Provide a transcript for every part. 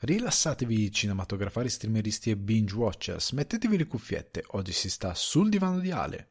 Rilassatevi cinematografari, streameristi e binge watchers, mettetevi le cuffiette, oggi si sta sul divano di Ale.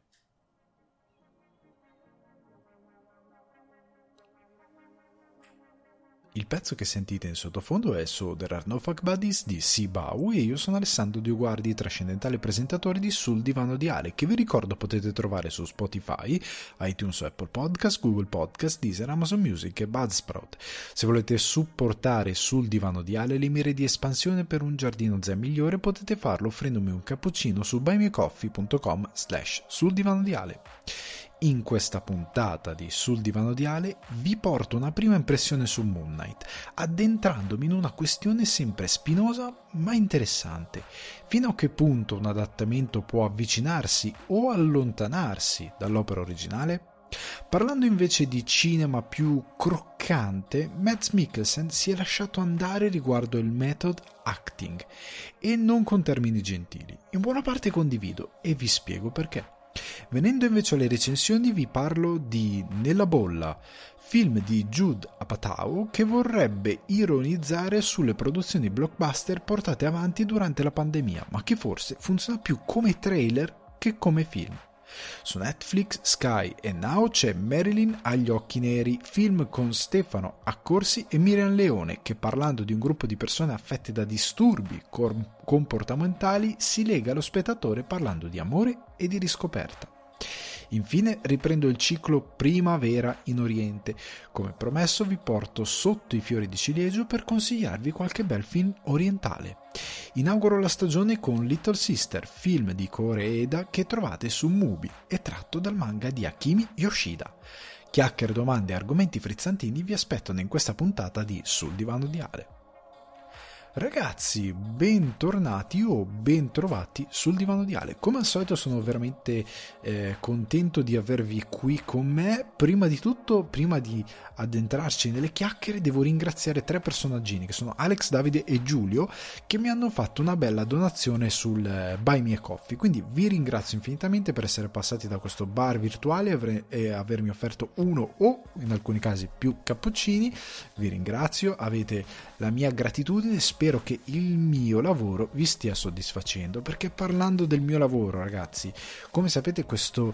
Il pezzo che sentite in sottofondo è So There Are No Fuck Buddies di Sibau e io sono Alessandro Dioguardi, trascendentale presentatore di Sul Divano di Ale, che vi ricordo potete trovare su Spotify, iTunes, Apple Podcast, Google Podcast, Deezer, Amazon Music e Buzzsprout. Se volete supportare Sul Divano di Ale le mire di espansione per un giardino zen migliore, potete farlo offrendomi un cappuccino su buymeacoffee.com/Sul Divano di Ale. In questa puntata di Sul Divano di Ale vi porto una prima impressione su Moon Knight, addentrandomi in una questione sempre spinosa ma interessante. Fino a che punto un adattamento può avvicinarsi o allontanarsi dall'opera originale? Parlando invece di cinema più croccante, Mads Mikkelsen si è lasciato andare riguardo il method acting, e non con termini gentili. In buona parte condivido e vi spiego perché. Venendo invece alle recensioni, vi parlo di Nella bolla, film di Judd Apatow che vorrebbe ironizzare sulle produzioni blockbuster portate avanti durante la pandemia, ma che forse funziona più come trailer che come film. Su Netflix, Sky e Now c'è Marilyn agli occhi neri, film con Stefano Accorsi e Miriam Leone che, parlando di un gruppo di persone affette da disturbi comportamentali, si lega allo spettatore parlando di amore e di riscoperta. Infine riprendo il ciclo Primavera in Oriente. Come promesso vi porto sotto i fiori di ciliegio per consigliarvi qualche bel film orientale. Inauguro la stagione con Little Sister, film di Kore Eda che trovate su Mubi e tratto dal manga di Akimi Yoshida. Chiacchiere, domande e argomenti frizzantini vi aspettano in questa puntata di Sul Divano di Ale. Ragazzi, bentornati o bentrovati sul Divano di Ale. Come al solito sono veramente contento di avervi qui con me. Prima di tutto, prima di addentrarci nelle chiacchiere, devo ringraziare tre personaggini che sono Alex, Davide e Giulio, che mi hanno fatto una bella donazione sul Buy Me a Coffee. Quindi vi ringrazio infinitamente per essere passati da questo bar virtuale e avermi offerto uno o in alcuni casi più cappuccini. Vi ringrazio, avete la mia gratitudine. Spero che il mio lavoro vi stia soddisfacendo, perché parlando del mio lavoro, ragazzi, come sapete questo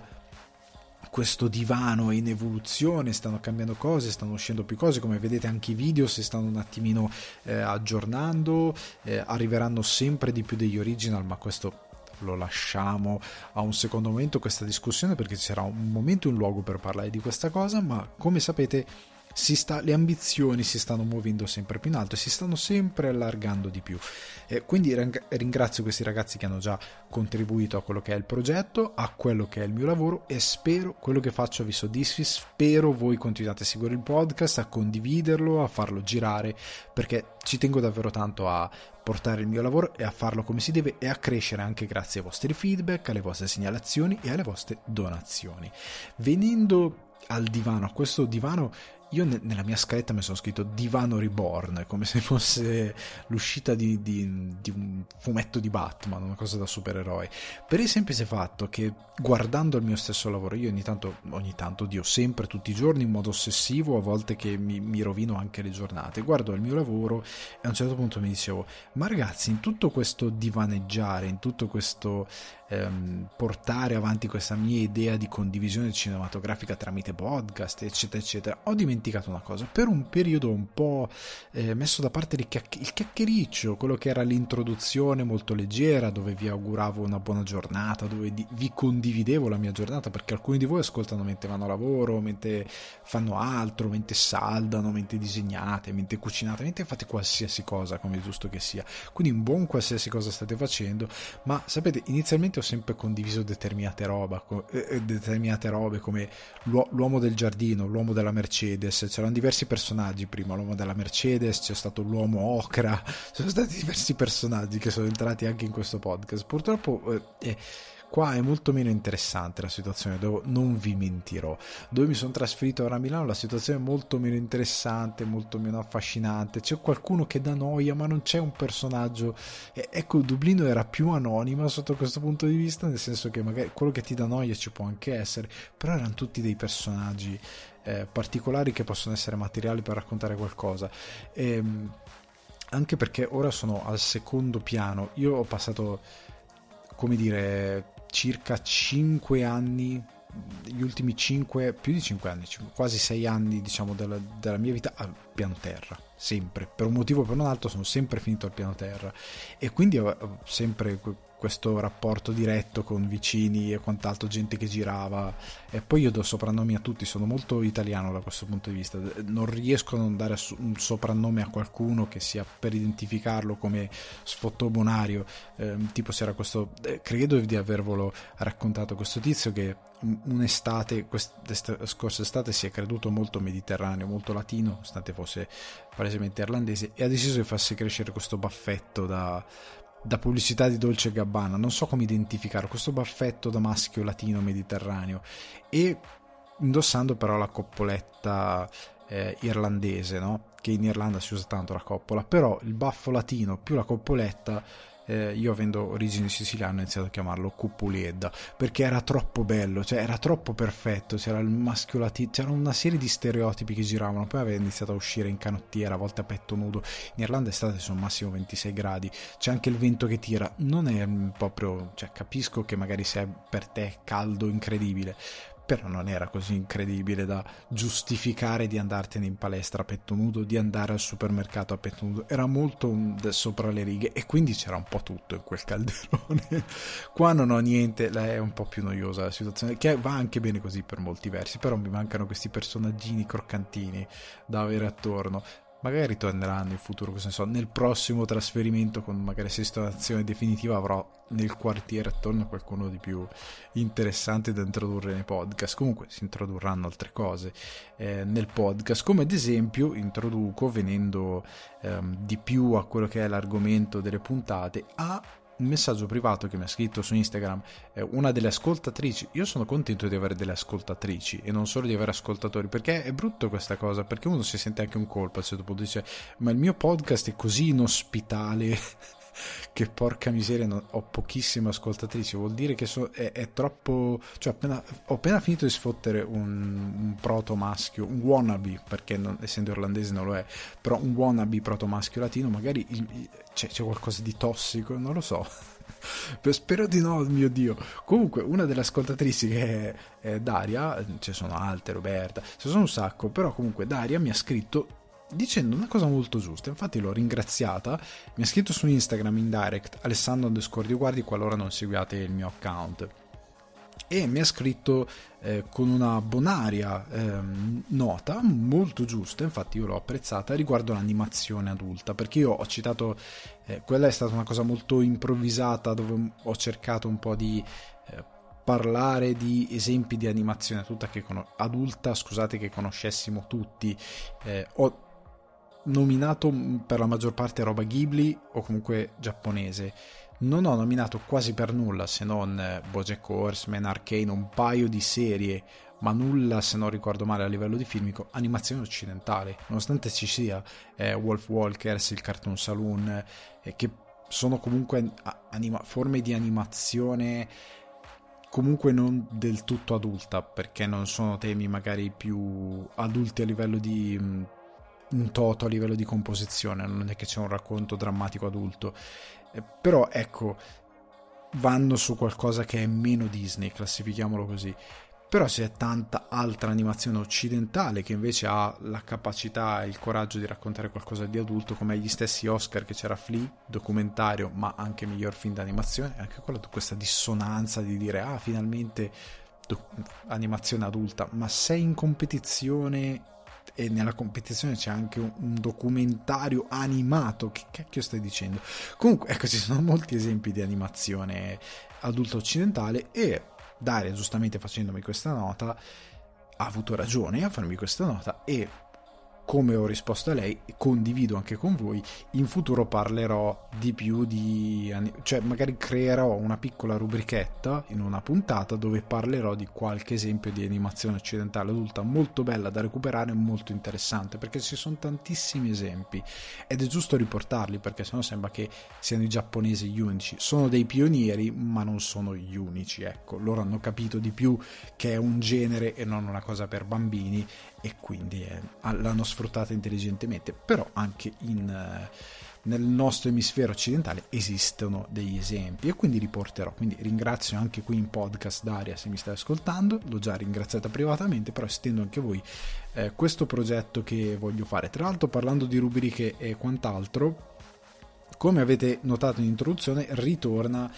divano è in evoluzione, stanno cambiando cose, stanno uscendo più cose, come vedete anche i video si stanno un attimino aggiornando, arriveranno sempre di più degli original, ma questo lo lasciamo a un secondo momento, questa discussione, perché ci sarà un momento e un luogo per parlare di questa cosa. Ma come sapete le ambizioni si stanno muovendo sempre più in alto e si stanno sempre allargando di più, quindi ringrazio questi ragazzi che hanno già contribuito a quello che è il progetto, a quello che è il mio lavoro, e spero quello che faccio vi soddisfi. Spero voi continuate a seguire il podcast, a condividerlo, a farlo girare, perché ci tengo davvero tanto a portare il mio lavoro e a farlo come si deve e a crescere anche grazie ai vostri feedback, alle vostre segnalazioni e alle vostre donazioni. Venendo al divano, a questo divano, io nella mia scaletta mi sono scritto Divano Reborn, come se fosse l'uscita di un fumetto di Batman, una cosa da supereroi, per il semplice fatto che guardando il mio stesso lavoro, io ogni tanto, Dio, sempre, tutti i giorni, in modo ossessivo, a volte che mi rovino anche le giornate, guardo il mio lavoro e a un certo punto mi dicevo, ma ragazzi, in tutto questo divaneggiare, in tutto questo portare avanti questa mia idea di condivisione cinematografica tramite podcast, eccetera eccetera, ho dimenticato una cosa. Per un periodo un po' messo da parte il chiacchiericcio, quello che era l'introduzione molto leggera, dove vi auguravo una buona giornata, dove vi condividevo la mia giornata, perché alcuni di voi ascoltano mentre vanno a lavoro, mentre fanno altro, mentre saldano, mentre disegnate, mentre cucinate, mentre fate qualsiasi cosa, come è giusto che sia. Quindi un buon qualsiasi cosa state facendo. Ma sapete, inizialmente ho sempre condiviso determinate robe come l'uomo del giardino, l'uomo della Mercedes. C'erano diversi personaggi prima, l'uomo della Mercedes, c'è stato l'uomo ocra, sono stati diversi personaggi che sono entrati anche in questo podcast. Purtroppo qua è molto meno interessante la situazione, non vi mentirò. Dove mi sono trasferito ora a Milano la situazione è molto meno interessante, molto meno affascinante, c'è qualcuno che dà noia ma non c'è un personaggio. Ecco, Dublino era più anonima sotto questo punto di vista, nel senso che magari quello che ti dà noia ci può anche essere, però erano tutti dei personaggi particolari che possono essere materiali per raccontare qualcosa. anche perché ora sono al secondo piano. Io ho passato, come dire, circa 5 anni, gli ultimi 5, più di 5 anni, quasi 6 anni, diciamo, della mia vita al piano terra, sempre, per un motivo o per un altro sono sempre finito al piano terra, e quindi ho sempre questo rapporto diretto con vicini e quant'altro, gente che girava, e poi io do soprannomi a tutti, sono molto italiano da questo punto di vista, non riesco a non dare un soprannome a qualcuno che sia per identificarlo come sfottobonario, tipo c'era questo, credo di avervelo raccontato, questo tizio che un'estate, scorsa estate, si è creduto molto mediterraneo, molto latino, nonostante fosse palesemente irlandese, e ha deciso di farsi crescere questo baffetto da pubblicità di Dolce & Gabbana, non so come identificarlo, questo baffetto da maschio latino mediterraneo, e indossando però la coppoletta irlandese, no? Che in Irlanda si usa tanto la coppola, però il baffo latino più la coppoletta, io avendo origini siciliane ho iniziato a chiamarlo Cuppuliedda, perché era troppo bello, cioè era troppo perfetto, c'era il maschio latino, c'era una serie di stereotipi che giravano, poi aveva iniziato a uscire in canottiera, a volte a petto nudo. In Irlanda estate sono massimo 26 gradi, c'è anche il vento che tira, non è proprio, cioè capisco che magari sia per te caldo incredibile, però non era così incredibile da giustificare di andartene in palestra a petto nudo, di andare al supermercato a petto nudo, era molto sopra le righe, e quindi c'era un po' tutto in quel calderone. Qua non ho niente, è un po' più noiosa la situazione, che va anche bene così per molti versi, però mi mancano questi personaggini croccantini da avere attorno. Magari ritorneranno in futuro, cosa ne so, nel prossimo trasferimento, con magari sistemazione definitiva, avrò nel quartiere attorno qualcuno di più interessante da introdurre nei podcast. Comunque si introdurranno altre cose nel podcast, come ad esempio introduco, venendo di più a quello che è l'argomento delle puntate, a un messaggio privato che mi ha scritto su Instagram una delle ascoltatrici. Io sono contento di avere delle ascoltatrici e non solo di avere ascoltatori, perché è brutto questa cosa, perché uno si sente anche un colpo a un certo punto, dice ma il mio podcast è così inospitale che porca miseria, ho pochissime ascoltatrici, vuol dire che è troppo, cioè ho appena finito di sfottere un proto maschio, un wannabe, perché essendo irlandese non lo è, però un wannabe proto maschio latino, magari c'è qualcosa di tossico, non lo so. Spero di no, mio Dio. Comunque una delle ascoltatrici, che è Daria, ci sono altre, Roberta, ci sono un sacco, però comunque Daria mi ha scritto dicendo una cosa molto giusta, infatti l'ho ringraziata, mi ha scritto su Instagram in direct Alessandro_Dioguardi, qualora non seguiate il mio account, e mi ha scritto con una bonaria nota molto giusta, infatti io l'ho apprezzata, riguardo l'animazione adulta, perché io ho citato, quella è stata una cosa molto improvvisata, dove ho cercato un po' di parlare di esempi di animazione adulta, scusate, che conoscessimo tutti. Ho nominato per la maggior parte roba Ghibli o comunque giapponese, non ho nominato quasi per nulla, se non BoJack Horseman, Arcane, un paio di serie, ma nulla, se non ricordo male a livello di filmico, animazione occidentale, nonostante ci sia Wolf Walkers, il Cartoon Saloon, che sono comunque forme di animazione comunque non del tutto adulta, perché non sono temi magari più adulti a livello di un toto, a livello di composizione, non è che c'è un racconto drammatico adulto, però ecco, vanno su qualcosa che è meno Disney, classifichiamolo così. Però c'è tanta altra animazione occidentale che invece ha la capacità e il coraggio di raccontare qualcosa di adulto, come gli stessi Oscar, che c'era Flea, documentario ma anche miglior film d'animazione, anche questa dissonanza di dire finalmente animazione adulta, ma sei in competizione e nella competizione c'è anche un documentario animato, che cacchio stai dicendo? Comunque ecco, ci sono molti esempi di animazione adulta occidentale, e Daria, giustamente facendomi questa nota, ha avuto ragione a farmi questa nota, e come ho risposto a lei, condivido anche con voi, in futuro parlerò di più cioè magari creerò una piccola rubrichetta in una puntata dove parlerò di qualche esempio di animazione occidentale adulta molto bella da recuperare, molto interessante, perché ci sono tantissimi esempi ed è giusto riportarli, perché sennò sembra che siano i giapponesi gli unici. Sono dei pionieri, ma non sono gli unici, ecco, loro hanno capito di più che è un genere e non una cosa per bambini, e quindi l'hanno sfruttata intelligentemente, però anche in nel nostro emisfero occidentale esistono degli esempi, e quindi li porterò. Quindi ringrazio anche qui in podcast Daria, se mi stai ascoltando, l'ho già ringraziata privatamente, però estendo anche a voi questo progetto che voglio fare. Tra l'altro, parlando di rubriche e quant'altro, come avete notato in introduzione, ritorna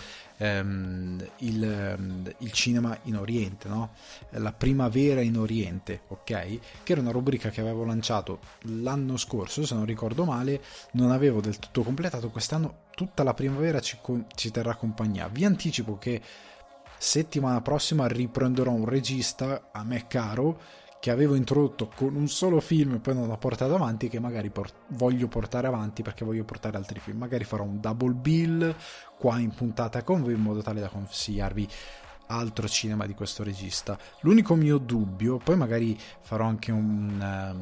il cinema in Oriente, no? La primavera in Oriente, ok? Che era una rubrica che avevo lanciato l'anno scorso, se non ricordo male, non avevo del tutto completato. Quest'anno tutta la primavera ci terrà compagnia. Vi anticipo che settimana prossima riprenderò un regista a me caro, che avevo introdotto con un solo film e poi non ho portato avanti, che magari voglio portare avanti perché voglio portare altri film. Magari farò un double bill qua in puntata con voi, in modo tale da consigliarvi altro cinema di questo regista. L'unico mio dubbio, poi magari farò anche un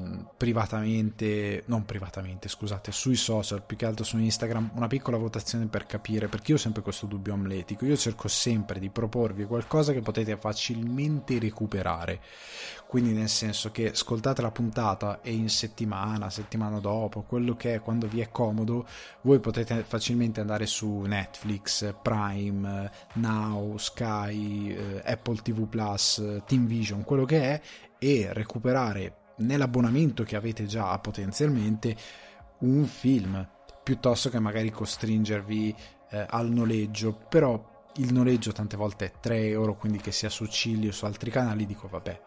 non privatamente, scusate, sui social, più che altro su Instagram, una piccola votazione per capire, perché io ho sempre questo dubbio amletico. Io cerco sempre di proporvi qualcosa che potete facilmente recuperare, quindi nel senso che ascoltate la puntata e in settimana dopo, quello che è, quando vi è comodo, voi potete facilmente andare su Netflix, Prime, Now, Sky, Apple TV Plus, Team Vision, quello che è, e recuperare nell'abbonamento che avete già potenzialmente un film, piuttosto che magari costringervi al noleggio. Però il noleggio tante volte è 3 euro, quindi che sia su Cilli o su altri canali, dico vabbè,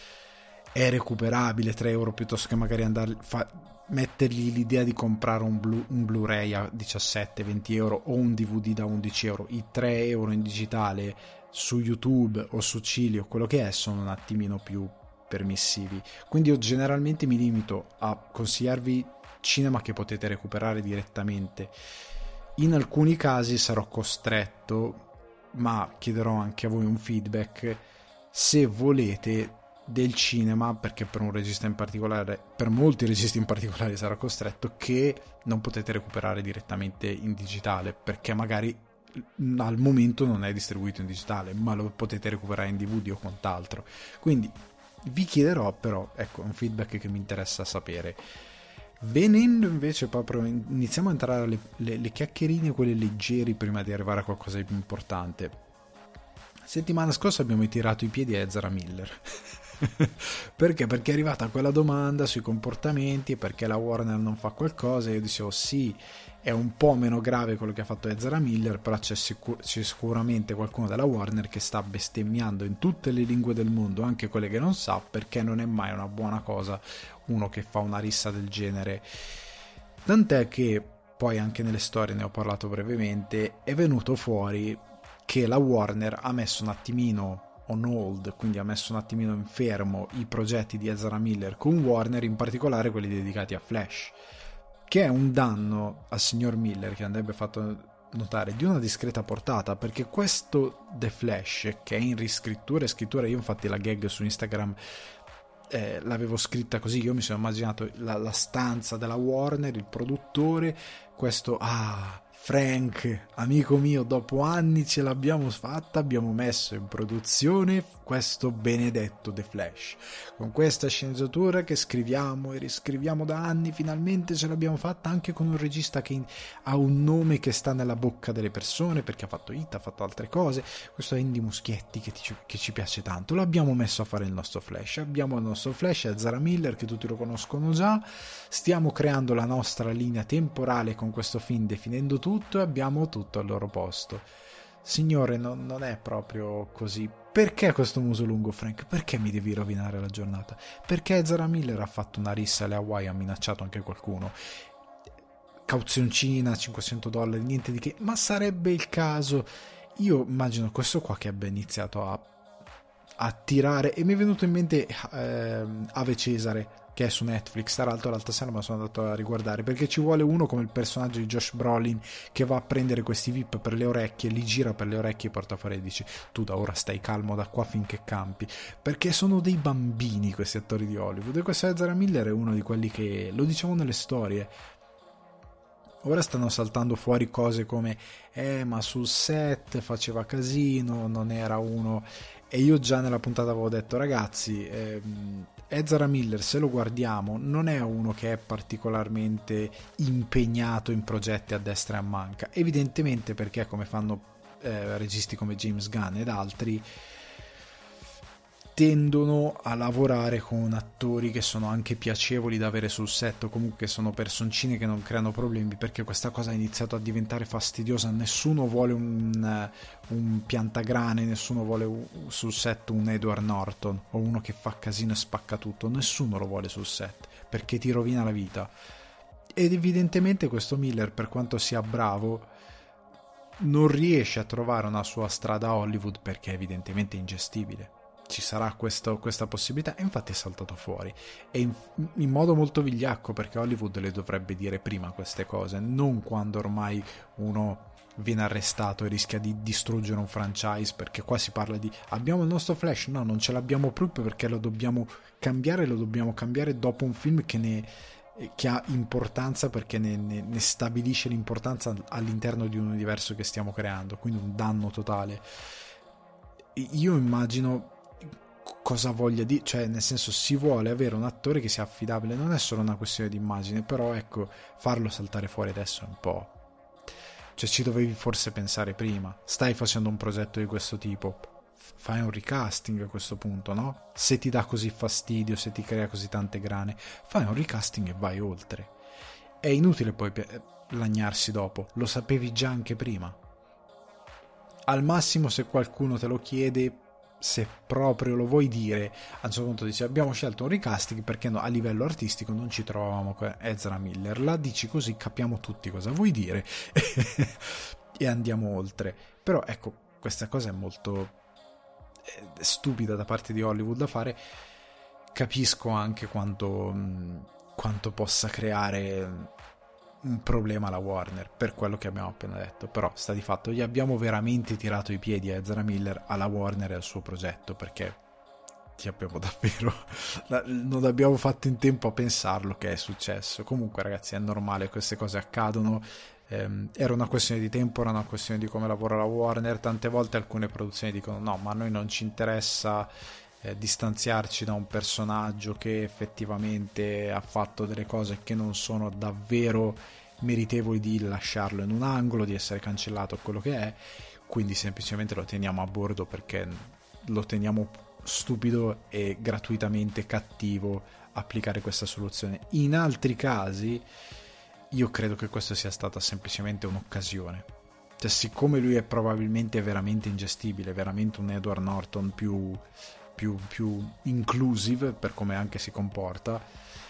è recuperabile 3 euro, piuttosto che magari andare mettergli l'idea di comprare un Blu-ray a 17-20 euro o un DVD da 11 euro. I 3 euro in digitale su YouTube o su Cilli o quello che è sono un attimino più permissivi, quindi io generalmente mi limito a consigliarvi cinema che potete recuperare direttamente. In alcuni casi sarò costretto, ma chiederò anche a voi un feedback, se volete, del cinema, perché per un regista in particolare, per molti registi in particolare, sarà costretto, che non potete recuperare direttamente in digitale, perché magari al momento non è distribuito in digitale, ma lo potete recuperare in DVD o quant'altro. Quindi vi chiederò, però, ecco, un feedback che mi interessa sapere. Venendo invece proprio, iniziamo a entrare le chiacchierine, quelle leggeri, prima di arrivare a qualcosa di più importante. Settimana scorsa abbiamo tirato i piedi a Ezra Miller. Perché? Perché è arrivata quella domanda sui comportamenti e perché la Warner non fa qualcosa, e io dicevo sì, è un po' meno grave quello che ha fatto Ezra Miller, però c'è sicuramente qualcuno della Warner che sta bestemmiando in tutte le lingue del mondo, anche quelle che non sa, perché non è mai una buona cosa uno che fa una rissa del genere. Tant'è che poi anche nelle storie, ne ho parlato brevemente, è venuto fuori che la Warner ha messo un attimino on hold, quindi ha messo un attimino in fermo i progetti di Ezra Miller con Warner, in particolare quelli dedicati a Flash, che è un danno al signor Miller che andrebbe fatto notare di una discreta portata, perché questo The Flash, che è in riscrittura e scrittura, io infatti la gag su Instagram l'avevo scritta così, io mi sono immaginato la stanza della Warner, il produttore, questo Frank, amico mio, dopo anni ce l'abbiamo fatta, abbiamo messo in produzione questo benedetto The Flash, con questa sceneggiatura che scriviamo e riscriviamo da anni, finalmente ce l'abbiamo fatta, anche con un regista che ha un nome che sta nella bocca delle persone, perché ha fatto Hit, ha fatto altre cose, questo è Andy Muschietti che ci piace tanto, l'abbiamo messo a fare il nostro Flash, abbiamo il nostro Flash, Ezra Miller, che tutti lo conoscono già, stiamo creando la nostra linea temporale con questo film, definendo tutto, e abbiamo tutto al loro posto. Signore, non è proprio così. Perché questo muso lungo, Frank? Perché mi devi rovinare la giornata? Perché Ezra Miller ha fatto una rissa alle Hawaii, ha minacciato anche qualcuno, cauzioncina, $500, niente di che, ma sarebbe il caso. Io immagino questo qua che abbia iniziato a tirare, e mi è venuto in mente Ave Cesare, che è su Netflix. Tra l'altro l'altra sera me la sono andato a riguardare, perché ci vuole uno come il personaggio di Josh Brolin che va a prendere questi VIP per le orecchie, li gira per le orecchie e porta fuori e dici: tu da ora stai calmo da qua finché campi, perché sono dei bambini questi attori di Hollywood. E questo Ezra Miller è uno di quelli che, lo diciamo nelle storie, Ora stanno saltando fuori cose come ma sul set faceva casino, non era uno. E io già nella puntata avevo detto, ragazzi, Ezra Miller, se lo guardiamo, non è uno che è particolarmente impegnato in progetti a destra e a manca, evidentemente, perché come fanno registi come James Gunn ed altri, tendono a lavorare con attori che sono anche piacevoli da avere sul set, o comunque sono personcine che non creano problemi, perché questa cosa ha iniziato a diventare fastidiosa. Nessuno vuole un piantagrane, nessuno vuole sul set un Edward Norton o uno che fa casino e spacca tutto, nessuno lo vuole sul set perché ti rovina la vita. Ed evidentemente questo Miller, per quanto sia bravo, non riesce a trovare una sua strada a Hollywood perché evidentemente è ingestibile. Ci sarà questa possibilità, e infatti è saltato fuori, e in modo molto vigliacco, perché Hollywood le dovrebbe dire prima queste cose, non quando ormai uno viene arrestato e rischia di distruggere un franchise, perché qua si parla di abbiamo il nostro Flash, no, non ce l'abbiamo proprio perché lo dobbiamo cambiare dopo un film che ha importanza, perché ne stabilisce l'importanza all'interno di un universo che stiamo creando, quindi un danno totale. Io immagino cosa voglia dire, cioè nel senso, si vuole avere un attore che sia affidabile, non è solo una questione di immagine, però ecco, farlo saltare fuori adesso è un po', cioè ci dovevi forse pensare prima. Stai facendo un progetto di questo tipo, fai un recasting a questo punto, no? Se ti dà così fastidio, se ti crea così tante grane, fai un recasting e vai oltre. È inutile poi lagnarsi dopo, lo sapevi già anche prima. Al massimo, se qualcuno te lo chiede, se proprio lo vuoi dire, a un certo punto dici abbiamo scelto un recasting perché a livello artistico non ci trovavamo con Ezra Miller, la dici così capiamo tutti cosa vuoi dire e andiamo oltre. Però ecco, questa cosa è molto stupida da parte di Hollywood da fare. Capisco anche quanto possa creare un problema alla Warner per quello che abbiamo appena detto, però sta di fatto, gli abbiamo veramente tirato i piedi a Ezra Miller, alla Warner e al suo progetto, perché ti abbiamo davvero non abbiamo fatto in tempo a pensarlo che è successo. Comunque ragazzi, è normale, queste cose accadono, era una questione di tempo, era una questione di come lavora la Warner. Tante volte alcune produzioni dicono no, ma a noi non ci interessa distanziarci da un personaggio che effettivamente ha fatto delle cose che non sono davvero meritevoli di lasciarlo in un angolo, di essere cancellato, quello che è, quindi semplicemente lo teniamo a bordo perché lo teniamo stupido e gratuitamente cattivo applicare questa soluzione. In altri casi io credo che questa sia stata semplicemente un'occasione, cioè siccome lui è probabilmente veramente ingestibile, veramente un Edward Norton più inclusive per come anche si comporta,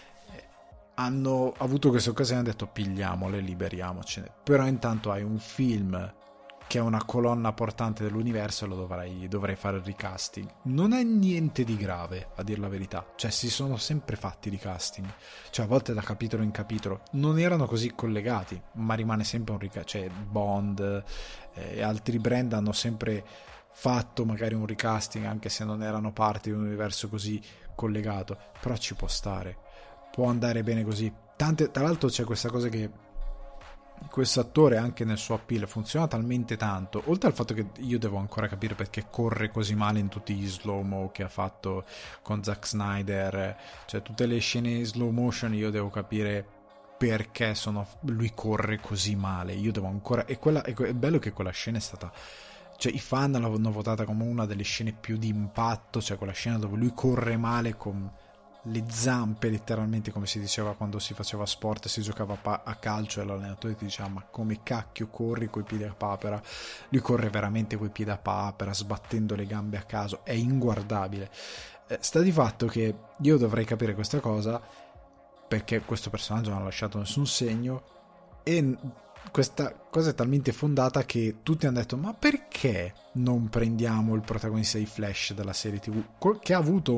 hanno avuto questa occasione e hanno detto pigliamole, liberiamocene. Però intanto hai un film che è una colonna portante dell'universo e dovrai fare il recasting. Non è niente di grave, a dir la verità, cioè si sono sempre fatti recasting, cioè a volte da capitolo in capitolo non erano così collegati, ma rimane sempre un recasting. Cioè Bond e altri brand hanno sempre fatto magari un recasting anche se non erano parte di un universo così collegato, però ci può stare, può andare bene così. Tra l'altro c'è questa cosa che questo attore anche nel suo appeal funziona talmente tanto, oltre al fatto che io devo ancora capire perché corre così male in tutti gli slow-mo che ha fatto con Zack Snyder, cioè tutte le scene in slow motion io devo capire perché lui corre così male, io devo ancora, è bello che quella scena è stata, cioè i fan l'hanno votata come una delle scene più di impatto, cioè quella scena dove lui corre male con le zampe letteralmente, come si diceva quando si faceva sport e si giocava a calcio e l'allenatore ti diceva ma come cacchio corri coi piedi a papera. Lui corre veramente coi piedi a papera, sbattendo le gambe a caso, è inguardabile. Sta di fatto che io dovrei capire questa cosa perché questo personaggio non ha lasciato nessun segno, e questa cosa è talmente fondata che tutti hanno detto ma perché non prendiamo il protagonista di Flash della serie TV, che ha avuto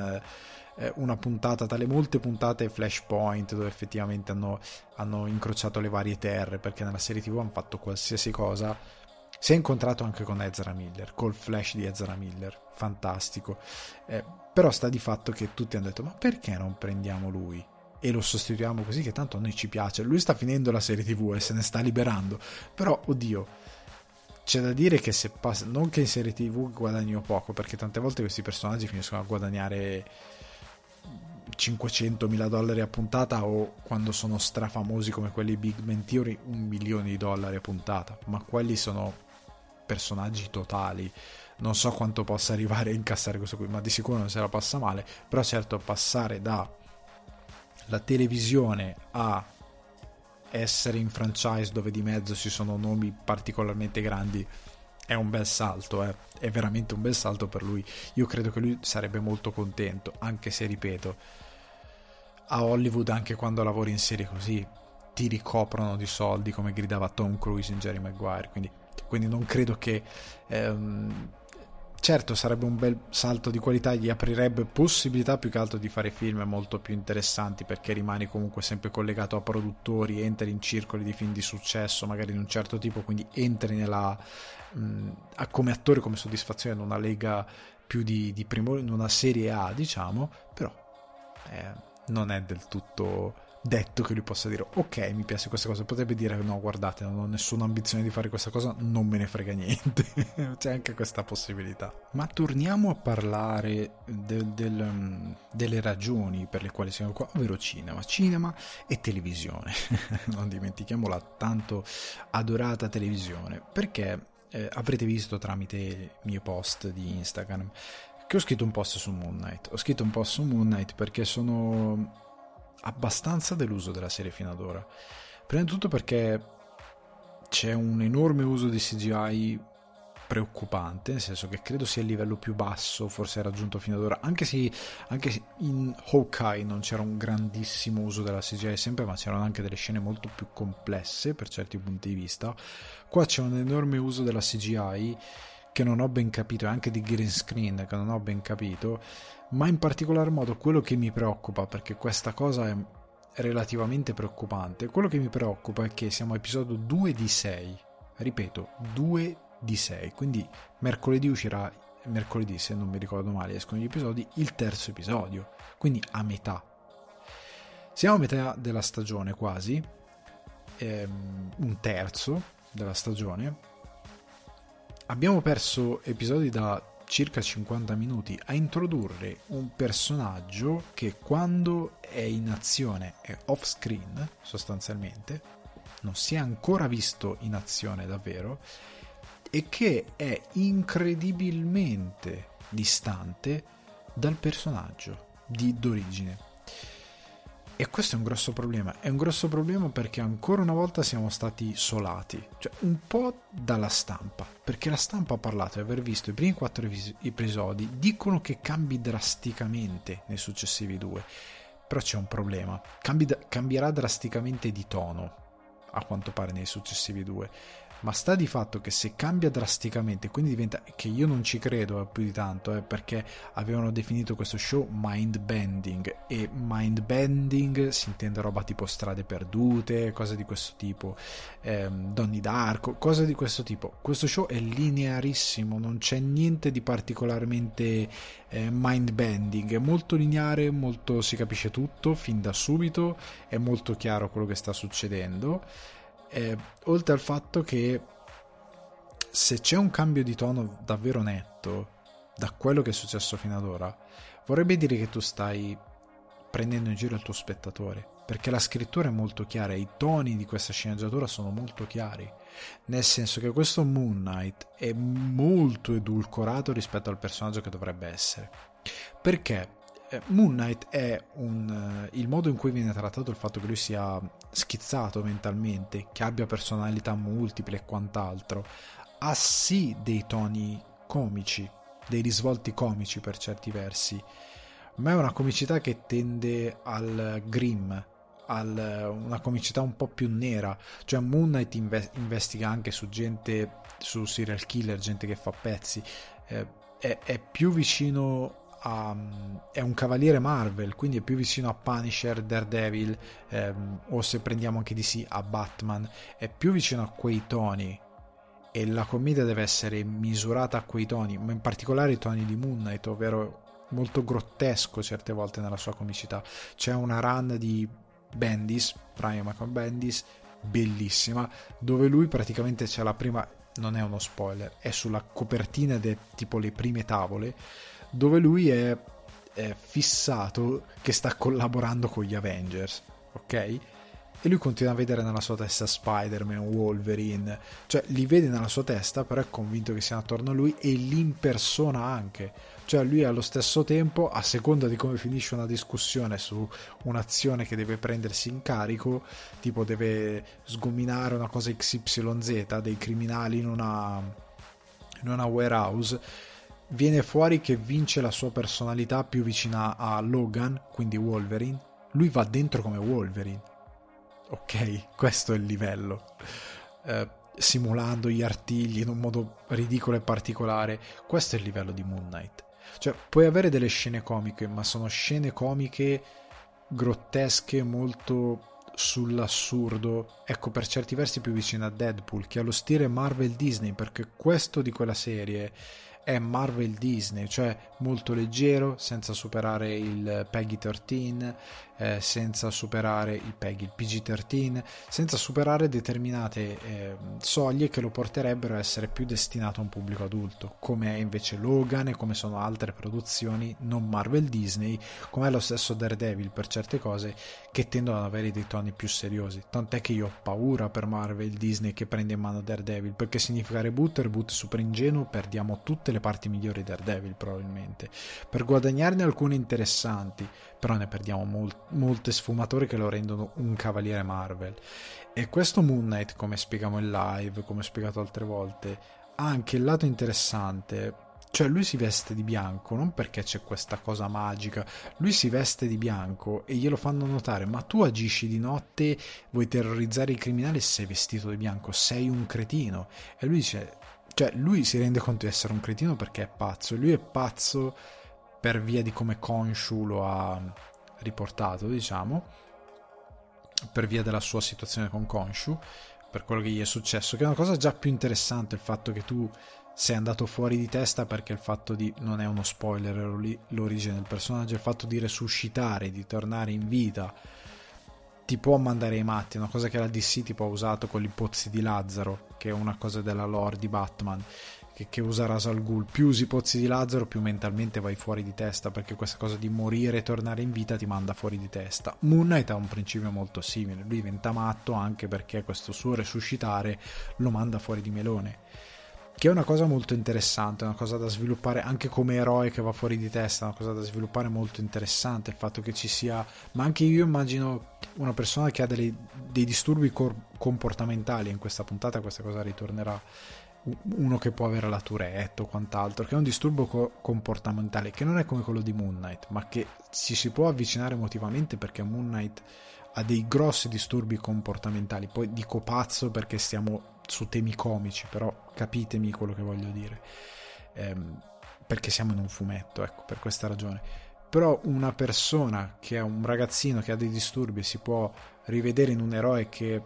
una puntata, tra le molte puntate Flashpoint dove effettivamente hanno incrociato le varie terre, perché nella serie TV hanno fatto qualsiasi cosa. Si è incontrato anche con Ezra Miller, col Flash di Ezra Miller, fantastico, però sta di fatto che tutti hanno detto ma perché non prendiamo lui? e lo sostituiamo così, che tanto a noi ci piace. Lui sta finendo la serie TV e se ne sta liberando, però oddio, c'è da dire che se passa, non che in serie TV guadagnino poco, perché tante volte questi personaggi finiscono a guadagnare $500.000 a puntata, o quando sono strafamosi come quelli di Big Bang Theory $1.000.000 a puntata, ma quelli sono personaggi totali. Non so quanto possa arrivare a incassare questo qui, ma di sicuro non se la passa male. Però certo, passare da la televisione a essere in franchise dove di mezzo ci sono nomi particolarmente grandi è un bel salto, è veramente un bel salto per lui. Io credo che lui sarebbe molto contento, anche se, ripeto, a Hollywood, anche quando lavori in serie così, ti ricoprono di soldi, come gridava Tom Cruise in Jerry Maguire, quindi non credo che certo sarebbe un bel salto di qualità, gli aprirebbe possibilità più che altro di fare film molto più interessanti, perché rimani comunque sempre collegato a produttori, entri in circoli di film di successo magari di un certo tipo, quindi entri nella come attore, come soddisfazione in una lega più di primo, in una serie A, diciamo. Però non è del tutto detto che lui possa dire ok, mi piace questa cosa. Potrebbe dire no, guardate, non ho nessuna ambizione di fare questa cosa, non me ne frega niente. C'è anche questa possibilità. Ma torniamo a parlare delle ragioni per le quali siamo qua, ovvero cinema e televisione. Non dimentichiamo la tanto adorata televisione, perché avrete visto tramite i miei post di Instagram che ho scritto un post su Moon Knight. Perché sono abbastanza deluso della serie fino ad ora. Prima di tutto perché c'è un enorme uso di CGI preoccupante, nel senso che credo sia il livello più basso forse raggiunto fino ad ora, anche se in Hawkeye non c'era un grandissimo uso della CGI sempre, ma c'erano anche delle scene molto più complesse per certi punti di vista. Qua c'è un enorme uso della CGI che non ho ben capito, e anche di green screen che non ho ben capito, ma in particolar modo quello che mi preoccupa, perché questa cosa è relativamente preoccupante, quello che mi preoccupa è che siamo a episodio 2 di 6, ripeto, 2 di 6, quindi mercoledì uscirà, mercoledì se non mi ricordo male escono gli episodi, il terzo episodio, quindi a metà. Siamo a metà della stagione quasi, un terzo della stagione. Abbiamo perso episodi da circa 50 minuti a introdurre un personaggio che quando è in azione è off screen, sostanzialmente non si è ancora visto in azione davvero, e che è incredibilmente distante dal personaggio d'origine. E questo è un grosso problema perché ancora una volta siamo stati solati, cioè un po' dalla stampa, perché la stampa ha parlato di aver visto i primi 4 episodi, dicono che cambi drasticamente nei successivi 2, però c'è un problema, cambierà drasticamente di tono a quanto pare nei successivi 2, ma sta di fatto che se cambia drasticamente, quindi diventa, che io non ci credo più di tanto, perché avevano definito questo show mind bending, e mind bending si intende roba tipo Strade Perdute, cose di questo tipo, Donnie Darko, cose di questo tipo. Questo show è linearissimo, non c'è niente di particolarmente mind bending, è molto lineare, molto, si capisce tutto fin da subito, è molto chiaro quello che sta succedendo. Oltre al fatto che se c'è un cambio di tono davvero netto da quello che è successo fino ad ora, vorrebbe dire che tu stai prendendo in giro il tuo spettatore, perché la scrittura è molto chiara, i toni di questa sceneggiatura sono molto chiari, nel senso che questo Moon Knight è molto edulcorato rispetto al personaggio che dovrebbe essere. Perché Moon Knight è il modo in cui viene trattato, il fatto che lui sia schizzato mentalmente, che abbia personalità multiple e quant'altro, ha sì dei toni comici, dei risvolti comici per certi versi, ma è una comicità che tende al grim, una comicità un po' più nera. Cioè Moon Knight investiga anche su gente, su serial killer, gente che fa pezzi, è più vicino è un cavaliere Marvel, quindi è più vicino a Punisher, Daredevil, o se prendiamo anche DC, a Batman, è più vicino a quei toni, e la commedia deve essere misurata a quei toni, ma in particolare i toni di Moon Knight, ovvero molto grottesco certe volte nella sua comicità. C'è una run di Bendis, Brian Michael Bendis, bellissima, dove lui praticamente c'è la prima, non è uno spoiler, è sulla copertina tipo le prime tavole, dove lui è fissato che sta collaborando con gli Avengers, ok? E lui continua a vedere nella sua testa Spider-Man, Wolverine, cioè li vede nella sua testa, però è convinto che siano attorno a lui e li impersona anche, cioè lui allo stesso tempo, a seconda di come finisce una discussione su un'azione che deve prendersi in carico, tipo deve sgominare una cosa XYZ, dei criminali in una warehouse, viene fuori che vince la sua personalità più vicina a Logan, quindi Wolverine, lui va dentro come Wolverine. Ok, questo è il livello, simulando gli artigli in un modo ridicolo e particolare. Questo è il livello di Moon Knight. Cioè, puoi avere delle scene comiche, ma sono scene comiche grottesche, molto sull'assurdo, ecco, per certi versi più vicino a Deadpool, che allo stile Marvel Disney, perché questo di quella serie è Marvel Disney, cioè molto leggero, senza superare il Peggy 13, senza superare il PG-13, senza superare determinate soglie che lo porterebbero a essere più destinato a un pubblico adulto, come è invece Logan e come sono altre produzioni non Marvel Disney, come è lo stesso Daredevil per certe cose, che tendono ad avere dei toni più seriosi. Tant'è che io ho paura per Marvel Disney che prende in mano Daredevil, perché significa reboot super ingenuo, perdiamo tutte le parti migliori di Daredevil probabilmente, per guadagnarne alcune interessanti, però ne perdiamo molte sfumature che lo rendono un cavaliere Marvel. E questo Moon Knight, come spieghiamo in live, come ho spiegato altre volte, ha anche il lato interessante. Cioè lui si veste di bianco non perché c'è questa cosa magica, lui si veste di bianco e glielo fanno notare: ma tu agisci di notte, vuoi terrorizzare i criminali e sei vestito di bianco, sei un cretino. E lui dice, cioè lui si rende conto di essere un cretino perché è pazzo, e lui è pazzo per via di come Khonshu lo ha riportato, diciamo, per via della sua situazione con Khonshu, per quello che gli è successo, che è una cosa già più interessante, il fatto che tu sei andato fuori di testa, perché il fatto di, non è uno spoiler l'origine del personaggio, il fatto di resuscitare, di tornare in vita ti può mandare ai matti, è una cosa che la DC tipo ha usato con i pozzi di Lazzaro, che è una cosa della lore di Batman, che usa Ra's al Ghul. Più usi i pozzi di Lazzaro, più mentalmente vai fuori di testa, perché questa cosa di morire e tornare in vita ti manda fuori di testa. Moon Knight ha un principio molto simile, lui diventa matto anche perché questo suo resuscitare lo manda fuori di melone, che è una cosa molto interessante, una cosa da sviluppare anche come eroe che va fuori di testa, una cosa da sviluppare molto interessante, il fatto che ci sia, ma anche io immagino una persona che ha dei disturbi comportamentali, in questa puntata questa cosa ritornerà, uno che può avere la Tourette o quant'altro, che è un disturbo comportamentale che non è come quello di Moon Knight, ma che ci si può avvicinare emotivamente, perché Moon Knight ha dei grossi disturbi comportamentali. Poi dico pazzo perché stiamo su temi comici, però capitemi quello che voglio dire, perché siamo in un fumetto, ecco, per questa ragione. Però una persona che è un ragazzino che ha dei disturbi si può rivedere in un eroe che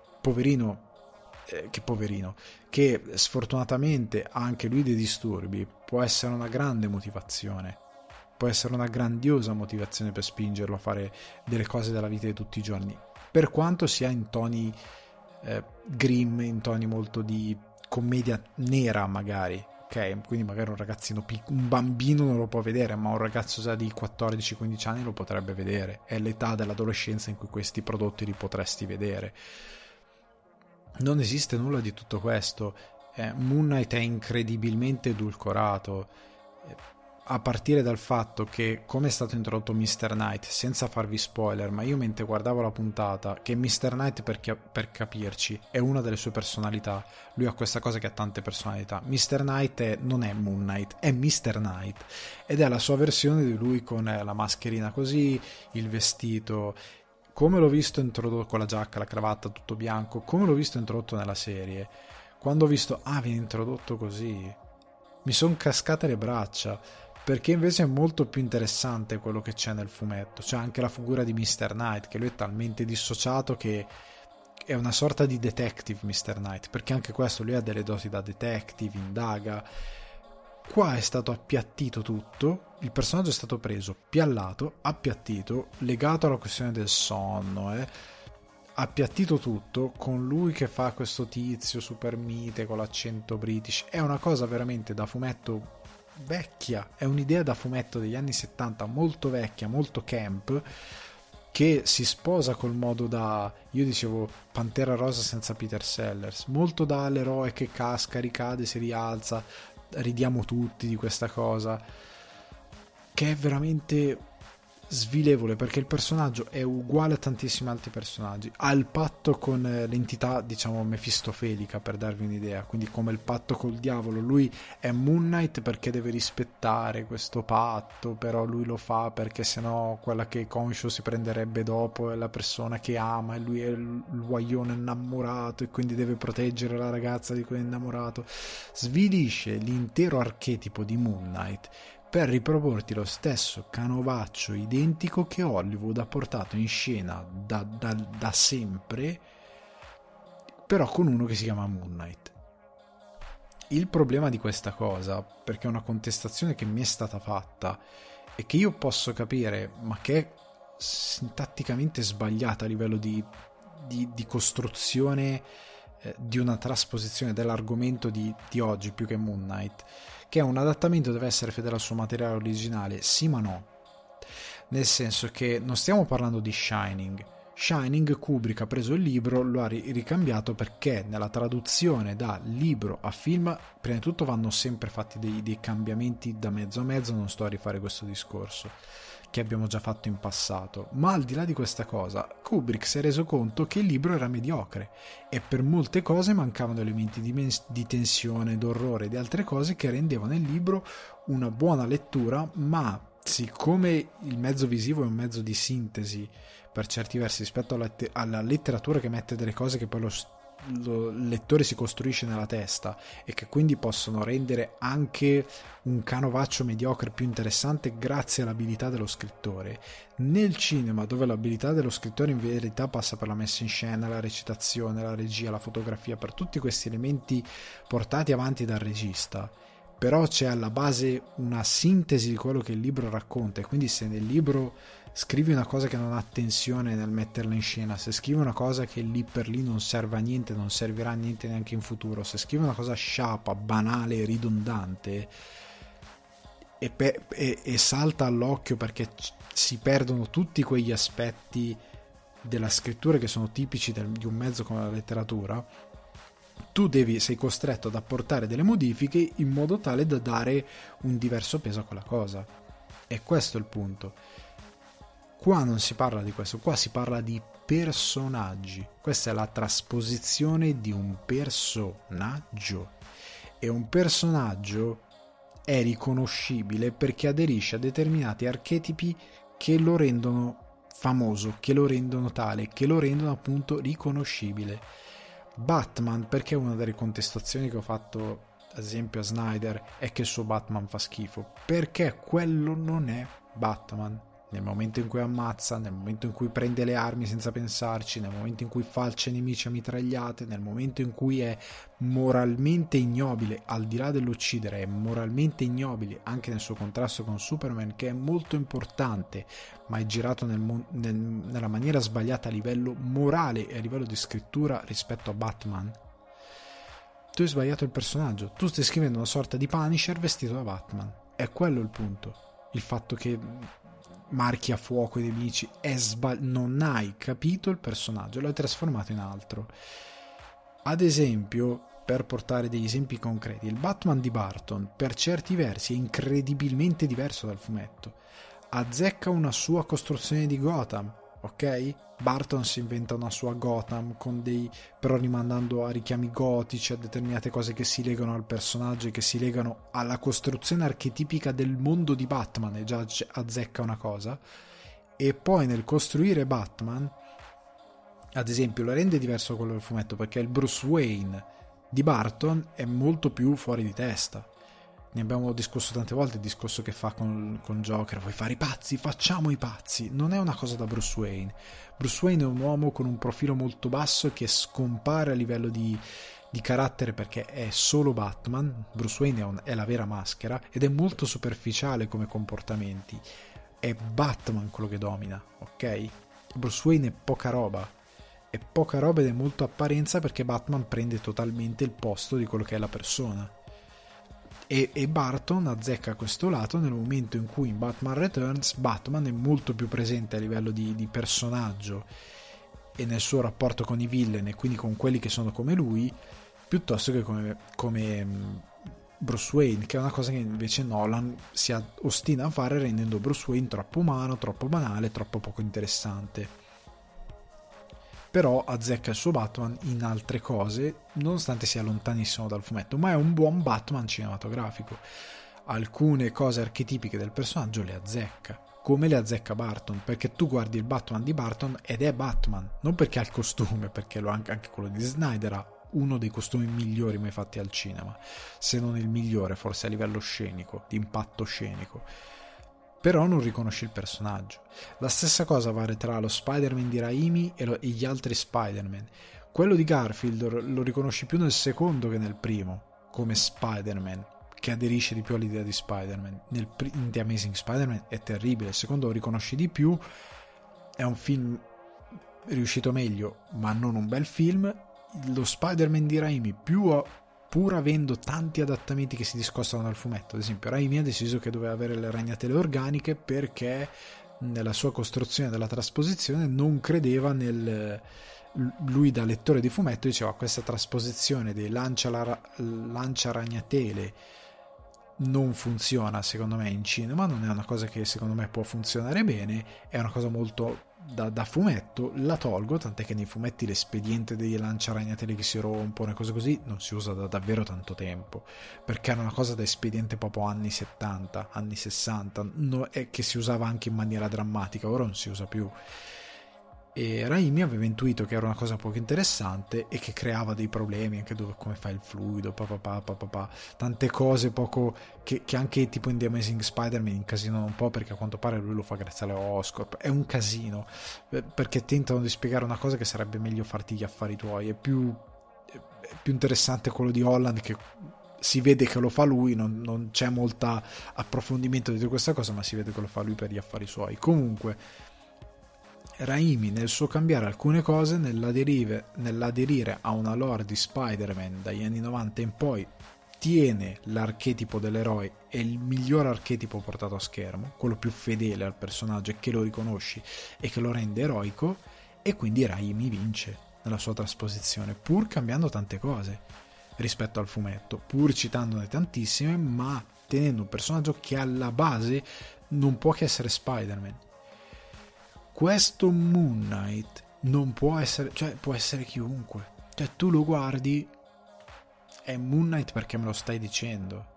che sfortunatamente ha anche lui dei disturbi, può essere una grande motivazione, può essere una grandiosa motivazione per spingerlo a fare delle cose della vita di tutti i giorni, per quanto sia in toni grim, in toni molto di commedia nera magari, ok? Quindi magari un ragazzino un bambino non lo può vedere, ma un ragazzo già di 14-15 anni lo potrebbe vedere. È l'età dell'adolescenza in cui questi prodotti li potresti vedere. Non esiste nulla di tutto questo. Moon Knight è incredibilmente edulcorato, a partire dal fatto che, come è stato introdotto Mr. Knight, senza farvi spoiler, ma io mentre guardavo la puntata, che Mr. Knight, per capirci, è una delle sue personalità, lui ha questa cosa che ha tante personalità. Mr. Knight non è Moon Knight, è Mr. Knight, ed è la sua versione di lui con la mascherina così, il vestito, come l'ho visto introdotto con la giacca, la cravatta, tutto bianco, come l'ho visto introdotto nella serie. Quando ho visto, viene introdotto così, mi sono cascate le braccia, perché invece è molto più interessante quello che c'è nel fumetto. C'è anche la figura di Mr. Knight, che lui è talmente dissociato che è una sorta di detective Mr. Knight, perché anche questo, lui ha delle doti da detective, indaga, Qua è stato appiattito tutto, il personaggio è stato preso, piallato, appiattito, legato alla questione del sonno, appiattito tutto, con lui che fa questo tizio super mite con l'accento british. È una cosa veramente da fumetto vecchia, è un'idea da fumetto degli anni 70 molto vecchia, molto camp, che si sposa col modo da, io dicevo, Pantera Rosa senza Peter Sellers, molto da l'eroe che casca, ricade, si rialza, ridiamo tutti di questa cosa, che è veramente svilevole, perché il personaggio è uguale a tantissimi altri personaggi, ha il patto con l'entità, diciamo, mefistofelica, per darvi un'idea, quindi come il patto col diavolo. Lui è Moon Knight perché deve rispettare questo patto, però lui lo fa perché sennò quella che Khonshu si prenderebbe dopo è la persona che ama, e lui è il guaglione innamorato e quindi deve proteggere la ragazza di cui è innamorato. Svilisce l'intero archetipo di Moon Knight per riproporti lo stesso canovaccio identico che Hollywood ha portato in scena da sempre, però con uno che si chiama Moon Knight. Il problema di questa cosa, perché è una contestazione che mi è stata fatta e che io posso capire, ma che è sintatticamente sbagliata a livello di costruzione di una trasposizione dell'argomento di oggi più che Moon Knight, che è un adattamento, deve essere fedele al suo materiale originale, sì ma no, nel senso che non stiamo parlando di Shining, Kubrick ha preso il libro, lo ha ricambiato, perché nella traduzione da libro a film prima di tutto vanno sempre fatti dei cambiamenti da mezzo a mezzo, non sto a rifare questo discorso che abbiamo già fatto in passato, ma al di là di questa cosa Kubrick si è reso conto che il libro era mediocre e per molte cose mancavano elementi di tensione, d'orrore e di altre cose che rendevano il libro una buona lettura, ma siccome il mezzo visivo è un mezzo di sintesi per certi versi rispetto alla letteratura, che mette delle cose che poi lo lettore si costruisce nella testa e che quindi possono rendere anche un canovaccio mediocre più interessante grazie all'abilità dello scrittore. Nel cinema, dove l'abilità dello scrittore in verità passa per la messa in scena, la recitazione, la regia, la fotografia, per tutti questi elementi portati avanti dal regista, però c'è alla base una sintesi di quello che il libro racconta, e quindi se nel libro scrivi una cosa che non ha tensione nel metterla in scena, se scrivi una cosa che lì per lì non serve a niente, non servirà a niente neanche in futuro, se scrivi una cosa sciapa, banale, ridondante e salta all'occhio perché si perdono tutti quegli aspetti della scrittura che sono tipici di un mezzo come la letteratura, tu sei costretto ad apportare delle modifiche in modo tale da dare un diverso peso a quella cosa. E questo è il punto. Qua non si parla di questo, qua si parla di personaggi. Questa è la trasposizione di un personaggio, e un personaggio è riconoscibile perché aderisce a determinati archetipi che lo rendono famoso, che lo rendono tale, che lo rendono appunto riconoscibile. Batman, perché una delle contestazioni che ho fatto ad esempio a Snyder è che il suo Batman fa schifo, perché quello non è Batman. Nel momento in cui ammazza, nel momento in cui prende le armi senza pensarci, nel momento in cui falcia i nemici a mitragliate, nel momento in cui è moralmente ignobile, al di là dell'uccidere, è moralmente ignobile anche nel suo contrasto con Superman, che è molto importante, ma è girato nella maniera sbagliata a livello morale e a livello di scrittura rispetto a Batman. Tu hai sbagliato il personaggio, tu stai scrivendo una sorta di Punisher vestito da Batman, è quello il punto. Il fatto che marchi a fuoco i nemici non hai capito il personaggio, lo hai trasformato in altro. Ad esempio, per portare degli esempi concreti, il Batman di Burton per certi versi è incredibilmente diverso dal fumetto, azzecca una sua costruzione di Gotham, ok? Burton si inventa una sua Gotham però rimandando a richiami gotici, a determinate cose che si legano al personaggio e che si legano alla costruzione archetipica del mondo di Batman, e già azzecca una cosa. E poi nel costruire Batman, ad esempio, lo rende diverso da quello del fumetto, perché il Bruce Wayne di Burton è molto più fuori di testa. Ne abbiamo discusso tante volte, il discorso che fa con Joker: vuoi fare i pazzi? Facciamo i pazzi. Non è una cosa da Bruce Wayne. Bruce Wayne è un uomo con un profilo molto basso che scompare a livello di carattere perché è solo Batman. Bruce Wayne è la vera maschera ed è molto superficiale come comportamenti. È Batman quello che domina, ok? Bruce Wayne è poca roba ed è molto apparenza, perché Batman prende totalmente il posto di quello che è la persona. E Barton azzecca questo lato nel momento in cui in Batman Returns Batman è molto più presente a livello di personaggio e nel suo rapporto con i villain, e quindi con quelli che sono come lui, piuttosto che come Bruce Wayne, che è una cosa che invece Nolan si ostina a fare, rendendo Bruce Wayne troppo umano, troppo banale, troppo poco interessante. Però azzecca il suo Batman in altre cose, nonostante sia lontanissimo dal fumetto, ma è un buon Batman cinematografico. Alcune cose archetipiche del personaggio le azzecca, come le azzecca Barton, perché tu guardi il Batman di Barton ed è Batman, non perché ha il costume, perché anche quello di Snyder ha uno dei costumi migliori mai fatti al cinema, se non il migliore forse a livello scenico, di impatto scenico, però non riconosci il personaggio. La stessa cosa vale tra lo Spider-Man di Raimi e gli altri Spider-Man. Quello di Garfield lo riconosci più nel secondo che nel primo, come Spider-Man, che aderisce di più all'idea di Spider-Man. In The Amazing Spider-Man è terribile, il secondo lo riconosci di più, è un film riuscito meglio, ma non un bel film. Lo Spider-Man di Raimi, pur avendo tanti adattamenti che si discostano dal fumetto, ad esempio Raimi ha deciso che doveva avere le ragnatele organiche perché nella sua costruzione della trasposizione non credeva lui da lettore di fumetto diceva: questa trasposizione dei lancia ragnatele non funziona secondo me in cinema, non è una cosa che secondo me può funzionare bene, è una cosa molto da fumetto, la tolgo, tant'è che nei fumetti l'espediente dei lanciaragnatele che si rompono e cose così non si usa da davvero tanto tempo, perché era una cosa da espediente proprio anni 70, anni 60, e che si usava anche in maniera drammatica, ora non si usa più. E Raimi aveva intuito che era una cosa poco interessante e che creava dei problemi anche dove, come fa il fluido, tante cose poco che anche tipo in The Amazing Spider-Man incasinano un po', perché a quanto pare lui lo fa grazie alle Oscorp. È un casino perché tentano di spiegare una cosa che sarebbe meglio farti gli affari tuoi. È più interessante quello di Holland, che si vede che lo fa lui, non c'è molto approfondimento di questa cosa, ma si vede che lo fa lui per gli affari suoi. Comunque Raimi, nel suo cambiare alcune cose, nell'aderire a una lore di Spider-Man dagli anni 90 in poi, tiene l'archetipo dell'eroe, è il miglior archetipo portato a schermo, quello più fedele al personaggio e che lo riconosci e che lo rende eroico, e quindi Raimi vince nella sua trasposizione, pur cambiando tante cose rispetto al fumetto, pur citandone tantissime, ma tenendo un personaggio che alla base non può che essere Spider-Man. Questo Moon Knight non può essere, cioè può essere chiunque, cioè tu lo guardi, è Moon Knight perché me lo stai dicendo,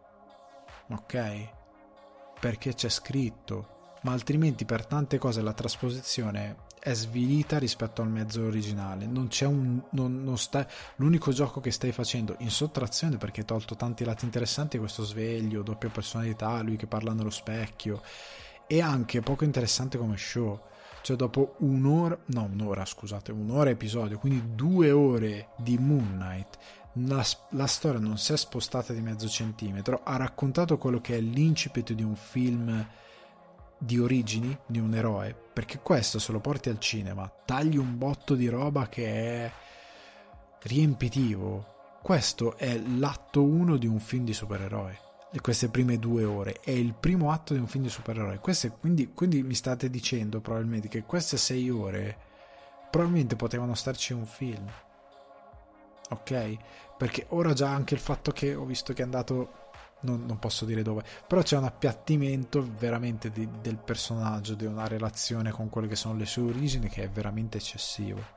ok? Perché c'è scritto, ma altrimenti per tante cose la trasposizione è svilita rispetto al mezzo originale. Non c'è l'unico gioco che stai facendo in sottrazione, perché hai tolto tanti lati interessanti, questo sveglio, doppia personalità, lui che parla nello specchio, e anche poco interessante come show. Cioè dopo un'ora episodio, quindi 2 ore di Moon Knight, la storia non si è spostata di mezzo centimetro, ha raccontato quello che è l'incipit di un film di origini, di un eroe, perché questo se lo porti al cinema, tagli un botto di roba che è riempitivo. Questo è l'atto 1 di un film di supereroi. E queste prime 2 ore è il primo atto di un film di supereroi. Quindi mi state dicendo probabilmente che queste 6 ore probabilmente potevano starci un film, ok? Perché ora già anche il fatto che ho visto che è andato, non posso dire dove, però c'è un appiattimento veramente del personaggio, di una relazione con quelle che sono le sue origini, che è veramente eccessivo.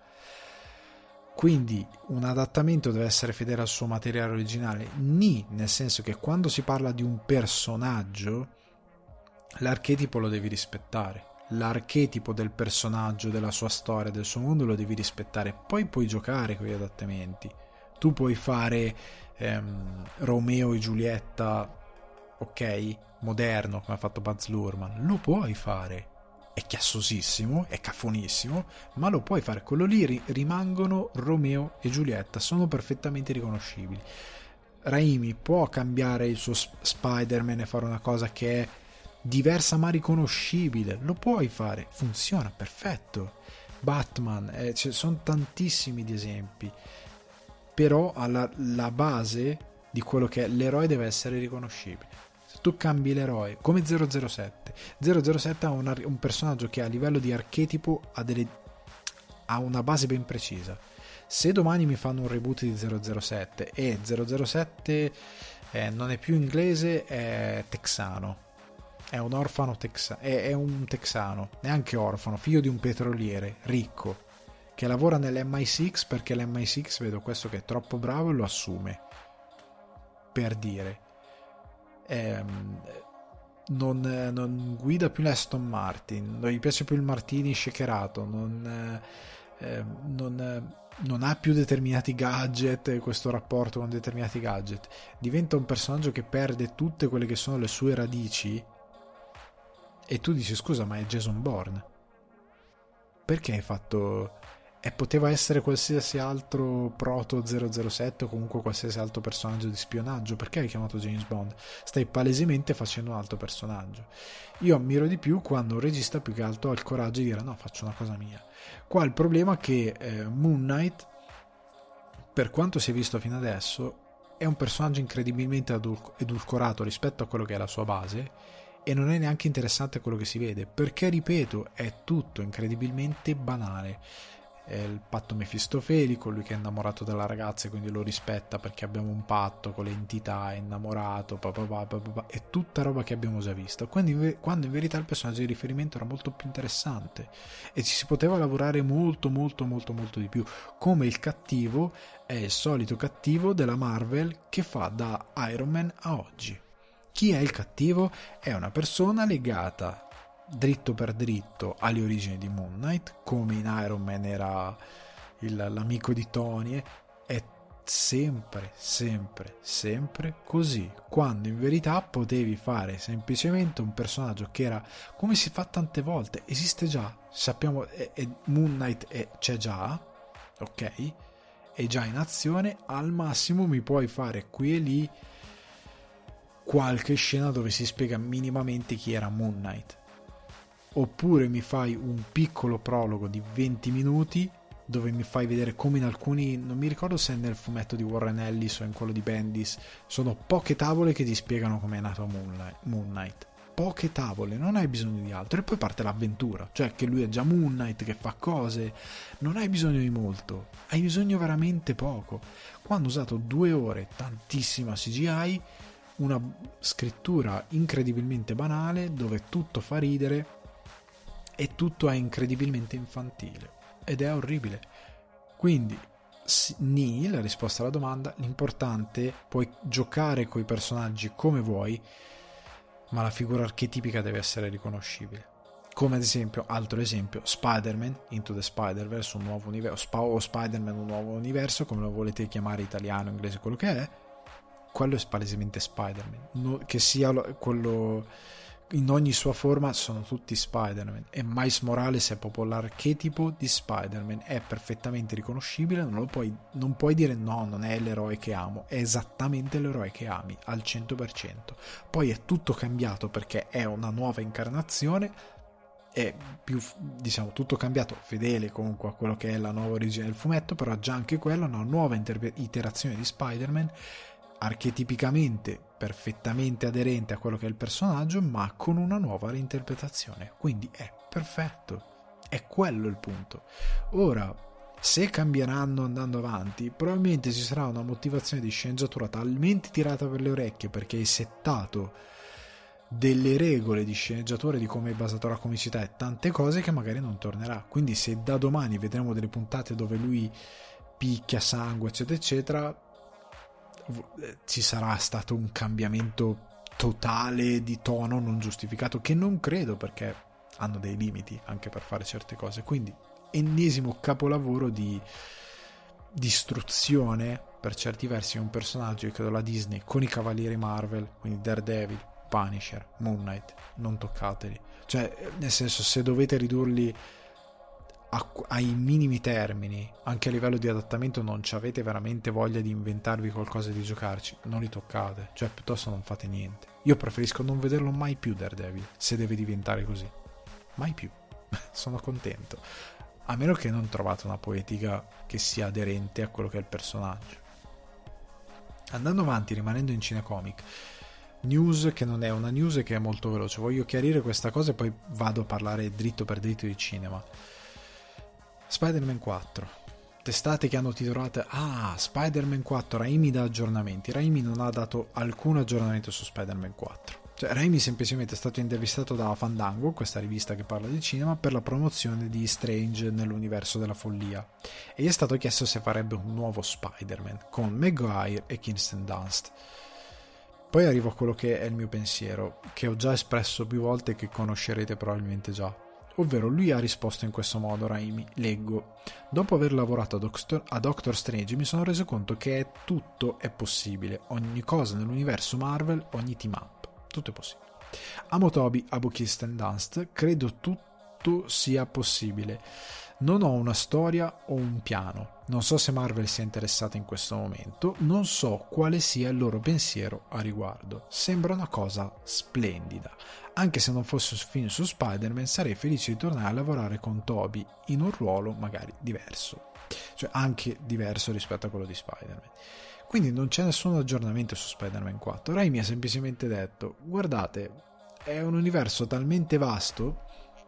Quindi un adattamento deve essere fedele al suo materiale originale, nel senso che quando si parla di un personaggio l'archetipo lo devi rispettare, l'archetipo del personaggio, della sua storia, del suo mondo lo devi rispettare, poi puoi giocare con gli adattamenti. Tu puoi fare Romeo e Giulietta ok, moderno come ha fatto Baz Luhrmann, lo puoi fare, è chiassosissimo, è cafonissimo, ma lo puoi fare. Quello lì rimangono Romeo e Giulietta, sono perfettamente riconoscibili. Raimi può cambiare il suo Spider-Man e fare una cosa che è diversa ma riconoscibile, lo puoi fare, funziona perfetto. Batman, ci sono tantissimi di esempi, però la base di quello che è l'eroe deve essere riconoscibile. Se tu cambi l'eroe, come 007 ha un personaggio che a livello di archetipo ha una base ben precisa. Se domani mi fanno un reboot di 007 e 007 non è più inglese, è texano, è un orfano è un texano, neanche orfano, figlio di un petroliere ricco che lavora nell'MI6 perché l'MI6 vedo questo che è troppo bravo e lo assume, per dire. Non guida più l'Aston Martin, non gli piace più il martini shakerato, non ha più determinati gadget, questo rapporto con determinati gadget, diventa un personaggio che perde tutte quelle che sono le sue radici, e tu dici scusa, ma è Jason Bourne, perché hai fatto... E poteva essere qualsiasi altro proto 007 o comunque qualsiasi altro personaggio di spionaggio, perché hai chiamato James Bond? Stai palesemente facendo un altro personaggio. Io ammiro di più quando un regista più che altro ha il coraggio di dire no, faccio una cosa mia. Qua il problema è che Moon Knight, per quanto si è visto fino adesso, è un personaggio incredibilmente edulcorato rispetto a quello che è la sua base, e non è neanche interessante quello che si vede, perché ripeto, è tutto incredibilmente banale. È il patto mefistofelico, lui che è innamorato della ragazza e quindi lo rispetta perché abbiamo un patto con le entità, è innamorato, è tutta roba che abbiamo già visto, quando in verità il personaggio di riferimento era molto più interessante e ci si poteva lavorare molto di più. Come il cattivo è il solito cattivo della Marvel che fa da Iron Man a oggi. Chi è il cattivo? È una persona legata dritto per dritto alle origini di Moon Knight, come in Iron Man era l'amico di Tony, è sempre così, quando in verità potevi fare semplicemente un personaggio che era, come si fa tante volte, esiste già, sappiamo, Moon Knight c'è già, ok, è già in azione, al massimo mi puoi fare qui e lì qualche scena dove si spiega minimamente chi era Moon Knight, oppure mi fai un piccolo prologo di 20 minuti dove mi fai vedere come in alcuni, non mi ricordo se è nel fumetto di Warren Ellis o in quello di Bendis, sono poche tavole che ti spiegano come è nato Moon Knight, poche tavole, non hai bisogno di altro, e poi parte l'avventura, cioè che lui è già Moon Knight che fa cose, non hai bisogno di molto, hai bisogno veramente poco. Quando ho usato 2 ore, tantissima CGI, una scrittura incredibilmente banale dove tutto fa ridere e tutto è incredibilmente infantile ed è orribile. Quindi la risposta alla domanda, l'importante, puoi giocare coi personaggi come vuoi, ma la figura archetipica deve essere riconoscibile, come ad esempio, altro esempio, Spider-Man Into the Spider-Verse, un nuovo universo, o Spider-Man un nuovo universo, come lo volete chiamare, italiano, inglese, quello che è, quello è palesemente Spider-Man, che sia quello in ogni sua forma, sono tutti Spider-Man, e Miles Morales è proprio l'archetipo di Spider-Man, è perfettamente riconoscibile, non puoi dire no, non è l'eroe che amo, è esattamente l'eroe che ami al 100%. Poi è tutto cambiato perché è una nuova incarnazione, è più, diciamo, tutto cambiato, fedele comunque a quello che è la nuova origine del fumetto, però già anche quella è una nuova iterazione di Spider-Man, archetipicamente perfettamente aderente a quello che è il personaggio, ma con una nuova reinterpretazione, quindi è perfetto, è quello il punto. Ora, se cambieranno andando avanti, probabilmente ci sarà una motivazione di sceneggiatura talmente tirata per le orecchie perché hai settato delle regole di sceneggiatura di come è basata la comicità e tante cose che magari non tornerà. Quindi se da domani vedremo delle puntate dove lui picchia sangue eccetera eccetera, ci sarà stato un cambiamento totale di tono non giustificato, che non credo, perché hanno dei limiti anche per fare certe cose. Quindi ennesimo capolavoro di distruzione per certi versi un personaggio che la Disney con i Cavalieri Marvel, quindi Daredevil, Punisher, Moon Knight, non toccateli. Cioè, nel senso, se dovete ridurli ai minimi termini, anche a livello di adattamento, non ci avete veramente voglia di inventarvi qualcosa di giocarci, non li toccate, cioè piuttosto non fate niente. Io preferisco non vederlo mai più Daredevil, se deve diventare così, mai più. Sono contento, a meno che non trovate una poetica che sia aderente a quello che è il personaggio. Andando avanti, rimanendo in cinecomic, news che non è una news e che è molto veloce, voglio chiarire questa cosa e poi vado a parlare dritto per dritto di cinema. Spider-Man 4, testate che hanno titolato Spider-Man 4, Raimi dà aggiornamenti. Raimi non ha dato alcun aggiornamento su Spider-Man 4, cioè Raimi semplicemente è stato intervistato da Fandango, questa rivista che parla di cinema, per la promozione di Strange nell'universo della follia, e gli è stato chiesto se farebbe un nuovo Spider-Man con Maguire e Kirsten Dunst. Poi arrivo a quello che è il mio pensiero, che ho già espresso più volte e che conoscerete probabilmente già. Ovvero, lui ha risposto in questo modo, Raimi, leggo: dopo aver lavorato a Doctor Strange mi sono reso conto che tutto è possibile, ogni cosa nell'universo Marvel, ogni team up, tutto è possibile. Amo Toby, amo Kirsten Dunst, credo tutto sia possibile. Non ho una storia o un piano, non so se Marvel sia interessata in questo momento, non so quale sia il loro pensiero a riguardo. Sembra una cosa splendida. Anche se non fosse un film su Spider-Man, sarei felice di tornare a lavorare con Toby in un ruolo magari diverso, cioè anche diverso rispetto a quello di Spider-Man. Quindi non c'è nessun aggiornamento su Spider-Man 4. Raimi ha semplicemente detto: guardate, è un universo talmente vasto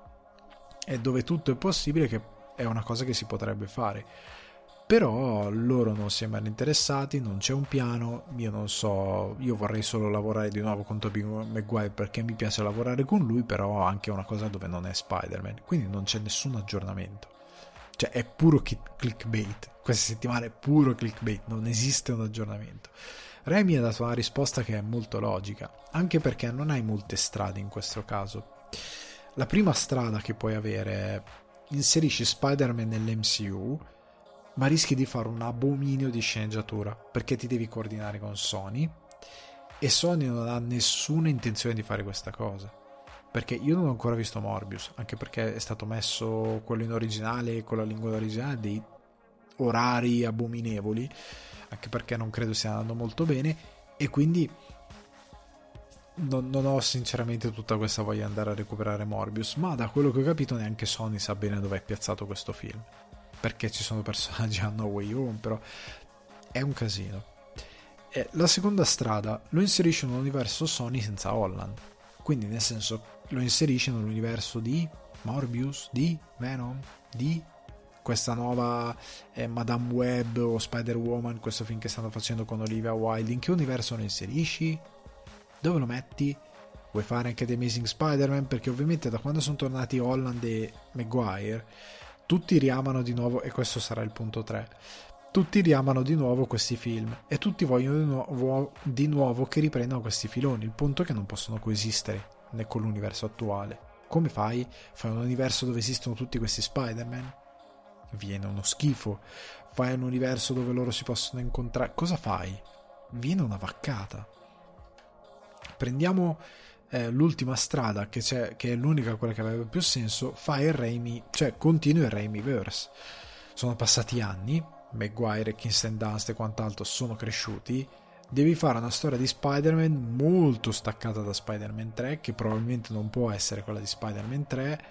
e dove tutto è possibile che è una cosa che si potrebbe fare, però loro non sembrano interessati, non c'è un piano. Io non so, io vorrei solo lavorare di nuovo con Tobey Maguire perché mi piace lavorare con lui, però anche una cosa dove non è Spider-Man, quindi non c'è nessun aggiornamento, cioè è puro clickbait, questa settimana è puro clickbait, non esiste un aggiornamento. Raimi ha dato una risposta che è molto logica, anche perché non hai molte strade in questo caso. La prima strada che puoi avere è: inserisci Spider-Man nell'MCU, ma rischi di fare un abominio di sceneggiatura perché ti devi coordinare con Sony, e Sony non ha nessuna intenzione di fare questa cosa, perché io non ho ancora visto Morbius, anche perché è stato messo quello in originale con la lingua originale, dei orari abominevoli, anche perché non credo stia andando molto bene, e quindi non ho sinceramente tutta questa voglia di andare a recuperare Morbius, ma da quello che ho capito neanche Sony sa bene dove è piazzato questo film, perché ci sono personaggi a No Way Home, però è un casino. E la seconda strada: lo inserisce in un universo Sony senza Holland, quindi nel senso lo inserisce nell'universo di Morbius, di Venom, di questa nuova Madame Web o Spider-Woman, questo film che stanno facendo con Olivia Wilde. In che universo lo inserisci? Dove lo metti? Vuoi fare anche The Amazing Spider-Man? Perché ovviamente da quando sono tornati Holland e Maguire tutti riamano di nuovo, e questo sarà il punto 3, tutti riamano di nuovo questi film e tutti vogliono di nuovo che riprendano questi filoni. Il punto è che non possono coesistere con l'universo attuale. Come fai? Fai un universo dove esistono tutti questi Spider-Man? Viene uno schifo. Fai un universo dove loro si possono incontrare, cosa fai? Viene una vaccata. Prendiamo l'ultima strada che è l'unica, quella che aveva più senso: fai il Raimi, cioè continui il Raimiverse. Sono passati anni, Maguire e Kirsten Dunst e quant'altro sono cresciuti, devi fare una storia di Spider-Man molto staccata da Spider-Man 3, che probabilmente non può essere quella di Spider-Man 3,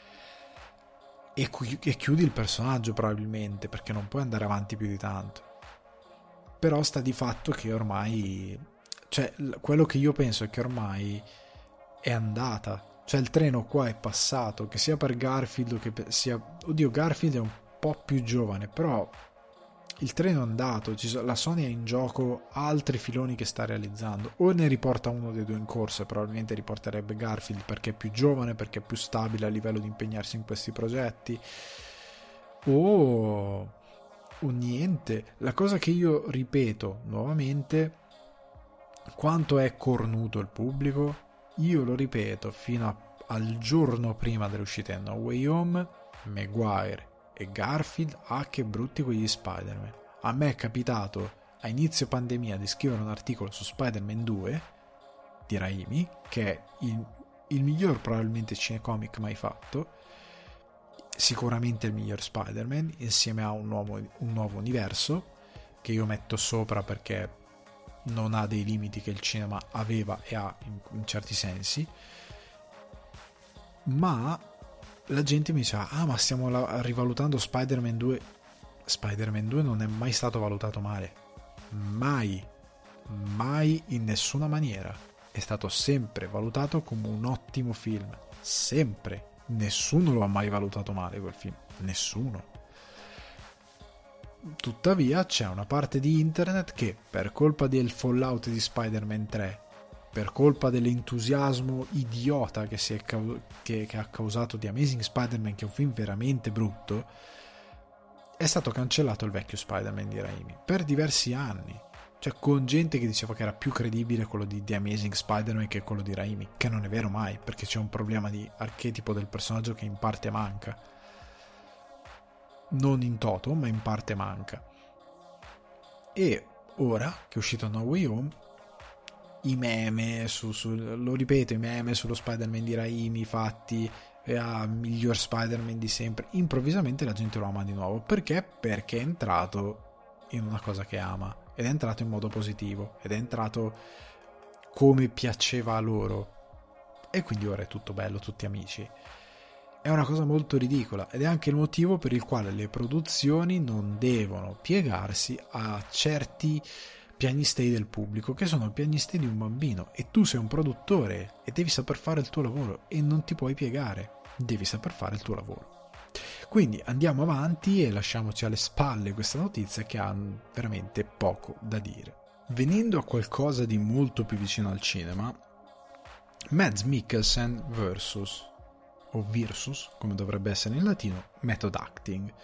e chiudi il personaggio probabilmente, perché non puoi andare avanti più di tanto. Però sta di fatto che ormai, cioè quello che io penso è che ormai è andata, cioè il treno qua è passato, che sia per Garfield o che sia, oddio, Garfield è un po' più giovane, però il treno è andato. La Sony ha in gioco altri filoni che sta realizzando, o ne riporta uno dei due in corsa, probabilmente riporterebbe Garfield perché è più giovane, perché è più stabile a livello di impegnarsi in questi progetti, o niente. La cosa che io ripeto nuovamente: quanto è cornuto il pubblico, io lo ripeto fino al giorno prima dell'uscita di No Way Home, Maguire e Garfield, che brutti quegli Spider-Man. A me è capitato a inizio pandemia di scrivere un articolo su Spider-Man 2 di Raimi, che è il miglior probabilmente cinecomic mai fatto, sicuramente il miglior Spider-Man, insieme a un nuovo universo che io metto sopra perché non ha dei limiti che il cinema aveva e ha in certi sensi. Ma la gente mi diceva: ma stiamo rivalutando Spider-Man 2. Spider-Man 2 non è mai stato valutato male, mai in nessuna maniera. È stato sempre valutato come un ottimo film, sempre. Nessuno lo ha mai valutato male quel film, nessuno. Tuttavia c'è una parte di internet che, per colpa del fallout di Spider-Man 3, per colpa dell'entusiasmo idiota che ha causato The Amazing Spider-Man, che è un film veramente brutto, è stato cancellato il vecchio Spider-Man di Raimi per diversi anni, cioè con gente che diceva che era più credibile quello di The Amazing Spider-Man che quello di Raimi, che non è vero mai, perché c'è un problema di archetipo del personaggio che in parte manca, non in toto ma in parte manca. E ora che è uscito No Way Home, i meme lo ripeto, i meme sullo Spider-Man di Raimi fatti a miglior Spider-Man di sempre, improvvisamente la gente lo ama di nuovo. Perché? Perché è entrato in una cosa che ama, ed è entrato in modo positivo, ed è entrato come piaceva a loro, e quindi ora è tutto bello, tutti amici. È una cosa molto ridicola, ed è anche il motivo per il quale le produzioni non devono piegarsi a certi piagnistei del pubblico, che sono piagnistei di un bambino, e tu sei un produttore e devi saper fare il tuo lavoro e non ti puoi piegare, devi saper fare il tuo lavoro. Quindi andiamo avanti e lasciamoci alle spalle questa notizia che ha veramente poco da dire. Venendo a qualcosa di molto più vicino al cinema, Mads Mikkelsen versus, come dovrebbe essere in latino, method acting.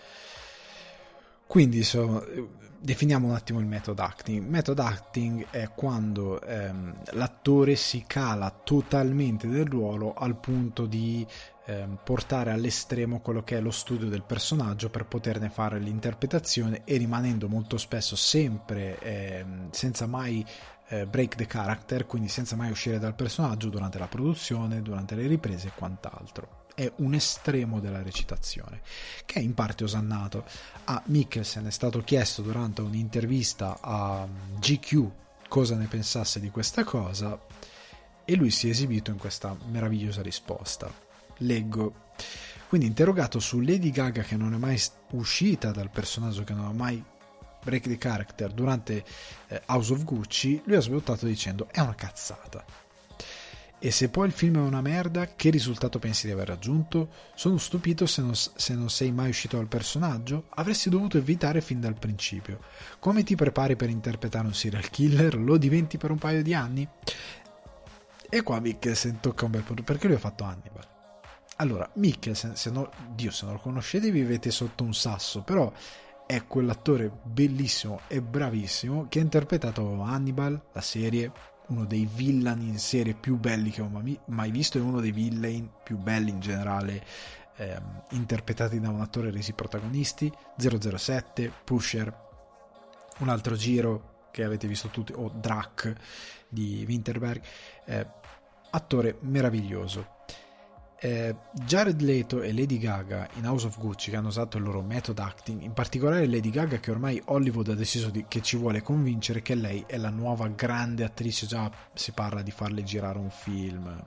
Quindi definiamo un attimo il method acting. Method acting è quando l'attore si cala totalmente del ruolo al punto di portare all'estremo quello che è lo studio del personaggio per poterne fare l'interpretazione, e rimanendo molto spesso sempre senza mai break the character, quindi senza mai uscire dal personaggio durante la produzione, durante le riprese e quant'altro. È un estremo della recitazione che è in parte osannato. A Mikkelsen è stato chiesto durante un'intervista a GQ cosa ne pensasse di questa cosa, e lui si è esibito in questa meravigliosa risposta. Leggo: quindi interrogato su Lady Gaga che non è mai uscita dal personaggio, che non ha mai break the character durante House of Gucci, lui ha sbottato dicendo: è una cazzata. E se poi il film è una merda, che risultato pensi di aver raggiunto? Sono stupito se non sei mai uscito dal personaggio. Avresti dovuto evitare fin dal principio. Come ti prepari per interpretare un serial killer? Lo diventi per un paio di anni? E qua Mikkelsen tocca un bel punto, perché lui ha fatto Hannibal. Allora, Mikkelsen, se non lo conoscete vivete sotto un sasso, però è quell'attore bellissimo e bravissimo che ha interpretato Hannibal, la serie, uno dei villain in serie più belli che ho mai visto, e uno dei villain più belli in generale interpretati da un attore resi protagonisti. 007, Pusher, Un altro giro che avete visto tutti, o Drac di Winterberg, attore meraviglioso. Jared Leto e Lady Gaga in House of Gucci, che hanno usato il loro method acting, in particolare Lady Gaga, che ormai Hollywood ha deciso che ci vuole convincere che lei è la nuova grande attrice. Già si parla di farle girare un film.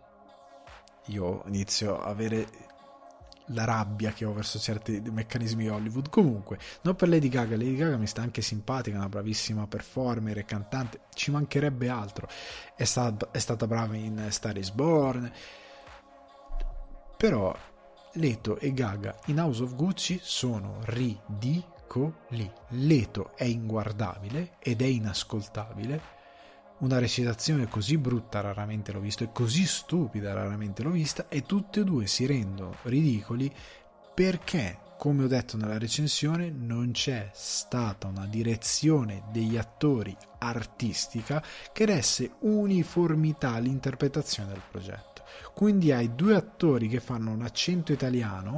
Io inizio a avere la rabbia che ho verso certi meccanismi di Hollywood. Comunque, non per Lady Gaga mi sta anche simpatica, è una bravissima performer e cantante, ci mancherebbe altro, è stata brava in Star is Born. Però Leto e Gaga in House of Gucci sono ridicoli. Leto è inguardabile ed è inascoltabile. Una recitazione così brutta raramente l'ho visto, e così stupida raramente l'ho vista, e tutti e due si rendono ridicoli perché, come ho detto nella recensione, non c'è stata una direzione degli attori artistica che desse uniformità all'interpretazione del progetto. Quindi hai due attori che fanno un accento italiano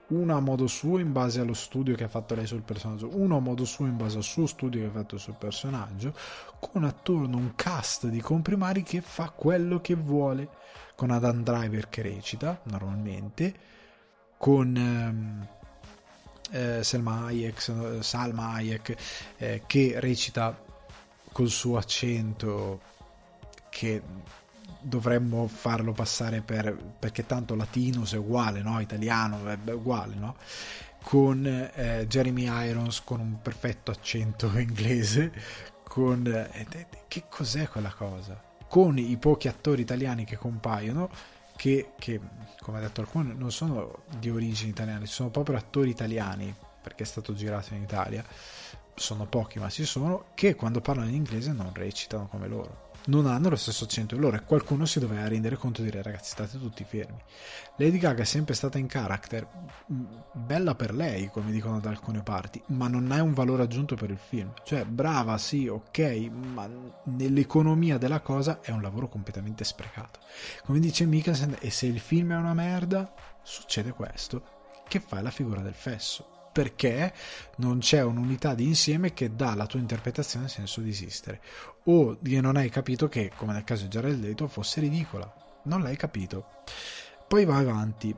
uno a modo suo in base allo studio che ha fatto lei sul personaggio, uno a modo suo in base al suo studio che ha fatto sul personaggio, con attorno un cast di comprimari che fa quello che vuole, con Adam Driver che recita normalmente, con Salma Hayek che recita col suo accento, che dovremmo farlo passare perché tanto latino è uguale, no? Italiano è uguale, no? Con Jeremy Irons con un perfetto accento inglese, con che cos'è quella cosa? Con i pochi attori italiani che compaiono, che come ha detto alcuni non sono di origini italiane, sono proprio attori italiani perché è stato girato in Italia, sono pochi ma ci sono, che quando parlano in inglese non recitano come loro, non hanno lo stesso accento di loro, e qualcuno si doveva rendere conto di dire: ragazzi, state tutti fermi. Lady Gaga è sempre stata in character, bella per lei come dicono da alcune parti, ma non è un valore aggiunto per il film. Cioè, brava, sì, ok, ma nell'economia della cosa è un lavoro completamente sprecato. Come dice Mikkelsen, e se il film è una merda succede questo, che fai la figura del fesso, perché non c'è un'unità di insieme che dà alla tua interpretazione senso di esistere, o che non hai capito che, come nel caso di Jared Leto, fosse ridicola, non l'hai capito. Poi va avanti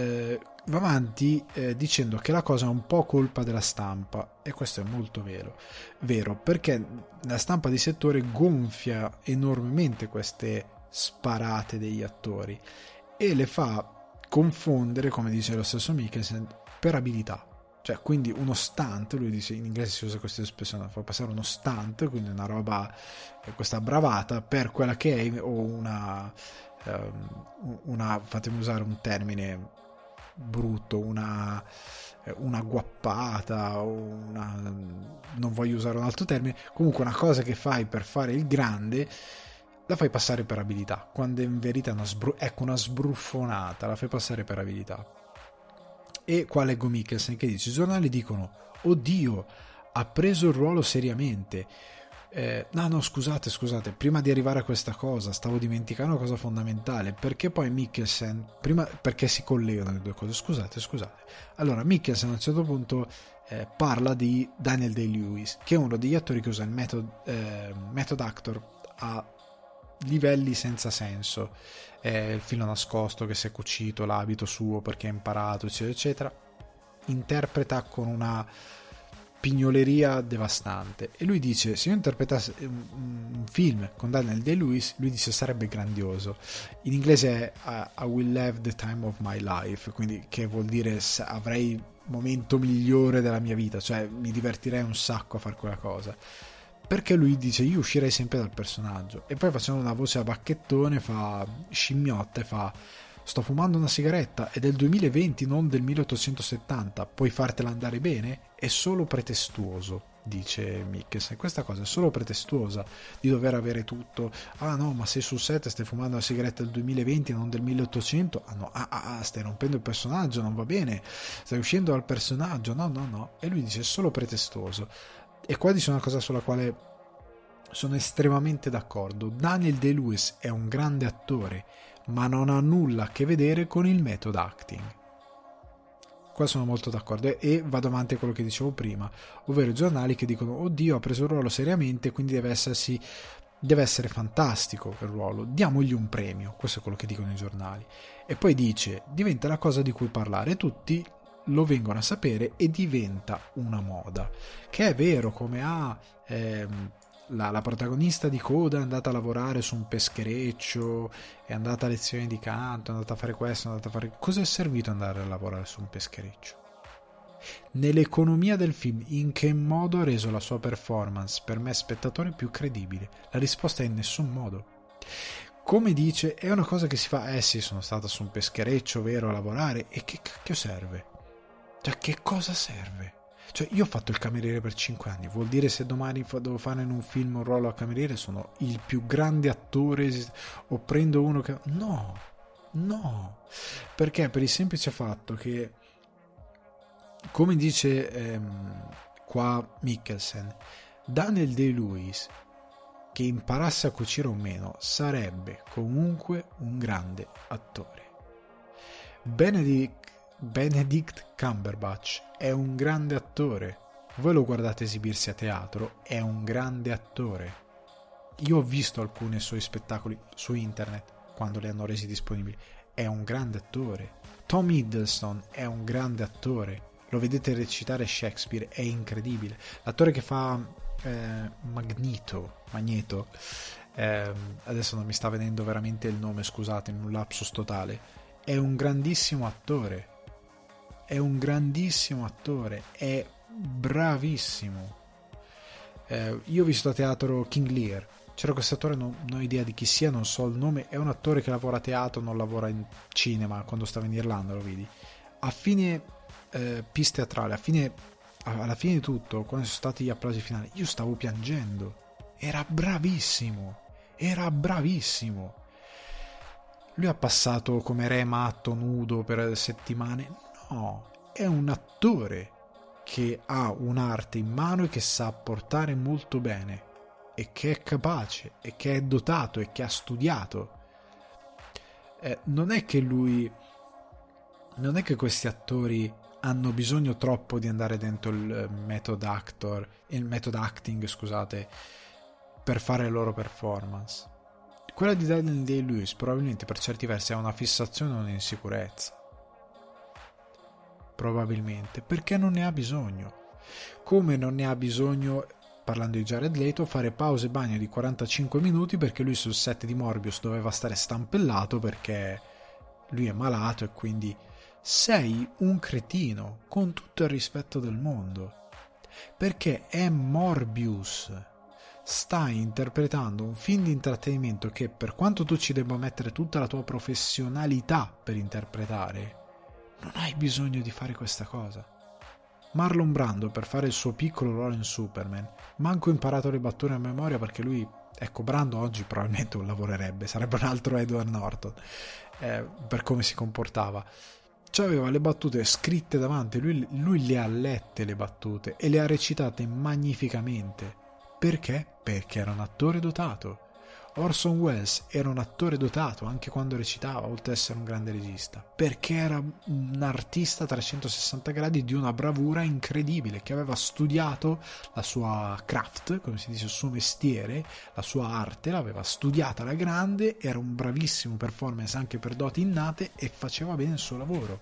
dicendo che la cosa è un po' colpa della stampa, e questo è molto vero, perché la stampa di settore gonfia enormemente queste sparate degli attori e le fa confondere, come dice lo stesso Mikkelsen, per abilità. Cioè, quindi uno stunt, lui dice, in inglese si usa questa espressione, fa passare uno stunt, quindi una roba, questa bravata, per quella che è, o una fatemi usare un termine brutto, una guappata, o non voglio usare un altro termine, comunque una cosa che fai per fare il grande la fai passare per abilità, quando in verità è una sbruffonata, la fai passare per abilità. E qua leggo Mikkelsen che dice: i giornali dicono: oddio, ha preso il ruolo seriamente. No, scusate, prima di arrivare a questa cosa stavo dimenticando una cosa fondamentale, perché poi Mikkelsen, prima, perché si collegano le due cose, scusate. Allora, Mikkelsen a un certo punto parla di Daniel Day-Lewis, che è uno degli attori che usa il method actor a livelli senza senso, il filo nascosto che si è cucito, l'abito suo perché ha imparato, eccetera, interpreta con una pignoleria devastante. E lui dice: se io interpretassi un film con Daniel Day-Lewis, lui dice, sarebbe grandioso. In inglese è I will have the time of my life, quindi che vuol dire avrei il momento migliore della mia vita, cioè mi divertirei un sacco a fare quella cosa, perché lui dice: io uscirei sempre dal personaggio. E poi facendo una voce a bacchettone, fa scimmiotta e fa: sto fumando una sigaretta, è del 2020, non del 1870, puoi fartela andare bene? È solo pretestuoso, dice Mikkelsen. Questa cosa è solo pretestuosa, di dover avere tutto. Ah no, ma sei sul set e stai fumando una sigaretta del 2020 e non del 1800? Ah no, stai rompendo il personaggio, non va bene, stai uscendo dal personaggio, no. E lui dice: è solo pretestuoso. E qua dice una cosa sulla quale sono estremamente d'accordo: Daniel Day-Lewis è un grande attore, ma non ha nulla a che vedere con il method acting. Qua sono molto d'accordo, e vado avanti a quello che dicevo prima, ovvero i giornali che dicono: oddio, ha preso il ruolo seriamente, quindi deve essere fantastico il ruolo, diamogli un premio. Questo è quello che dicono i giornali. E poi dice: diventa la cosa di cui parlare, tutti lo vengono a sapere e diventa una moda. Che è vero, come la protagonista di Coda è andata a lavorare su un peschereccio, è andata a lezioni di canto, è andata a fare questo, è andata a fare... Cosa è servito andare a lavorare su un peschereccio? Nell'economia del film, in che modo ha reso la sua performance per me spettatore più credibile? La risposta è: in nessun modo. Come dice, è una cosa che si fa: sì, sono stata su un peschereccio, vero, a lavorare, e che cacchio serve? Cioè, che cosa serve? Cioè, io ho fatto il cameriere per 5 anni, vuol dire se domani devo fare in un film un ruolo a cameriere sono il più grande attore o prendo uno che... No, perché per il semplice fatto che, come dice qua Mikkelsen, Daniel Day-Lewis, che imparasse a cucire o meno, sarebbe comunque un grande attore. Benedict Benedict Cumberbatch è un grande attore. Voi lo guardate esibirsi a teatro, è un grande attore. Io ho visto alcuni suoi spettacoli su internet quando li hanno resi disponibili. È un grande attore. Tom Hiddleston è un grande attore. Lo vedete recitare Shakespeare, è incredibile. L'attore che fa Magneto, adesso non mi sta venendo veramente il nome, scusate, in un lapsus totale. È un grandissimo attore. È un grandissimo attore. È bravissimo. Io ho visto a teatro King Lear. C'era questo attore, non ho idea di chi sia, non so il nome. È un attore che lavora a teatro, non lavora in cinema. Quando stava in Irlanda lo vidi. A fine pista teatrale, alla fine di tutto, quando sono stati gli applausi finali, io stavo piangendo. Era bravissimo. Lui ha passato come re matto nudo per settimane. No, è un attore che ha un'arte in mano e che sa portare molto bene, e che è capace, e che è dotato, e che ha studiato. Non è che questi attori hanno bisogno troppo di andare dentro il method acting, scusate, per fare le loro performance. Quella di Daniel Day-Lewis probabilmente per certi versi è una fissazione o un'insicurezza. Probabilmente, perché non ne ha bisogno. Come non ne ha bisogno, parlando di Jared Leto, fare pause bagno di 45 minuti perché lui sul set di Morbius doveva stare stampellato perché lui è malato, e quindi sei un cretino, con tutto il rispetto del mondo, perché è Morbius. Stai interpretando un film di intrattenimento che, per quanto tu ci debba mettere tutta la tua professionalità per interpretare, non hai bisogno di fare questa cosa. Marlon Brando, per fare il suo piccolo ruolo in Superman, manco imparato le battute a memoria, perché lui, ecco, Brando oggi probabilmente non lavorerebbe, sarebbe un altro Edward Norton, per come si comportava. Aveva le battute scritte davanti, lui le ha lette le battute e le ha recitate magnificamente. Perché? Perché era un attore dotato. Orson Welles era un attore dotato anche quando recitava, oltre ad essere un grande regista, perché era un artista a 360 gradi di una bravura incredibile, che aveva studiato la sua craft, come si dice, il suo mestiere, la sua arte, l'aveva studiata alla grande, era un bravissimo performance anche per doti innate e faceva bene il suo lavoro.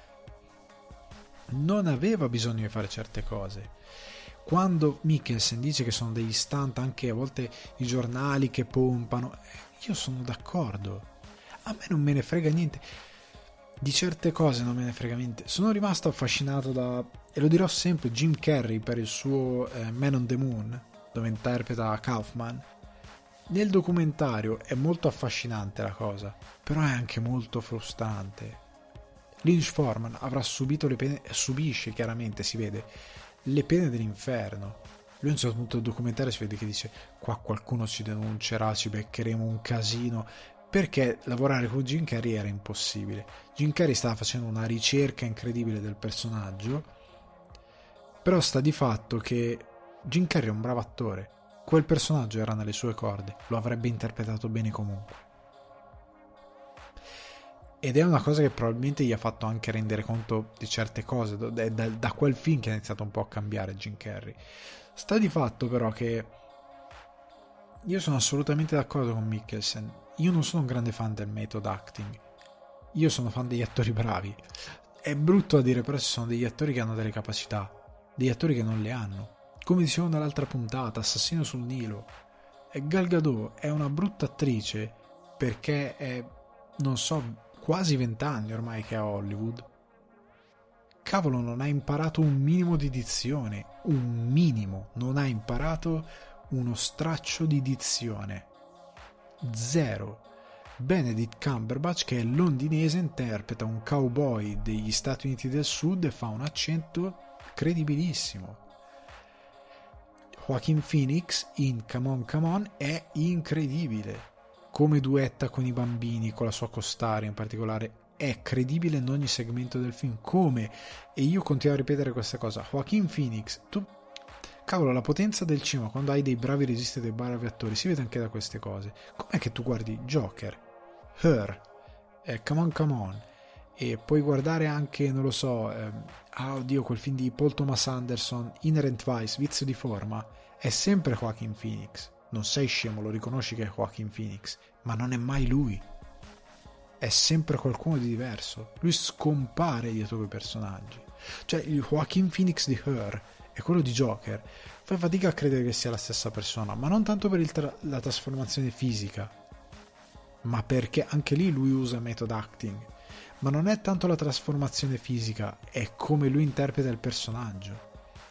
Non aveva bisogno di fare certe cose. Quando Mikkelsen dice che sono degli stunt, anche a volte i giornali che pompano, io sono d'accordo. A me non me ne frega niente di certe cose, non me ne frega niente. Sono rimasto affascinato da, e lo dirò sempre, Jim Carrey per il suo Man on the Moon, dove interpreta Kaufman. Nel documentario è molto affascinante la cosa, però è anche molto frustrante. Lynch Forman avrà subito le pene, subisce chiaramente, si vede, le pene dell'inferno. Lui a un certo punto del documentario si vede che dice: qua qualcuno ci denuncerà, ci beccheremo un casino, perché lavorare con Jim Carrey era impossibile. Jim Carrey stava facendo una ricerca incredibile del personaggio, però sta di fatto che Jim Carrey è un bravo attore, quel personaggio era nelle sue corde, lo avrebbe interpretato bene comunque. Ed è una cosa che probabilmente gli ha fatto anche rendere conto di certe cose, da quel film che ha iniziato un po' a cambiare Jim Carrey. Sta di fatto però che io sono assolutamente d'accordo con Mikkelsen. Io non sono un grande fan del method acting, io sono fan degli attori bravi. È brutto a dire, però ci sono degli attori che hanno delle capacità, degli attori che non le hanno. Come dicevo nell'altra puntata, Assassino sul Nilo, Gal Gadot è una brutta attrice perché è, non so, quasi 20 anni ormai che è a Hollywood. Cavolo, non ha imparato un minimo di dizione, un minimo, non ha imparato uno straccio di dizione, zero. Benedict Cumberbatch, che è londinese, interpreta un cowboy degli Stati Uniti del Sud e fa un accento credibilissimo. Joaquin Phoenix in Come On Come On è incredibile, come duetta con i bambini, con la sua costare in particolare, è credibile in ogni segmento del film. Come, e io continuo a ripetere questa cosa, Joaquin Phoenix, tu, cavolo, la potenza del cinema quando hai dei bravi registi e dei bravi attori si vede anche da queste cose. Com'è che tu guardi Joker, Her, Come On Come On, e puoi guardare anche, non lo so, oddio, quel film di Paul Thomas Anderson, Inherent Vice, Vizio di forma, è sempre Joaquin Phoenix. Non sei scemo, lo riconosci che è Joaquin Phoenix, ma non è mai lui. È sempre qualcuno di diverso. Lui scompare dietro quei personaggi. Cioè, il Joaquin Phoenix di Her e quello di Joker, fai fatica a credere che sia la stessa persona, ma non tanto per la trasformazione fisica, ma perché anche lì lui usa method acting. Ma non è tanto la trasformazione fisica, è come lui interpreta il personaggio.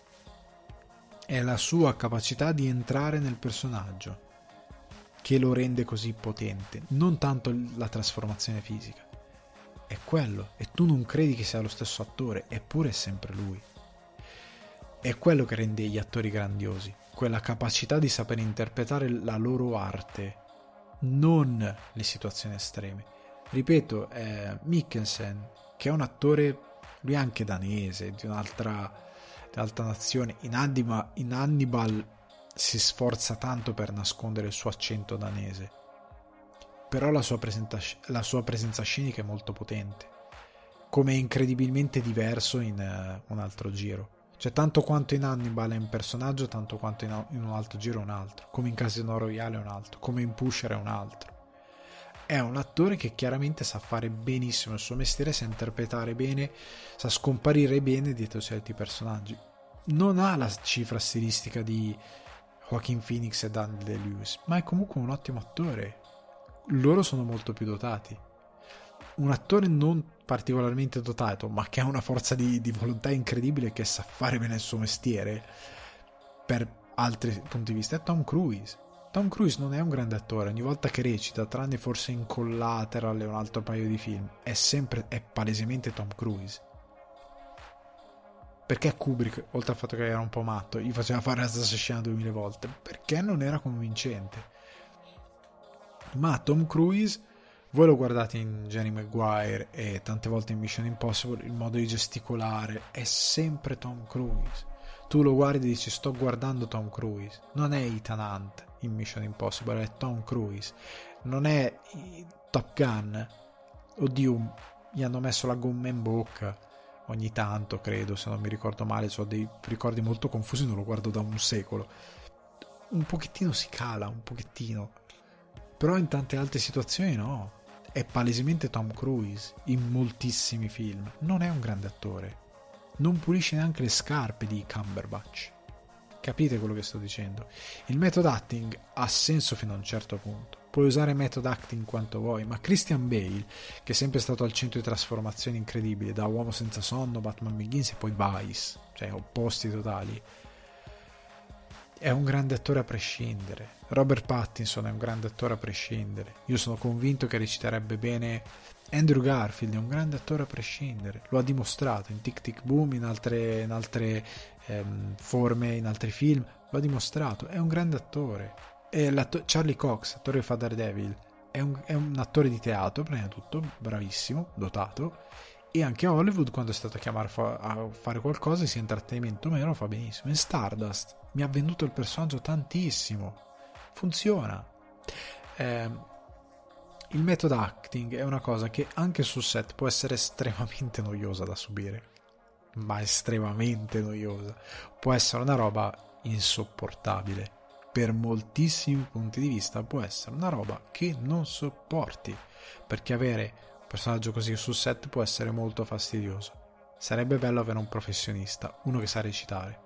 È la sua capacità di entrare nel personaggio che lo rende così potente, non tanto la trasformazione fisica. È quello, e tu non credi che sia lo stesso attore, eppure è sempre lui. È quello che rende gli attori grandiosi, quella capacità di saper interpretare la loro arte, non le situazioni estreme. Ripeto, Mikkelsen, che è un attore, lui è anche danese, di un'altra nazione. In Hannibal si sforza tanto per nascondere il suo accento danese, però la sua presenza scenica è molto potente, come è incredibilmente diverso in un altro giro. Cioè, tanto quanto in Hannibal è un personaggio, tanto quanto in un altro giro è un altro, come in Casino Royale è un altro, come in Pusher è un altro. È un attore che chiaramente sa fare benissimo il suo mestiere, sa interpretare bene, sa scomparire bene dietro certi personaggi. Non ha la cifra stilistica di Joaquin Phoenix e Daniel Day-Lewis, ma è comunque un ottimo attore. Loro sono molto più dotati. Un attore non particolarmente dotato, ma che ha una forza di volontà incredibile, che sa fare bene il suo mestiere per altri punti di vista, è Tom Cruise. Tom Cruise non è un grande attore, ogni volta che recita, tranne forse in Collateral e un altro paio di film, è palesemente Tom Cruise. Perché Kubrick, oltre al fatto che era un po' matto, gli faceva fare la stessa scena 2000 volte? Perché non era convincente. Ma Tom Cruise, voi lo guardate in Jerry Maguire e tante volte in Mission Impossible, il modo di gesticolare è sempre Tom Cruise. Tu lo guardi e dici: sto guardando Tom Cruise. Non è Ethan Hunt in Mission Impossible, è Tom Cruise. Non è Top Gun. Oddio, gli hanno messo la gomma in bocca ogni tanto, credo, se non mi ricordo male. Ho dei ricordi molto confusi, non lo guardo da un secolo. Un pochettino si cala, un pochettino, però in tante altre situazioni no. È palesemente Tom Cruise in moltissimi film. Non è un grande attore, non pulisce neanche le scarpe di Cumberbatch. Capite quello che sto dicendo? Il method acting ha senso fino a un certo punto, puoi usare method acting quanto vuoi, ma Christian Bale, che è sempre stato al centro di trasformazioni incredibili, da Uomo senza sonno, Batman Begins e poi Vice, cioè opposti totali, è un grande attore a prescindere. Robert Pattinson è un grande attore a prescindere. Io sono convinto che reciterebbe bene. Andrew Garfield è un grande attore a prescindere, lo ha dimostrato in Tic Tic Boom, in altre forme, in altri film, lo ha dimostrato, è un grande attore. E Charlie Cox, attore che fa Daredevil, è un attore di teatro, prima di tutto, bravissimo, dotato, e anche a Hollywood, quando è stato chiamato a fare qualcosa, sia intrattenimento o meno, lo fa benissimo. In Stardust mi ha venduto il personaggio tantissimo, funziona. Il method acting è una cosa che anche sul set può essere estremamente noiosa da subire, ma estremamente noiosa. Può essere una roba insopportabile. Per moltissimi punti di vista può essere una roba che non sopporti, perché avere un personaggio così sul set può essere molto fastidioso. Sarebbe bello avere un professionista, uno che sa recitare.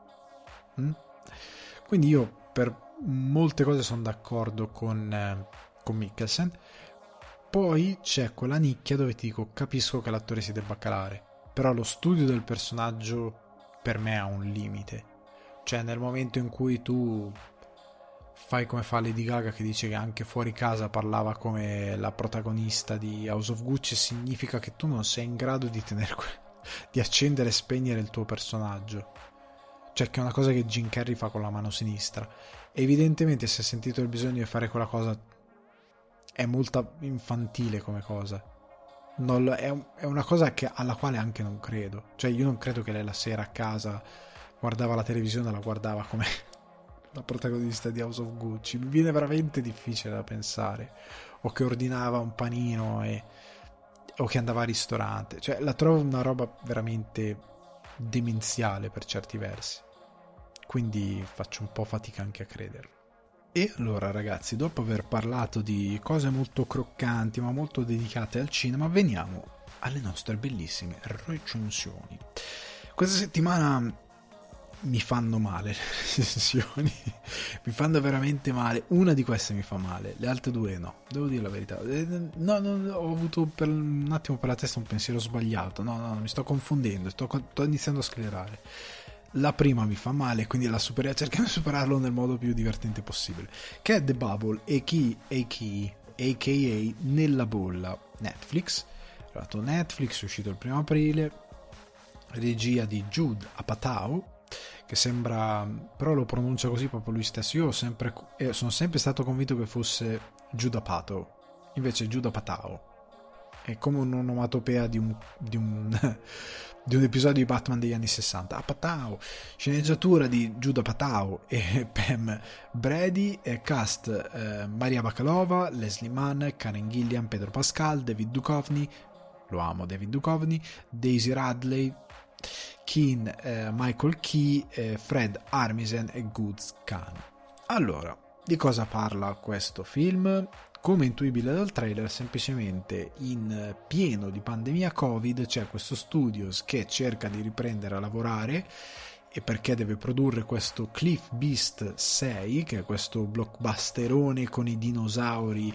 Quindi io per molte cose sono d'accordo con Mikkelsen. Poi c'è quella nicchia dove ti dico: capisco che l'attore si debba calare, però lo studio del personaggio per me ha un limite. Cioè, nel momento in cui tu fai come fa Lady Gaga, che dice che anche fuori casa parlava come la protagonista di House of Gucci, significa che tu non sei in grado di di accendere e spegnere il tuo personaggio. Cioè, che è una cosa che Jim Carrey fa con la mano sinistra. Evidentemente, se hai sentito il bisogno di fare quella cosa, è molto infantile come cosa. È una cosa alla quale anche non credo. Cioè, io non credo che lei la sera a casa guardava la televisione e la guardava come la protagonista di House of Gucci. Mi viene veramente difficile da pensare. O che ordinava un panino o che andava al ristorante, cioè la trovo una roba veramente demenziale per certi versi, quindi faccio un po' fatica anche a crederlo. E allora ragazzi, dopo aver parlato di cose molto croccanti ma molto dedicate al cinema, veniamo alle nostre bellissime recensioni. Questa settimana mi fanno male le recensioni, mi fanno veramente male. Una di queste mi fa male, le altre due no, devo dire la verità. No, ho avuto per un attimo per la testa un pensiero sbagliato. No, mi sto confondendo, sto iniziando a sclerare. La prima mi fa male, quindi cerchiamo di superarlo nel modo più divertente possibile, che è The Bubble, a.k.a. Nella bolla, Netflix. Netflix è uscito il 1 aprile, regia di Judd Apatow, che sembra, però lo pronuncia così proprio lui stesso. Io sono sempre stato convinto che fosse Judd Apatow, invece Judd Apatow è come un'onomatopea di un episodio di Batman degli anni 60. Apatow, sceneggiatura di Judd Apatow e Pam Brady, cast Maria Bakalova, Leslie Mann, Karen Gillian, Pedro Pascal, David Duchovny, lo amo David Duchovny, Daisy Ridley, Michael Key, Fred Armisen e Goods Khan. Allora, di cosa parla questo film? Come intuibile dal trailer, semplicemente in pieno di pandemia Covid c'è questo studios che cerca di riprendere a lavorare, e perché deve produrre questo Cliff Beast 6, che è questo blockbusterone con i dinosauri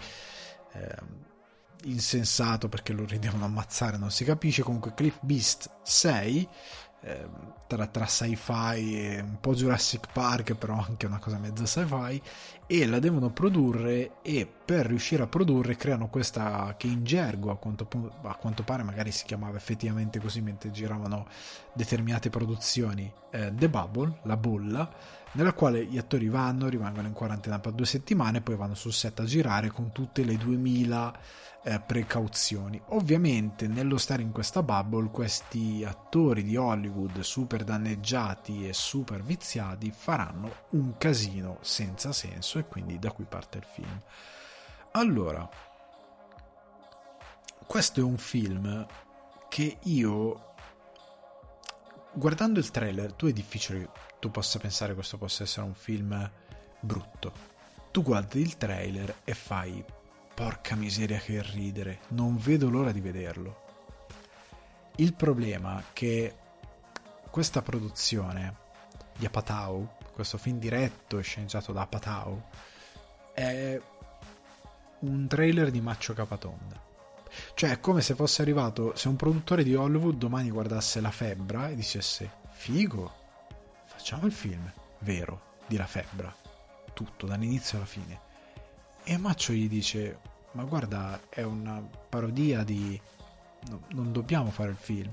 insensato perché lo devono ammazzare, non si capisce. Comunque Cliff Beast 6, tra sci-fi e un po' Jurassic Park, però anche una cosa mezza sci-fi, e la devono produrre, e per riuscire a produrre creano questa che in gergo a quanto pare magari si chiamava effettivamente così mentre giravano determinate produzioni, The Bubble, la bolla, nella quale gli attori rimangono in quarantena per 2 settimane, poi vanno sul set a girare con tutte le 2000 precauzioni. Ovviamente nello stare in questa bubble, questi attori di Hollywood super danneggiati e super viziati faranno un casino senza senso, e quindi da qui parte il film. Allora, questo è un film che io, guardando il trailer, è difficile che tu possa pensare che questo possa essere un film brutto. Tu guardi il trailer e fai: porca miseria che ridere, non vedo l'ora di vederlo. Il problema è che questa produzione di Apatow, questo film diretto e sceneggiato da Apatow, è un trailer di Maccio Capatonda. Cioè è come se fosse arrivato, se un produttore di Hollywood domani guardasse La Febbra e dicesse: figo, facciamo il film vero di La Febbra, tutto dall'inizio alla fine. E Maccio gli dice: ma guarda, è una parodia di... non dobbiamo fare il film.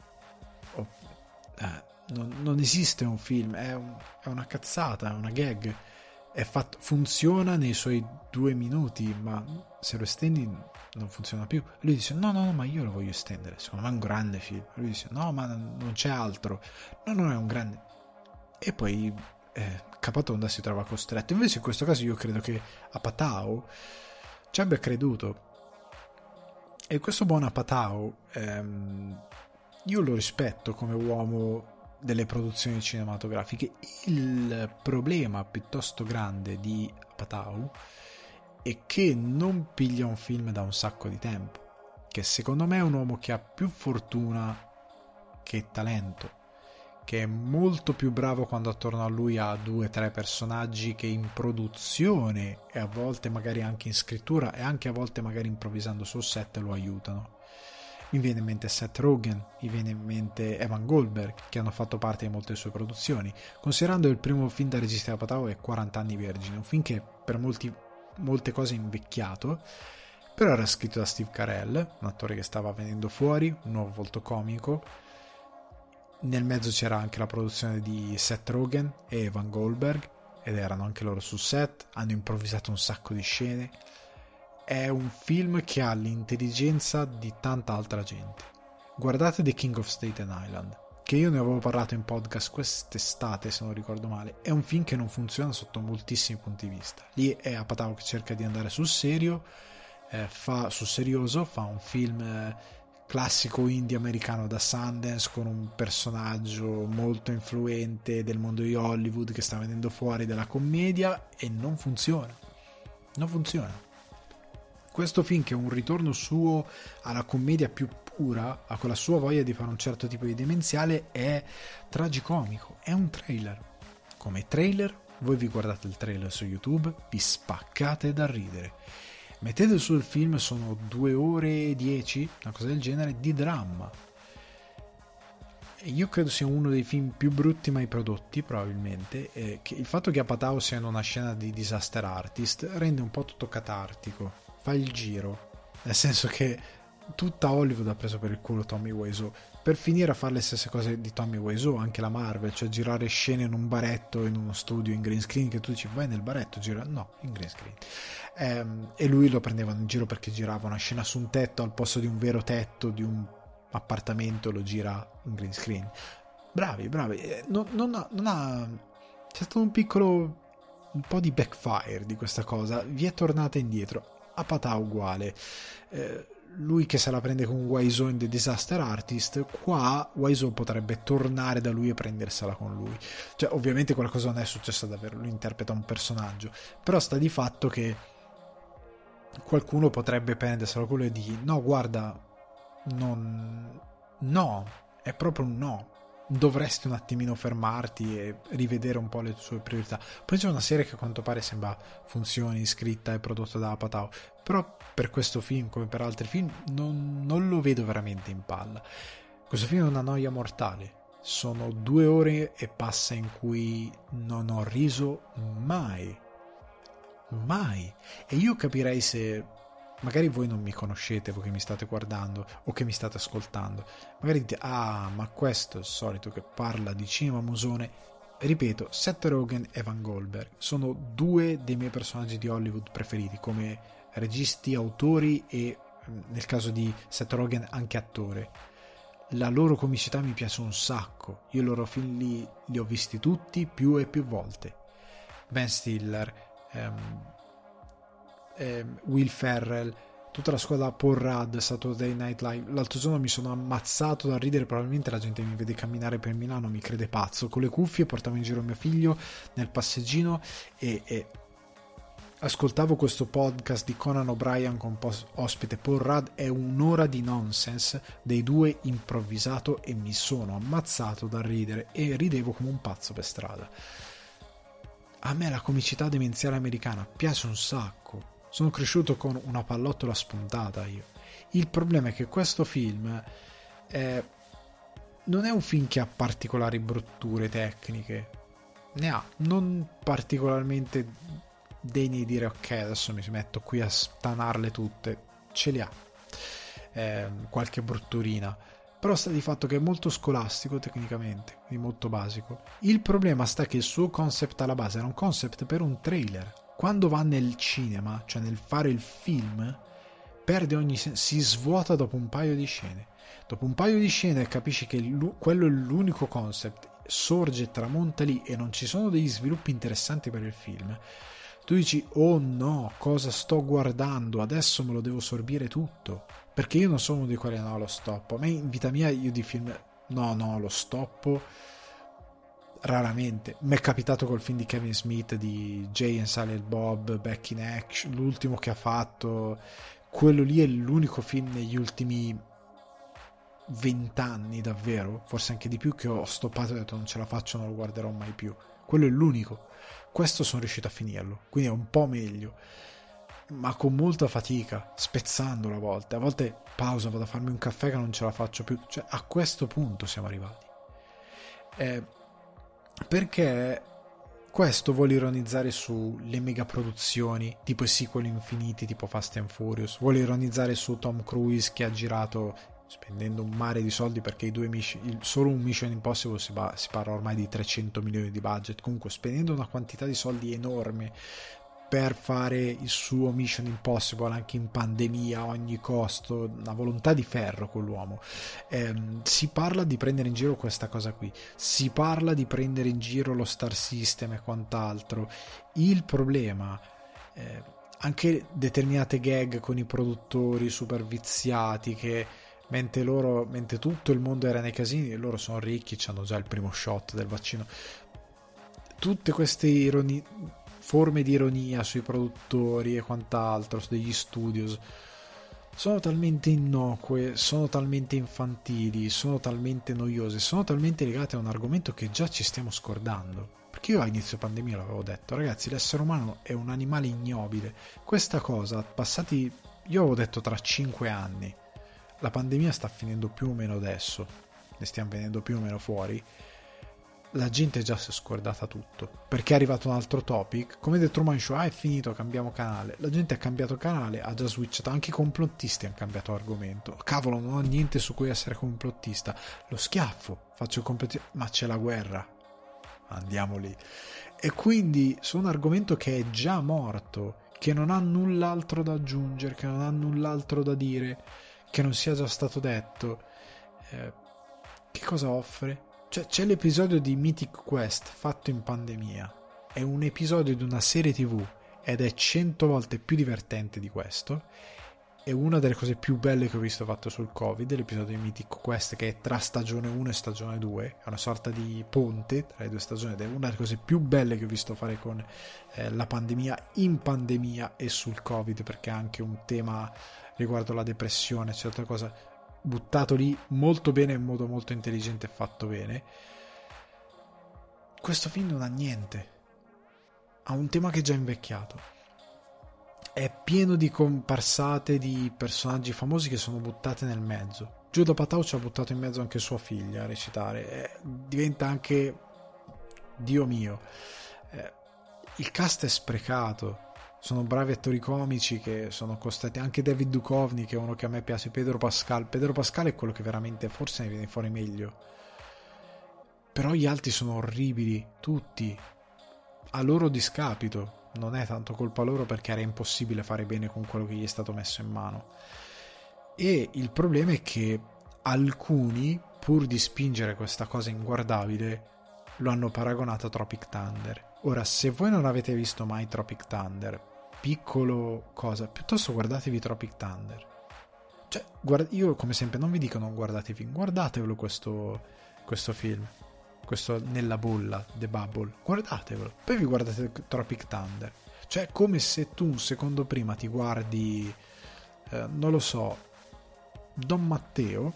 Non esiste un film, è una cazzata, è una gag. Funziona nei suoi 2 minuti, ma se lo estendi non funziona più. Lui dice: no, ma io lo voglio estendere, secondo me è un grande film. Lui dice: no, ma non c'è altro. No, è un grande... E poi Capatonda si trova costretto. Invece in questo caso io credo che Apatow ci abbia creduto, e questo buon Apatow io lo rispetto come uomo delle produzioni cinematografiche. Il problema piuttosto grande di Apatow è che non piglia un film da un sacco di tempo, che secondo me è un uomo che ha più fortuna che talento, che è molto più bravo quando attorno a lui ha 2-3 personaggi che in produzione e a volte magari anche in scrittura e anche a volte magari improvvisando sul set lo aiutano. Mi viene in mente Seth Rogen, mi viene in mente Evan Goldberg, che hanno fatto parte di molte sue produzioni. Considerando il primo film da regista di Apatow è 40 anni vergine, un film che per molte cose è invecchiato, però era scritto da Steve Carell, un attore che stava venendo fuori, un nuovo volto comico. Nel mezzo c'era anche la produzione di Seth Rogen e Evan Goldberg, ed erano anche loro sul set, hanno improvvisato un sacco di scene. È un film che ha l'intelligenza di tanta altra gente. Guardate The King of Staten Island, che io ne avevo parlato in podcast quest'estate se non ricordo male. È un film che non funziona sotto moltissimi punti di vista. Lì è Apatow che cerca di andare sul serio, fa sul serioso, fa un film classico indie americano da Sundance con un personaggio molto influente del mondo di Hollywood che sta venendo fuori dalla commedia e non funziona. Questo film, che è un ritorno suo alla commedia più pura, a quella sua voglia di fare un certo tipo di demenziale, è tragicomico, è un trailer. Come trailer, voi vi guardate il trailer su YouTube, vi spaccate da ridere. Mettete sul film, sono 2 ore e 10, una cosa del genere, di dramma. E io credo sia uno dei film più brutti mai prodotti, probabilmente. Che il fatto che Apatow sia in una scena di Disaster Artist rende un po' tutto catartico, fa il giro, nel senso che tutta Hollywood ha preso per il culo Tommy Wiseau per finire a fare le stesse cose di Tommy Wiseau, anche la Marvel, cioè girare scene in un baretto, in uno studio, in green screen, che tu dici vai nel baretto, gira, no, in green screen. E lui lo prendevano in giro perché girava una scena su un tetto al posto di un vero tetto di un appartamento, lo gira in green screen. Bravi, c'è stato un po' di backfire di questa cosa, vi è tornata indietro. Apatow uguale, lui che se la prende con Wiseau in The Disaster Artist, qua Wiseau potrebbe tornare da lui e prendersela con lui, cioè ovviamente quella cosa non è successa davvero, lui interpreta un personaggio, però sta di fatto che qualcuno potrebbe prendersela con lui e dire no guarda, no, è proprio un no, dovresti un attimino fermarti e rivedere un po' le sue priorità. Poi c'è una serie che a quanto pare sembra funzioni, scritta e prodotta da Apatow, però per questo film come per altri film non lo vedo veramente in palla. Questo film è una noia mortale, sono 2 ore e passa in cui non ho riso mai, e io capirei se magari voi non mi conoscete, voi che mi state guardando o che mi state ascoltando, magari dite ma questo è il solito che parla di cinema musone. Ripeto, Seth Rogen e Evan Goldberg sono 2 dei miei personaggi di Hollywood preferiti come registi, autori e nel caso di Seth Rogen anche attore. La loro comicità mi piace un sacco, io i loro film li ho visti tutti più e più volte. Ben Stiller, Will Ferrell, tutta la squadra, Paul Rudd, Saturday Night Live. L'altro giorno mi sono ammazzato da ridere, probabilmente la gente mi vede camminare per Milano, mi crede pazzo, con le cuffie portavo in giro mio figlio nel passeggino e ascoltavo questo podcast di Conan O'Brien con ospite Paul Rudd, è 1 ora di nonsense dei 2 improvvisato e mi sono ammazzato da ridere e ridevo come un pazzo per strada. A me la comicità demenziale americana piace un sacco, sono cresciuto con una pallottola spuntata io. Il problema è che questo film non è un film che ha particolari brutture tecniche, ne ha, non particolarmente degne di dire ok adesso mi metto qui a stanarle tutte, ce li ha, qualche brutturina, però sta di fatto che è molto scolastico tecnicamente, quindi molto basico. Il problema sta che il suo concept alla base era un concept per un trailer. Quando va nel cinema, cioè nel fare il film, perde ogni senso, si svuota dopo un paio di scene. Dopo un paio di scene capisci che quello è l'unico concept, sorge, tramonta lì e non ci sono degli sviluppi interessanti per il film. Tu dici oh no, cosa sto guardando, adesso me lo devo sorbire tutto, perché io non sono uno di quelli no lo stoppo. A me in vita mia io di film no lo stoppo raramente. Mi è capitato col film di Kevin Smith di Jay and Silent Bob, Back in Action, l'ultimo che ha fatto, quello lì è l'unico film negli ultimi 20 anni davvero, forse anche di più, che ho stoppato e ho detto non ce la faccio, non lo guarderò mai più. Quello è l'unico. Questo sono riuscito a finirlo, quindi è un po' meglio, ma con molta fatica, spezzandolo a volte pausa, vado a farmi un caffè che non ce la faccio più, cioè a questo punto siamo arrivati, perché questo vuole ironizzare sulle mega produzioni tipo i sequel infiniti tipo Fast and Furious, vuole ironizzare su Tom Cruise che ha girato spendendo un mare di soldi, perché solo un Mission Impossible si parla ormai di 300 milioni di budget, comunque spendendo una quantità di soldi enorme per fare il suo Mission Impossible anche in pandemia a ogni costo, una volontà di ferro con l'uomo. Si parla di prendere in giro questa cosa qui, si parla di prendere in giro lo Star System e quant'altro. Il problema anche determinate gag con i produttori super viziati che mentre tutto il mondo era nei casini, loro sono ricchi, hanno già il primo shot del vaccino. Tutte queste forme di ironia sui produttori e quant'altro, degli studios, sono talmente innocue, sono talmente infantili, sono talmente noiose, sono talmente legate a un argomento che già ci stiamo scordando. Perché io a inizio pandemia l'avevo detto, ragazzi, l'essere umano è un animale ignobile. Questa cosa, passati, io avevo detto tra 5 anni, la pandemia sta finendo più o meno adesso, ne stiamo venendo più o meno fuori, la gente già si è scordata tutto, perché è arrivato un altro topic, come The Truman Show, è finito, cambiamo canale, la gente ha cambiato canale, ha già switchato, anche i complottisti hanno cambiato argomento, cavolo, non ho niente su cui essere complottista, lo schiaffo, faccio il complottista, ma c'è la guerra, andiamo lì, e quindi su un argomento che è già morto, che non ha null'altro da aggiungere, che non ha null'altro da dire, che non sia già stato detto, che cosa offre? Cioè, c'è l'episodio di Mythic Quest fatto in pandemia, è un episodio di una serie TV ed è 100 volte più divertente di questo, è una delle cose più belle che ho visto fatto sul Covid, l'episodio di Mythic Quest, che è tra stagione 1 e stagione 2, è una sorta di ponte tra le due stagioni ed è una delle cose più belle che ho visto fare con la pandemia, in pandemia e sul Covid, perché ha anche un tema riguardo la depressione, certe cose buttato lì molto bene, in modo molto intelligente e fatto bene. Questo film non ha niente, ha un tema che è già invecchiato, è pieno di comparsate di personaggi famosi che sono buttate nel mezzo. Giuda Apatow ci ha buttato in mezzo anche sua figlia a recitare, diventa anche, Dio mio, il cast è sprecato. Sono bravi attori comici che sono costati, anche David Duchovny, che è uno che a me piace, Pedro Pascal è quello che veramente forse ne viene fuori meglio, però gli altri sono orribili, tutti, a loro discapito. Non è tanto colpa loro, perché era impossibile fare bene con quello che gli è stato messo in mano, e il problema è che alcuni, pur di spingere questa cosa inguardabile, lo hanno paragonato a Tropic Thunder. Ora, se voi non avete visto mai Tropic Thunder, piccolo cosa, piuttosto guardatevi Tropic Thunder. Cioè, io come sempre non vi dico non guardatevi, guardatevelo questo film, questo Nella bolla, The Bubble, guardatevelo, poi vi guardate Tropic Thunder. Cioè, è come se tu un secondo prima ti guardi non lo so, Don Matteo,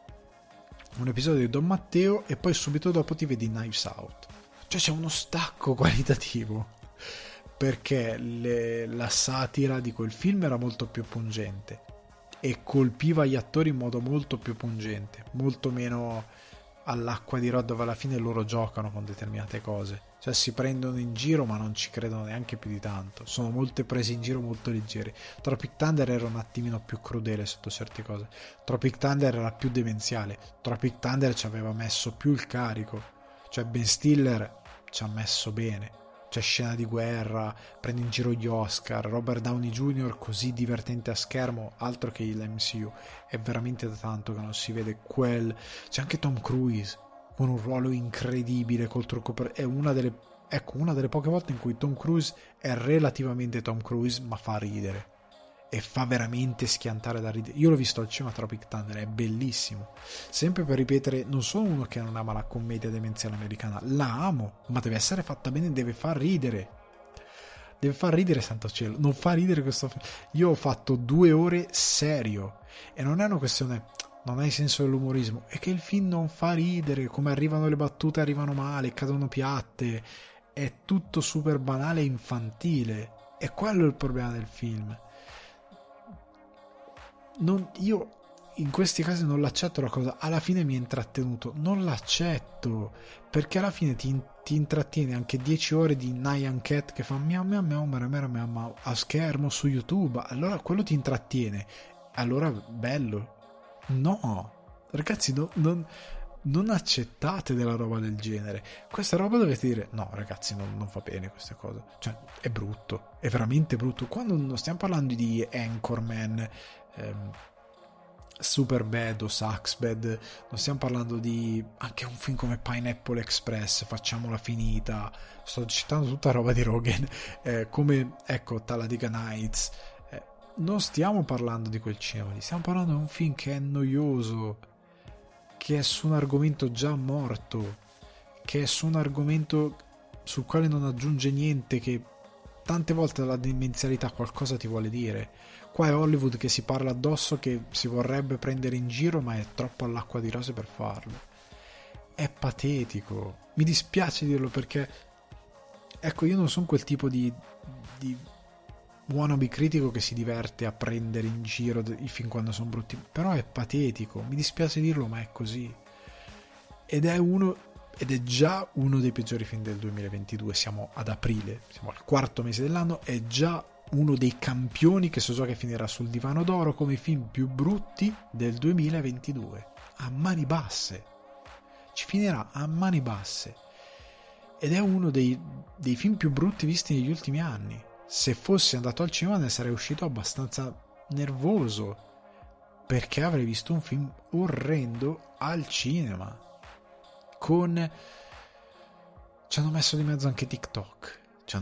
un episodio di Don Matteo, e poi subito dopo ti vedi Knives Out. Cioè c'è uno stacco qualitativo, perché la satira di quel film era molto più pungente e colpiva gli attori in modo molto più pungente, molto meno all'acqua di rose, dove alla fine loro giocano con determinate cose, cioè si prendono in giro ma non ci credono neanche più di tanto, sono molte prese in giro molto leggere. Tropic Thunder era un attimino più crudele sotto certe cose, Tropic Thunder era più demenziale, Tropic Thunder ci aveva messo più il carico, cioè Ben Stiller ci ha messo bene, c'è scena di guerra, prende in giro gli Oscar, Robert Downey Jr. così divertente a schermo, altro che l'MCU, è veramente da tanto che non si vede quel. C'è anche Tom Cruise con un ruolo incredibile col trucco è una delle poche volte in cui Tom Cruise è relativamente Tom Cruise, ma fa ridere e fa veramente schiantare da ridere. Io l'ho visto al cinema Tropic Thunder, è bellissimo. Sempre per ripetere, non sono uno che non ama la commedia demenziale americana, la amo, ma deve essere fatta bene, deve far ridere, santo cielo, non fa ridere questo film. Io ho fatto 2 ore serio, e non è una questione, non hai senso dell'umorismo, è che il film non fa ridere, come arrivano le battute, arrivano male, cadono piatte, è tutto super banale e infantile, è quello il problema del film. Io in questi casi non l'accetto la cosa, alla fine mi ha intrattenuto, non l'accetto, perché alla fine ti intrattiene anche 10 ore di Nyan Cat che fa miau miau miau miau a schermo su YouTube, allora quello ti intrattiene, allora bello. No, ragazzi, non accettate della roba del genere, questa roba dovete dire no ragazzi, non fa bene queste cose, cioè è brutto, è veramente brutto. Quando non stiamo parlando di Anchorman, Superbad o Saxbad, non stiamo parlando di anche un film come Pineapple Express, facciamola finita, sto citando tutta roba di Rogen, come ecco Talladega Nights, non stiamo parlando di quel cinema lì, stiamo parlando di un film che è noioso, che è su un argomento già morto, che è su un argomento sul quale non aggiunge niente, che tante volte la dimensionalità qualcosa ti vuole dire. Qua è Hollywood che si parla addosso, che si vorrebbe prendere in giro, ma è troppo all'acqua di rose per farlo. È patetico, mi dispiace dirlo, perché ecco, io non sono quel tipo di wannabe critico che si diverte a prendere in giro i film quando sono brutti, però è patetico, mi dispiace dirlo, ma è così. Ed è già uno dei peggiori film del 2022, siamo ad aprile, siamo al quarto mese dell'anno, è già uno dei campioni che so già che finirà sul divano d'oro come i film più brutti del 2022, a mani basse, ci finirà a mani basse, ed è uno dei film più brutti visti negli ultimi anni. Se fossi andato al cinema ne sarei uscito abbastanza nervoso, perché avrei visto un film orrendo al cinema, ci hanno messo di mezzo anche TikTok,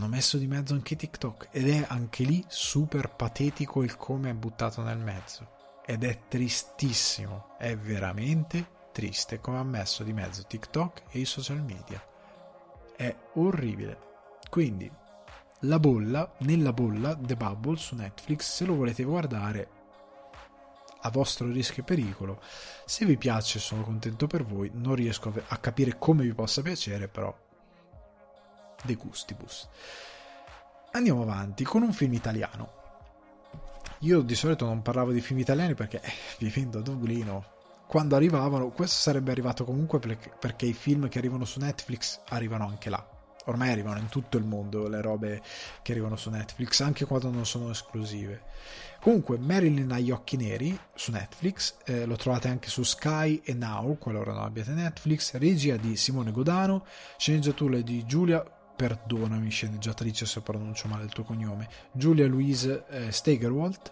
ed è anche lì super patetico il come è buttato nel mezzo, ed è tristissimo, è veramente triste come ha messo di mezzo TikTok e i social media, è orribile. Quindi nella bolla The Bubble su Netflix, se lo volete guardare a vostro rischio e pericolo, se vi piace sono contento per voi, non riesco a capire come vi possa piacere, però de gustibus. Andiamo avanti con un film italiano. Io di solito non parlavo di film italiani perché vivendo a Dublino, quando arrivavano, questo sarebbe arrivato comunque perché i film che arrivano su Netflix arrivano anche là. Ormai arrivano in tutto il mondo le robe che arrivano su Netflix, anche quando non sono esclusive. Comunque, Marilyn ha gli occhi neri su Netflix, lo trovate anche su Sky e Now, qualora non abbiate Netflix. Regia di Simone Godano, sceneggiatura di Giulia, perdonami sceneggiatrice se pronuncio male il tuo cognome, Giulia Louise Steigerwald,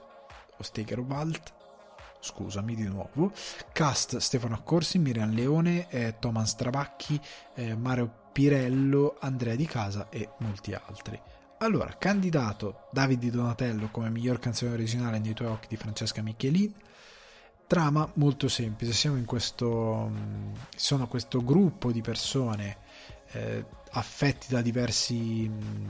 scusami di nuovo. Cast: Stefano Accorsi, Miriam Leone, Thomas Trabacchi, Mario Pirello, Andrea Di Casa e molti altri. Allora, candidato David Di Donatello come miglior canzone originale Nei tuoi occhi di Francesca Michelin. Trama molto semplice, sono questo gruppo di persone affetti da diversi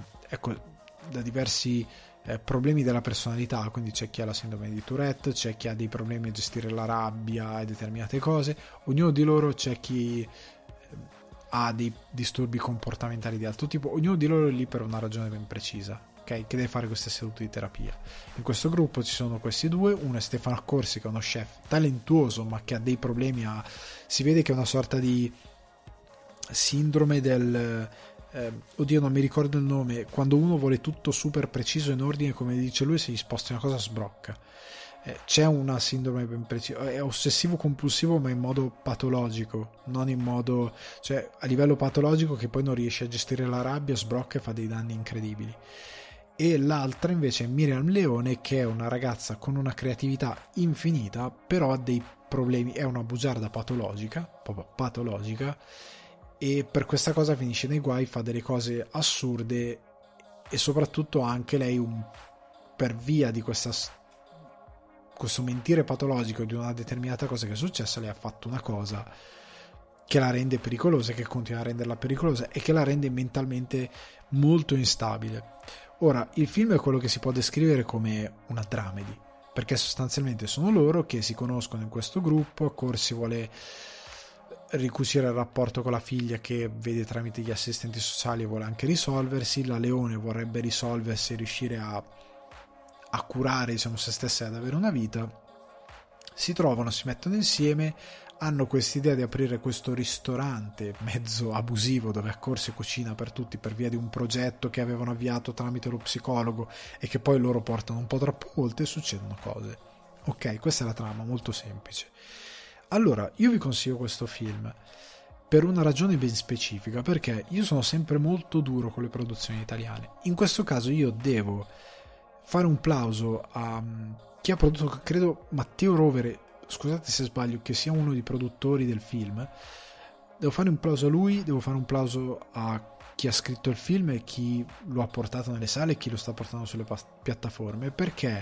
problemi della personalità, quindi c'è chi ha la sindrome di Tourette, c'è chi ha dei problemi a gestire la rabbia e determinate cose, ognuno di loro c'è chi ha dei disturbi comportamentali di altro tipo, ognuno di loro è lì per una ragione ben precisa, ok? Che deve fare queste sedute di terapia. In questo gruppo ci sono questi due, uno è Stefano Accorsi, che è uno chef talentuoso ma che ha dei problemi, si vede che è una sorta di sindrome del oddio non mi ricordo il nome, quando uno vuole tutto super preciso in ordine, come dice lui, se gli sposti una cosa sbrocca. C'è una sindrome ben precisa, è ossessivo compulsivo ma in modo patologico, non in modo, cioè a livello patologico, che poi non riesce a gestire la rabbia, sbrocca e fa dei danni incredibili. E l'altra invece è Miriam Leone, che è una ragazza con una creatività infinita, però ha dei problemi, è una bugiarda patologica, proprio patologica, e per questa cosa finisce nei guai, fa delle cose assurde, e soprattutto anche lei per via di questo mentire patologico di una determinata cosa che è successa, lei ha fatto una cosa che la rende pericolosa, che continua a renderla pericolosa e che la rende mentalmente molto instabile. Ora, il film è quello che si può descrivere come una dramedy, perché sostanzialmente sono loro che si conoscono in questo gruppo. Accorsi vuole ricucire il rapporto con la figlia, che vede tramite gli assistenti sociali, e vuole anche risolversi. La Leone vorrebbe risolversi e riuscire a curare, diciamo, se stessa e ad avere una vita. Si trovano, si mettono insieme, hanno quest'idea di aprire questo ristorante mezzo abusivo dove Accorsi cucina per tutti per via di un progetto che avevano avviato tramite lo psicologo e che poi loro portano un po' troppo oltre e succedono cose. Ok, questa è la trama, molto semplice. Allora, io vi consiglio questo film per una ragione ben specifica, perché io sono sempre molto duro con le produzioni italiane. In questo caso io devo fare un plauso a chi ha prodotto, credo, Matteo Rovere, scusate se sbaglio, che sia uno dei produttori del film, devo fare un plauso a lui, devo fare un plauso a chi ha scritto il film e chi lo ha portato nelle sale e chi lo sta portando sulle piattaforme, perché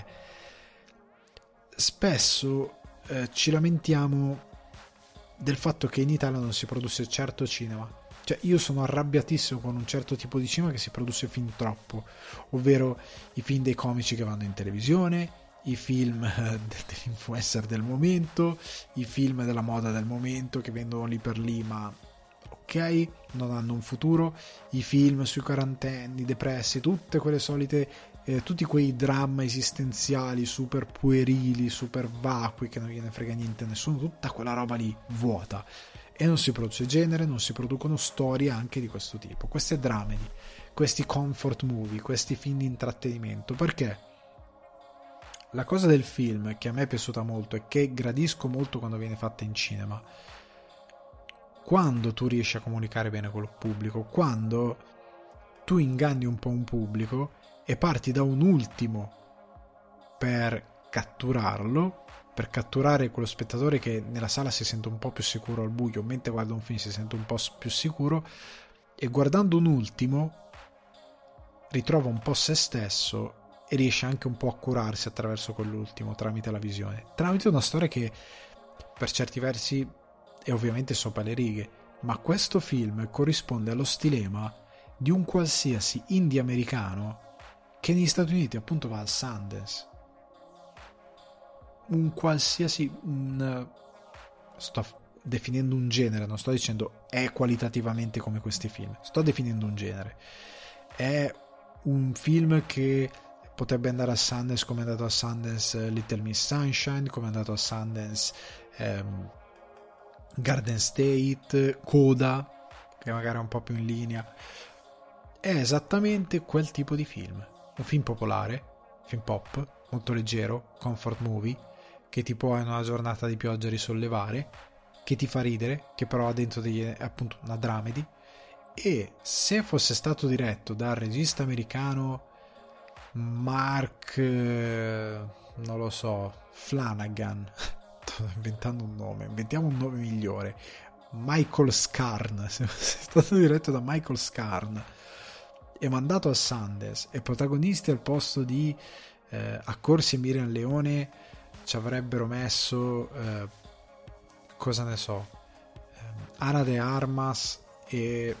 spesso ci lamentiamo del fatto che in Italia non si produce certo cinema. Cioè, io sono arrabbiatissimo con un certo tipo di cinema che si produce fin troppo, ovvero i film dei comici che vanno in televisione, i film dell'influencer del momento, i film della moda del momento che vendono lì per lì, ma ok, non hanno un futuro, i film sui quarantenni, depressi, tutte quelle solite, tutti quei dramma esistenziali super puerili, super vacui, che non gliene frega niente a nessuno, tutta quella roba lì vuota. E non si produce genere, non si producono storie anche di questo tipo, queste dramedy, questi comfort movie, questi film di intrattenimento, perché la cosa del film che a me è piaciuta molto e che gradisco molto quando viene fatta in cinema, quando tu riesci a comunicare bene con il pubblico, quando tu inganni un po' un pubblico e parti da un ultimo per catturarlo, per catturare quello spettatore che nella sala si sente un po' più sicuro al buio, mentre guarda un film si sente un po' più sicuro, e guardando un ultimo ritrova un po' se stesso e riesce anche un po' a curarsi attraverso quell'ultimo, tramite la visione, tramite una storia che per certi versi è ovviamente sopra le righe, ma questo film corrisponde allo stilema di un qualsiasi indie americano che negli Stati Uniti appunto va al Sundance. Un qualsiasi, sto definendo un genere, non sto dicendo è qualitativamente come questi film, sto definendo un genere. È un film che potrebbe andare a Sundance come è andato a Sundance Little Miss Sunshine, come è andato a Sundance Garden State, Coda, che magari è un po' più in linea. È esattamente quel tipo di film, un film popolare, film pop, molto leggero, comfort movie, che ti può in una giornata di pioggia risollevare, che ti fa ridere, che però ha dentro appunto una dramedy. E se fosse stato diretto dal regista americano Mark non lo so, Flanagan, sto inventando un nome, inventiamo un nome migliore, Michael Scarn, se fosse stato diretto da Michael Scarn e mandato a Sundance e protagonisti al posto di Accorsi e Miriam Leone ci avrebbero messo cosa ne so, Ana de Armas e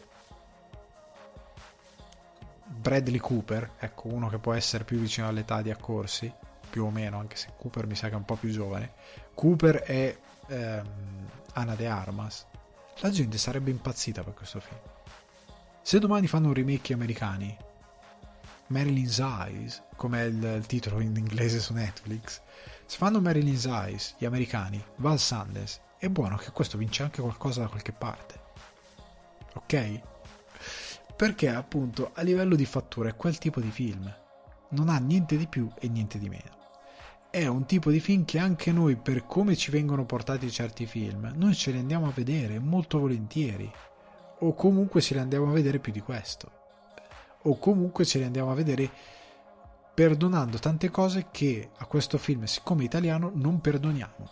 Bradley Cooper, ecco, uno che può essere più vicino all'età di Accorsi, più o meno, anche se Cooper mi sa che è un po' più giovane. Cooper e Ana de Armas, la gente sarebbe impazzita per questo film. Se domani fanno un remake americani, Marilyn's Eyes, come è il titolo in inglese su Netflix, se fanno Marilyn's Eyes gli americani, va al Sundance, è buono che questo vince anche qualcosa da qualche parte, ok? Perché appunto a livello di fattura è quel tipo di film, non ha niente di più e niente di meno. È un tipo di film che anche noi, per come ci vengono portati certi film, noi ce li andiamo a vedere molto volentieri, o comunque ce li andiamo a vedere più di questo, o comunque ce li andiamo a vedere perdonando tante cose che a questo film, siccome italiano, non perdoniamo.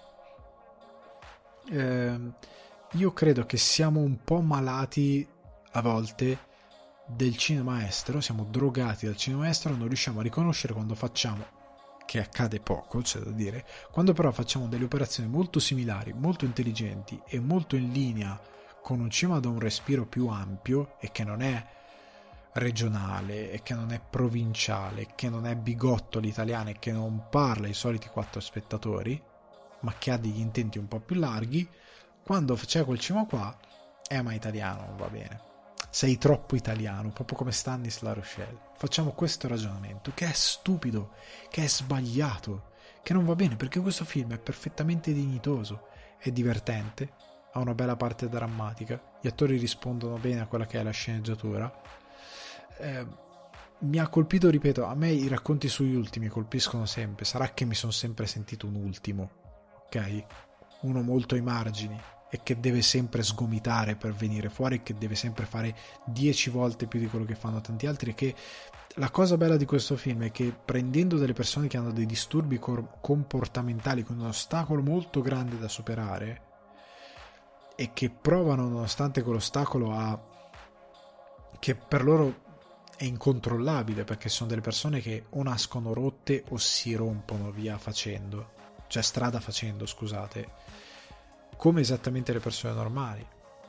Io credo che siamo un po' malati a volte del cinema estero, siamo drogati dal cinema estero, non riusciamo a riconoscere quando facciamo, che accade poco, c'è da dire, quando però facciamo delle operazioni molto similari, molto intelligenti e molto in linea con un cinema da un respiro più ampio e che non è regionale e che non è provinciale, che non è bigotto l'italiano e che non parla ai soliti 4 spettatori, ma che ha degli intenti un po' più larghi. Quando c'è quel cinema qua, ma italiano non va bene, sei troppo italiano, proprio come Stannis La Rochelle. Facciamo questo ragionamento che è stupido, che è sbagliato, che non va bene, perché questo film è perfettamente dignitoso, è divertente, ha una bella parte drammatica, gli attori rispondono bene a quella che è la sceneggiatura. Mi ha colpito, ripeto, a me i racconti sugli ultimi colpiscono sempre, sarà che mi sono sempre sentito un ultimo, ok? Uno molto ai margini, e che deve sempre sgomitare per venire fuori, che deve sempre fare 10 volte più di quello che fanno tanti altri, e che la cosa bella di questo film è che prendendo delle persone che hanno dei disturbi comportamentali con un ostacolo molto grande da superare e che provano nonostante quell'ostacolo che per loro è incontrollabile, perché sono delle persone che o nascono rotte o si rompono via facendo, cioè strada facendo, scusate, come esattamente le persone normali.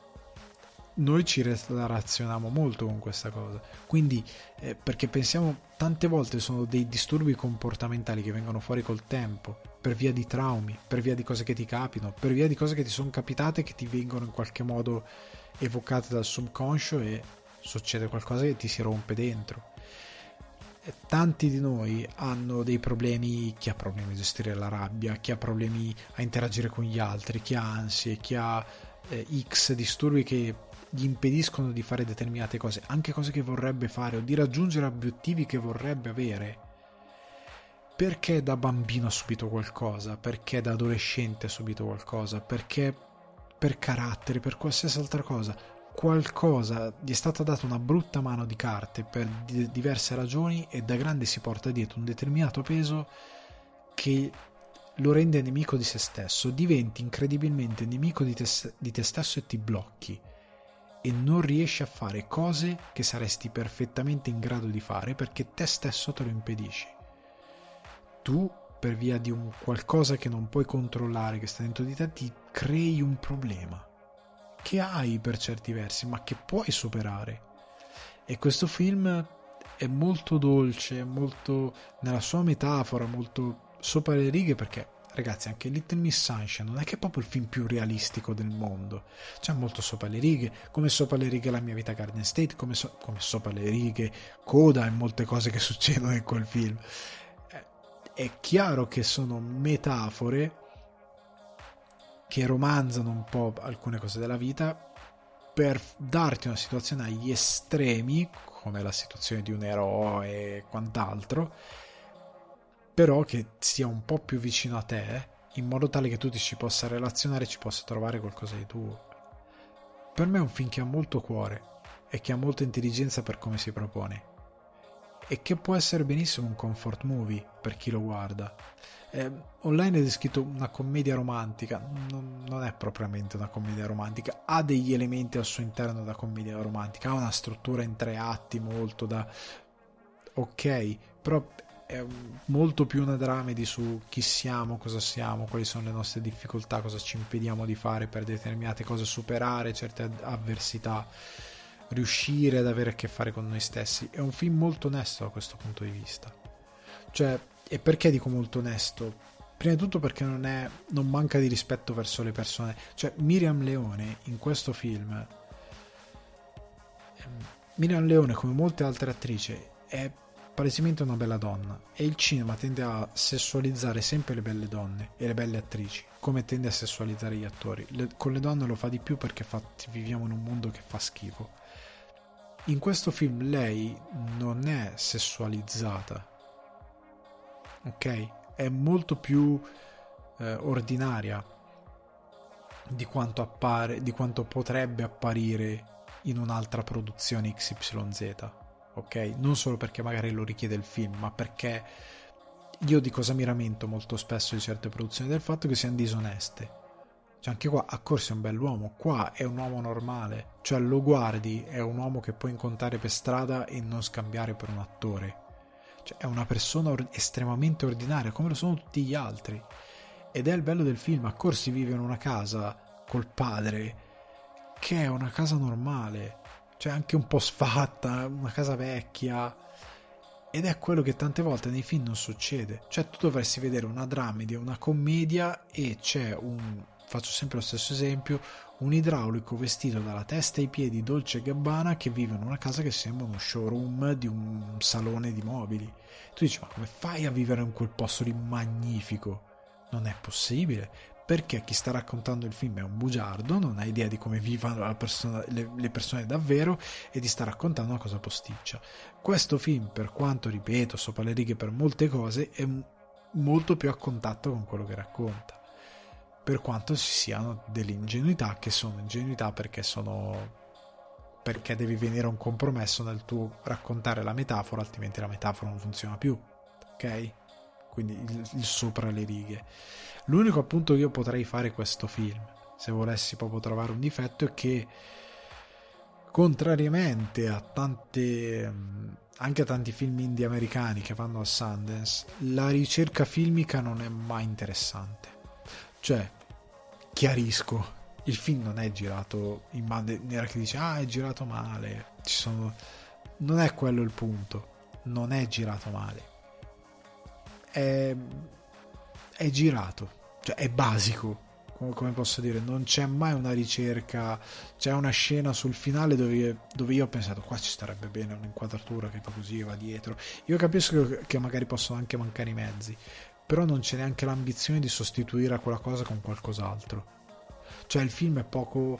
Noi ci relazioniamo molto con questa cosa, quindi perché pensiamo tante volte sono dei disturbi comportamentali che vengono fuori col tempo, per via di traumi, per via di cose che ti capitano, per via di cose che ti sono capitate, che ti vengono in qualche modo evocate dal subconscio e succede qualcosa che ti si rompe dentro. Tanti di noi hanno dei problemi, chi ha problemi a gestire la rabbia, chi ha problemi a interagire con gli altri, chi ha ansie, chi ha X disturbi che gli impediscono di fare determinate cose, anche cose che vorrebbe fare o di raggiungere obiettivi che vorrebbe avere, perché da bambino ha subito qualcosa, perché da adolescente ha subito qualcosa, perché per carattere, per qualsiasi altra cosa qualcosa gli è stata data una brutta mano di carte per diverse ragioni, e da grande si porta dietro un determinato peso che lo rende nemico di se stesso, diventi incredibilmente nemico di te stesso e ti blocchi e non riesci a fare cose che saresti perfettamente in grado di fare perché te stesso te lo impedisci. Tu, per via di un qualcosa che non puoi controllare, che sta dentro di te, ti crei un problema che hai per certi versi, ma che puoi superare. E questo film è molto dolce, molto nella sua metafora, molto sopra le righe, perché ragazzi anche Little Miss Sunshine non è che è proprio il film più realistico del mondo, cioè molto sopra le righe, come sopra le righe La mia vita Garden State, come sopra le righe Coda e molte cose che succedono in quel film. È chiaro che sono metafore che romanzano un po' alcune cose della vita per darti una situazione agli estremi, come la situazione di un eroe e quant'altro, però che sia un po' più vicino a te, in modo tale che tu ti ci possa relazionare e ci possa trovare qualcosa di tuo. Per me è un film che ha molto cuore e che ha molta intelligenza per come si propone, e che può essere benissimo un comfort movie per chi lo guarda. Online è descritto una commedia romantica, non è propriamente una commedia romantica, ha degli elementi al suo interno da commedia romantica, ha una struttura in 3 atti molto da ok, però è molto più una dramedy su chi siamo, cosa siamo, quali sono le nostre difficoltà, cosa ci impediamo di fare per determinate cose, superare certe avversità, riuscire ad avere a che fare con noi stessi. È un film molto onesto da questo punto di vista, cioè. E perché dico molto onesto? Prima di tutto perché non manca di rispetto verso le persone. Cioè Miriam Leone in questo film, Miriam Leone come molte altre attrici è palesemente una bella donna, e il cinema tende a sessualizzare sempre le belle donne e le belle attrici, come tende a sessualizzare gli attori. Con le donne lo fa di più perché viviamo in un mondo che fa schifo. In questo film lei non è sessualizzata, ok? È molto più ordinaria di quanto appare, di quanto potrebbe apparire in un'altra produzione XYZ, ok? Non solo perché magari lo richiede il film, ma perché io di cosa mi lamento molto spesso di certe produzioni, del fatto che siano disoneste. Cioè anche qua Accorsi è un bell'uomo, qua è un uomo normale, cioè lo guardi, è un uomo che puoi incontrare per strada e non scambiare per un attore. Cioè è una persona estremamente ordinaria, come lo sono tutti gli altri, ed è il bello del film. Accorsi vive in una casa col padre che è una casa normale, cioè anche un po' sfatta, una casa vecchia, ed è quello che tante volte nei film non succede. Cioè tu dovresti vedere una dramedy, una commedia, e c'è faccio sempre lo stesso esempio, un idraulico vestito dalla testa ai piedi Dolce & Gabbana che vive in una casa che sembra uno showroom di un salone di mobili. Tu dici, ma come fai a vivere in quel posto lì magnifico? Non è possibile, perché chi sta raccontando il film è un bugiardo, non ha idea di come vivono le persone davvero, e ti sta raccontando una cosa posticcia. Questo film, per quanto, ripeto, sopra le righe per molte cose, è molto più a contatto con quello che racconta. per quanto ci siano delle ingenuità che sono ingenuità perché devi venire a un compromesso nel tuo raccontare la metafora, altrimenti la metafora non funziona più, ok? Quindi il sopra le righe. L'unico appunto che io potrei fare questo film, se volessi proprio trovare un difetto, è che contrariamente a anche a tanti film indie americani che vanno a Sundance, la ricerca filmica non è mai interessante. Cioè, chiarisco, il film non è girato in maniera che dice è girato male, non è quello il punto, non è girato male, è girato, cioè è basico, come posso dire, non c'è mai una ricerca. C'è una scena sul finale dove io ho pensato qua ci starebbe bene un'inquadratura che fa così, va dietro. Io capisco che magari possono anche mancare i mezzi, però non c'è neanche l'ambizione di sostituire quella cosa con qualcos'altro. Cioè il film è poco.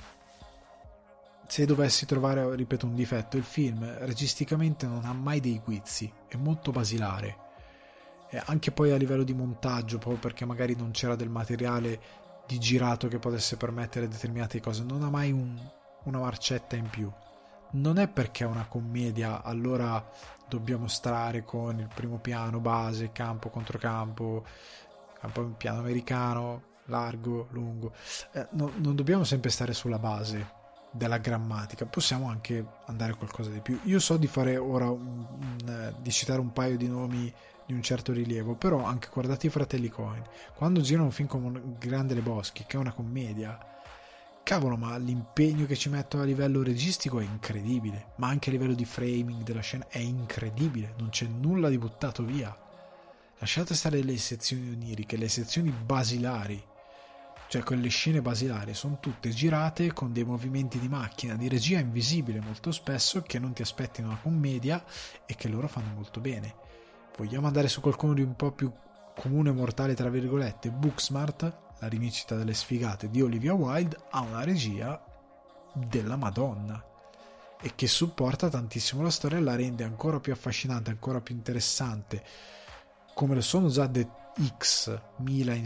Se dovessi trovare, ripeto, un difetto, il film registicamente non ha mai dei guizzi, è molto basilare, e anche poi a livello di montaggio, proprio perché magari non c'era del materiale di girato che potesse permettere determinate cose, non ha mai una marcetta in più. Non è perché è una commedia allora dobbiamo stare con il primo piano base, campo controcampo, piano americano, largo, lungo, non dobbiamo sempre stare sulla base della grammatica, possiamo anche andare a qualcosa di più. Io so di fare ora di citare un paio di nomi di un certo rilievo, però anche guardate i fratelli Coen, quando girano un film come Grande Lebowski, che è una commedia, cavolo, ma l'impegno che ci mettono a livello registico è incredibile, ma anche a livello di framing della scena è incredibile, non c'è nulla di buttato via. Lasciate stare le sezioni oniriche, le sezioni basilari, cioè quelle scene basilari sono tutte girate con dei movimenti di macchina, di regia invisibile molto spesso, che non ti aspetti in una commedia e che loro fanno molto bene. Vogliamo andare su qualcuno di un po' più comune mortale tra virgolette, Booksmart, la rivincita delle sfigate di Olivia Wilde, ha una regia della Madonna e che supporta tantissimo la storia e la rende ancora più affascinante, ancora più interessante, come lo sono già X mila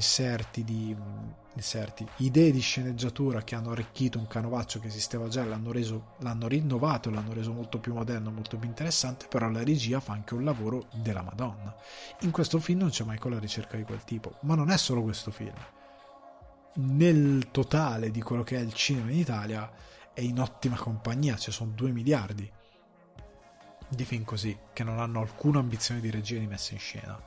idee di sceneggiatura che hanno arricchito un canovaccio che esisteva già, l'hanno rinnovato, l'hanno reso molto più moderno, molto più interessante, però la regia fa anche un lavoro della Madonna. In questo film non c'è mai quella ricerca di quel tipo, ma non è solo questo film. Nel totale di quello che è il cinema in Italia è in ottima compagnia, ci sono 2 miliardi di film così, che non hanno alcuna ambizione di regia di messa in scena.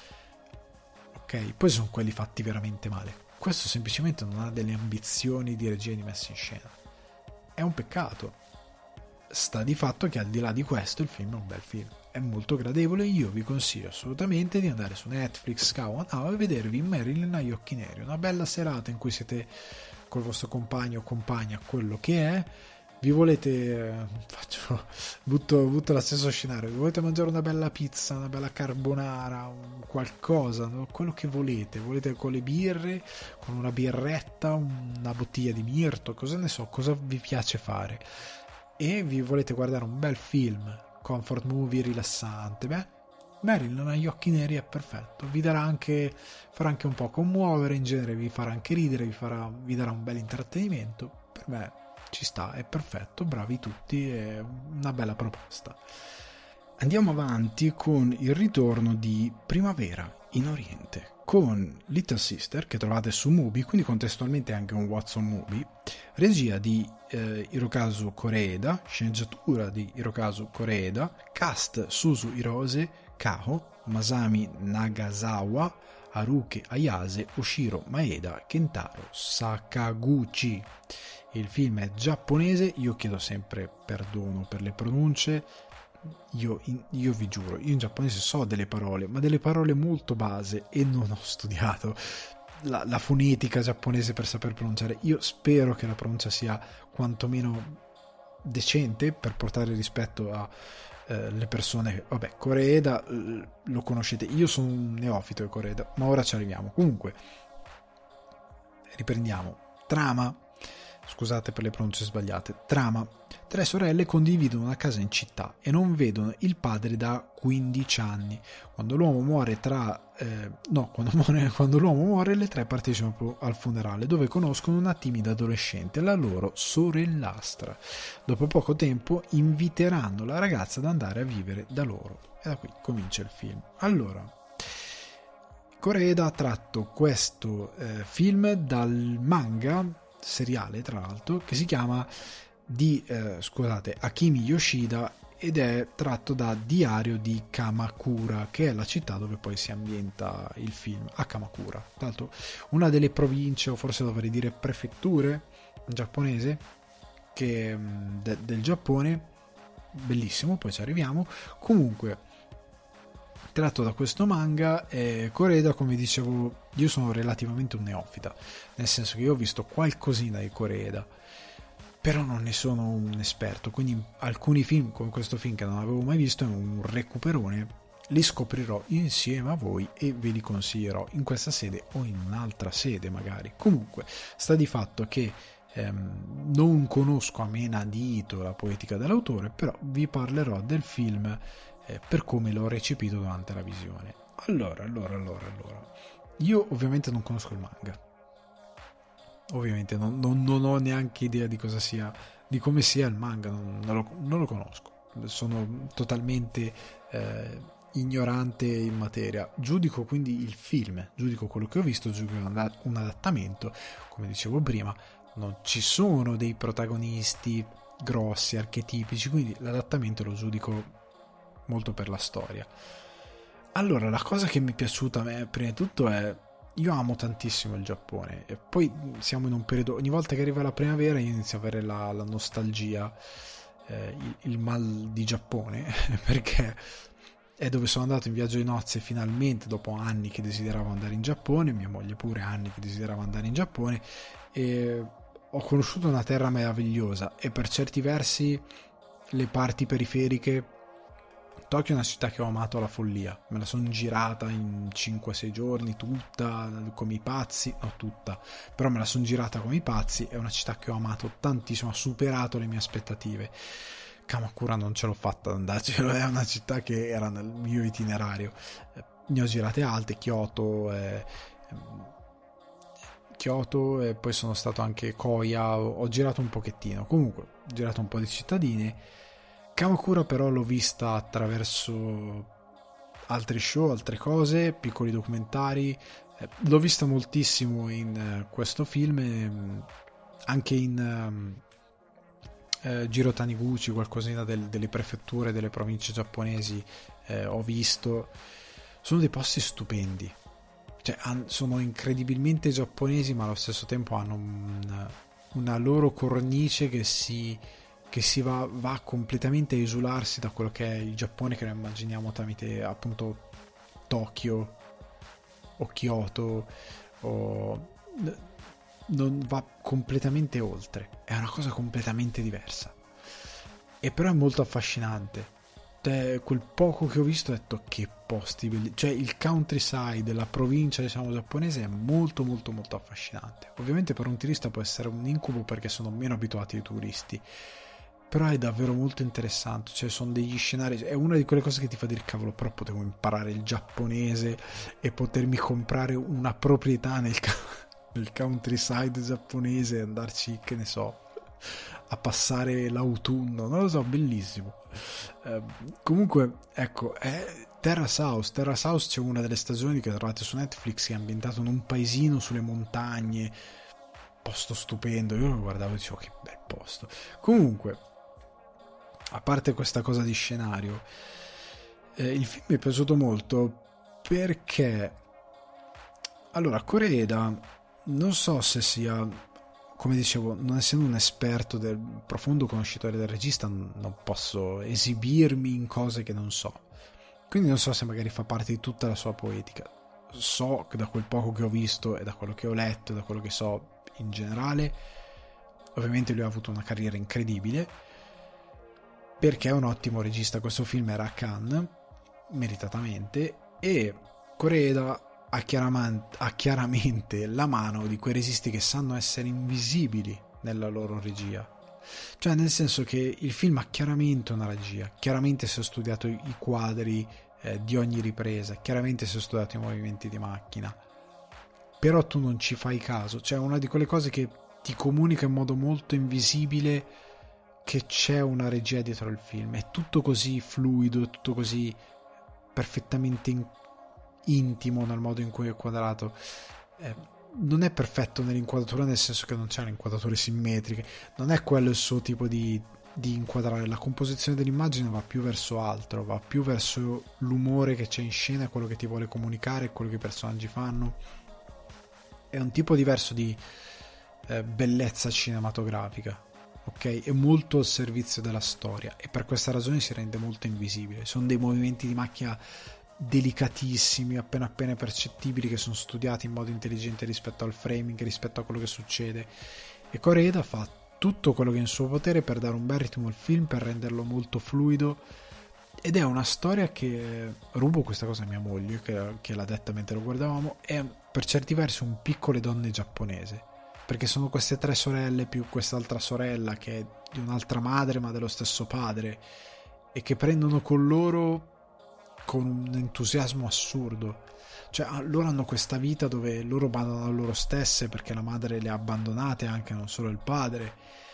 Ok, poi sono quelli fatti veramente male. Questo semplicemente non ha delle ambizioni di regia di messa in scena. È un peccato. Sta di fatto che al di là di questo il film è un bel film, è molto gradevole. Io vi consiglio assolutamente di andare su Netflix, e vedervi Marilyn agli occhi neri, una bella serata in cui siete col vostro compagno o compagna, quello che è, vi volete butto lo stesso scenario, vi volete mangiare una bella pizza, una bella carbonara, qualcosa, no? Quello che volete con le birre, con una birretta, una bottiglia di mirto, cosa ne so, cosa vi piace fare, e vi volete guardare un bel film, comfort movie rilassante, Marilyn agli occhi neri è perfetto, farà anche un po' commuovere, in genere vi farà anche ridere, vi darà un bel intrattenimento. Per me ci sta, è perfetto, bravi tutti, è una bella proposta. Andiamo avanti con il ritorno di Primavera in Oriente con Little Sister, che trovate su Mubi, quindi contestualmente anche un Watson Movie, regia di Hirokazu Koreeda, sceneggiatura di Hirokazu Koreeda, cast Suzu Hirose, Kaho, Masami Nagasawa, Haruki Ayase, Oshiro Maeda, Kentaro Sakaguchi. Il film è giapponese, io chiedo sempre perdono per le pronunce, io vi giuro, io in giapponese so delle parole, ma delle parole molto base, e non ho studiato la fonetica giapponese per saper pronunciare. Io spero che la pronuncia sia quantomeno decente per portare rispetto a le persone. Vabbè, Koreeda lo conoscete, io sono un neofito di Koreeda, ma ora ci arriviamo. Comunque riprendiamo. Trama: scusate per le pronunce sbagliate. Trama: 3 sorelle condividono una casa in città e non vedono il padre da 15 anni. Quando l'uomo muore quando l'uomo muore, le 3 partecipano al funerale, dove conoscono una timida adolescente, la loro sorellastra. Dopo poco tempo inviteranno la ragazza ad andare a vivere da loro. E da qui comincia il film. Allora, Koreeda ha tratto questo film dal manga seriale, tra l'altro, che si chiama Akimi Yoshida, ed è tratto da Diario di Kamakura, che è la città dove poi si ambienta il film, a Kamakura, tra l'altro una delle province, o forse dovrei dire prefetture giapponese del Giappone, bellissimo, poi ci arriviamo. Comunque, tratto da questo manga, Koreeda, come dicevo, io sono relativamente un neofita, nel senso che io ho visto qualcosina di Koreeda, però non ne sono un esperto, quindi alcuni film come questo film che non avevo mai visto è un recuperone, li scoprirò insieme a voi e ve li consiglierò in questa sede o in un'altra sede magari. Comunque sta di fatto che non conosco a menadito la poetica dell'autore, però vi parlerò del film per come l'ho recepito durante la visione. Allora, io ovviamente non conosco il manga, ovviamente non ho neanche idea di cosa sia, di come sia il manga, non lo conosco, sono totalmente ignorante in materia. Giudico quindi il film, giudico quello che ho visto, giudico un adattamento. Come dicevo prima, non ci sono dei protagonisti grossi, archetipici, quindi l'adattamento lo giudico molto per la storia. Allora, la cosa che mi è piaciuta a me prima di tutto è, io amo tantissimo il Giappone, e poi siamo in un periodo, ogni volta che arriva la primavera io inizio a avere la nostalgia, il mal di Giappone perché è dove sono andato in viaggio di nozze finalmente, dopo anni che desideravo andare in Giappone, mia moglie pure anni che desiderava andare in Giappone, e ho conosciuto una terra meravigliosa, e per certi versi le parti periferiche. Tokyo è una città che ho amato alla follia, me la sono girata in 5-6 giorni tutta come i pazzi, no tutta, però me la sono girata come i pazzi, è una città che ho amato tantissimo, ha superato le mie aspettative. Kamakura non ce l'ho fatta ad andarci, è una città che era nel mio itinerario, ne ho girate alte, Kyoto e poi sono stato anche Koya, ho girato un pochettino, comunque ho girato un po' di cittadine. Kamakura però l'ho vista attraverso altri show, altre cose, piccoli documentari, l'ho vista moltissimo in questo film, anche in Jiro Taniguchi, qualcosina delle prefetture, delle province giapponesi, ho visto. Sono dei posti stupendi, cioè sono incredibilmente giapponesi, ma allo stesso tempo hanno una loro cornice che va completamente a esularsi da quello che è il Giappone che noi immaginiamo tramite appunto Tokyo o Kyoto, non va completamente oltre, è una cosa completamente diversa, e però è molto affascinante. Quel poco che ho visto ho detto che posti belli, cioè il countryside, la provincia diciamo giapponese è molto molto molto affascinante. Ovviamente per un turista può essere un incubo perché sono meno abituati ai turisti, però è davvero molto interessante, cioè sono degli scenari, è una di quelle cose che ti fa dire cavolo, però potevo imparare il giapponese e potermi comprare una proprietà nel countryside giapponese e andarci, che ne so, a passare l'autunno, non lo so, bellissimo. Comunque ecco, Terrace House c'è una delle stagioni che trovate su Netflix, che è ambientato in un paesino sulle montagne, posto stupendo, io lo guardavo e dicevo che bel posto. Comunque, a parte questa cosa di scenario, il film mi è piaciuto molto perché, allora, Koreeda non so se sia, come dicevo, non essendo un esperto del profondo conoscitore del regista, non posso esibirmi in cose che non so, quindi non so se magari fa parte di tutta la sua poetica. So che da quel poco che ho visto e da quello che ho letto e da quello che so in generale, ovviamente lui ha avuto una carriera incredibile perché è un ottimo regista. Questo film era a Cannes meritatamente, e Koreeda ha chiaramente la mano di quei registi che sanno essere invisibili nella loro regia. Cioè, nel senso che il film ha chiaramente una regia, chiaramente si è studiato i quadri di ogni ripresa, chiaramente si è studiato i movimenti di macchina, però tu non ci fai caso. Cioè, una di quelle cose che ti comunica in modo molto invisibile che c'è una regia dietro il film. È tutto così fluido, è tutto così perfettamente intimo nel modo in cui è quadrato. Non è perfetto nell'inquadratura, nel senso che non c'è inquadrature simmetriche, non è quello il suo tipo di inquadrare. La composizione dell'immagine va più verso altro, va più verso l'umore che c'è in scena, quello che ti vuole comunicare, quello che i personaggi fanno. È un tipo diverso di bellezza cinematografica, ok? È molto al servizio della storia e per questa ragione si rende molto invisibile. Sono dei movimenti di macchina delicatissimi, appena percettibili, che sono studiati in modo intelligente rispetto al framing, rispetto a quello che succede, e Koreeda fa tutto quello che è in suo potere per dare un bel ritmo al film, per renderlo molto fluido. Ed è una storia che, rubo questa cosa a mia moglie che l'ha detta mentre lo guardavamo, è per certi versi un Piccole donne giapponese, perché sono queste 3 sorelle più quest'altra sorella che è di un'altra madre ma dello stesso padre, e che prendono con loro con un entusiasmo assurdo. Cioè, loro hanno questa vita dove loro badano a loro stesse perché la madre le ha abbandonate, anche non solo il padre,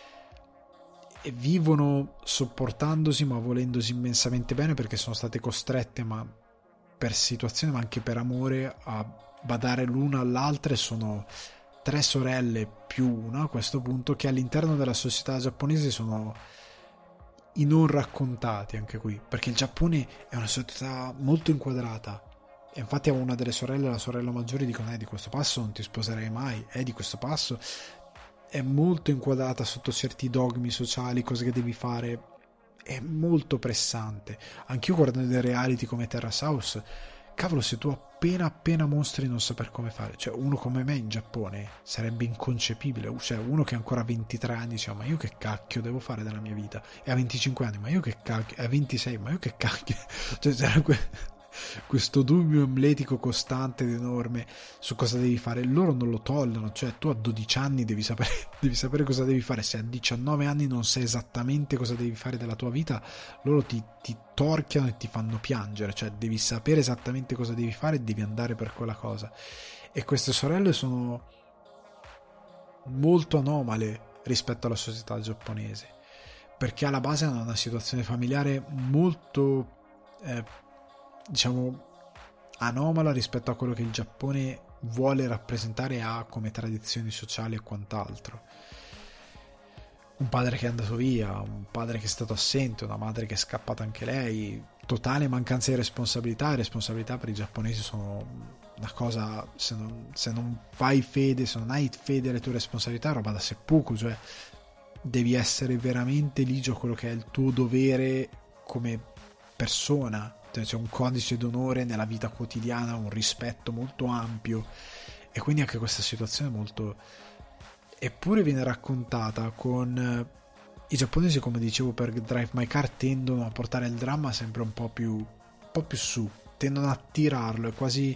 e vivono sopportandosi ma volendosi immensamente bene, perché sono state costrette, ma per situazione ma anche per amore, a badare l'una all'altra. E sono 3 sorelle più una a questo punto, che all'interno della società giapponese sono i non raccontati, anche qui, perché il Giappone è una società molto inquadrata, e infatti a una delle sorelle, la sorella maggiore, dicono di questo passo non ti sposerei mai, di questo passo. È molto inquadrata sotto certi dogmi sociali, cose che devi fare, è molto pressante. Anch'io guardando dei reality come Terrace House, cavolo, se tu appena mostri non saper come fare, cioè uno come me in Giappone sarebbe inconcepibile. Cioè, uno che ancora ha 23 anni dice: ma io che cacchio devo fare della mia vita? E a 25 anni, ma io che cacchio? E a 26, ma io che cacchio? Cioè, c'era questo dubbio amletico costante ed enorme su cosa devi fare. Loro non lo tollerano. Cioè, tu a 12 anni devi sapere cosa devi fare. Se a 19 anni non sai esattamente cosa devi fare della tua vita, loro ti torchiano e ti fanno piangere. Cioè, devi sapere esattamente cosa devi fare e devi andare per quella cosa. E queste sorelle sono molto anomale rispetto alla società giapponese, perché alla base hanno una situazione familiare molto diciamo anomala rispetto a quello che il Giappone vuole rappresentare, ha come tradizioni sociali e quant'altro. Un padre che è andato via, un padre che è stato assente, una madre che è scappata anche lei, totale mancanza di responsabilità. E responsabilità per i giapponesi sono una cosa, se non fai fede, se non hai fede alle tue responsabilità, roba da seppuku. Cioè, devi essere veramente ligio a quello che è il tuo dovere come persona. C'è un codice d'onore nella vita quotidiana, un rispetto molto ampio, e quindi anche questa situazione molto, eppure viene raccontata con i giapponesi, come dicevo per Drive My Car, tendono a portare il dramma sempre un po' più su, tendono a tirarlo. È quasi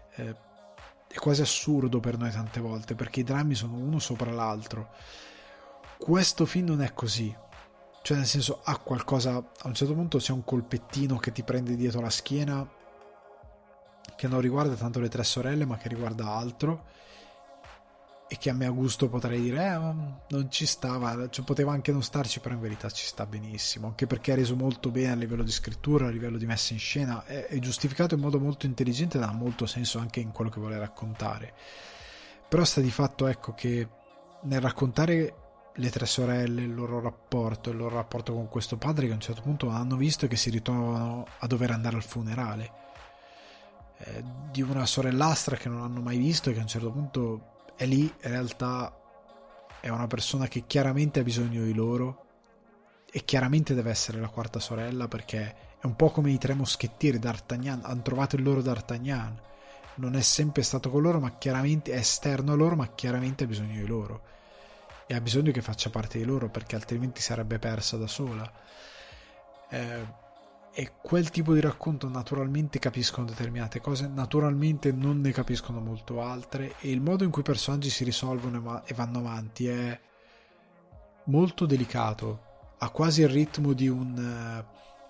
assurdo per noi tante volte, perché i drammi sono uno sopra l'altro. Questo film non è così. Cioè, nel senso, ha qualcosa, a un certo punto c'è un colpettino che ti prende dietro la schiena, che non riguarda tanto le 3 sorelle ma che riguarda altro, e che a me a gusto potrei dire non ci stava, cioè, poteva anche non starci, però in verità ci sta benissimo, anche perché è reso molto bene a livello di scrittura, a livello di messa in scena, è giustificato in modo molto intelligente, dà molto senso anche in quello che vuole raccontare. Però sta di fatto, ecco, che nel raccontare le 3 sorelle, il loro rapporto con questo padre, che a un certo punto non hanno visto, e che si ritrovano a dover andare al funerale di una sorellastra che non hanno mai visto, e che a un certo punto è lì. In realtà è una persona che chiaramente ha bisogno di loro, e chiaramente deve essere la quarta sorella, perché è un po' come i 3 moschettieri. D'Artagnan, hanno trovato il loro D'Artagnan, non è sempre stato con loro, ma chiaramente è esterno a loro, ma chiaramente ha bisogno di loro, e ha bisogno che faccia parte di loro, perché altrimenti sarebbe persa da sola. E quel tipo di racconto, naturalmente capiscono determinate cose, naturalmente non ne capiscono molto altre, e il modo in cui i personaggi si risolvono e vanno avanti è molto delicato, ha quasi il ritmo di un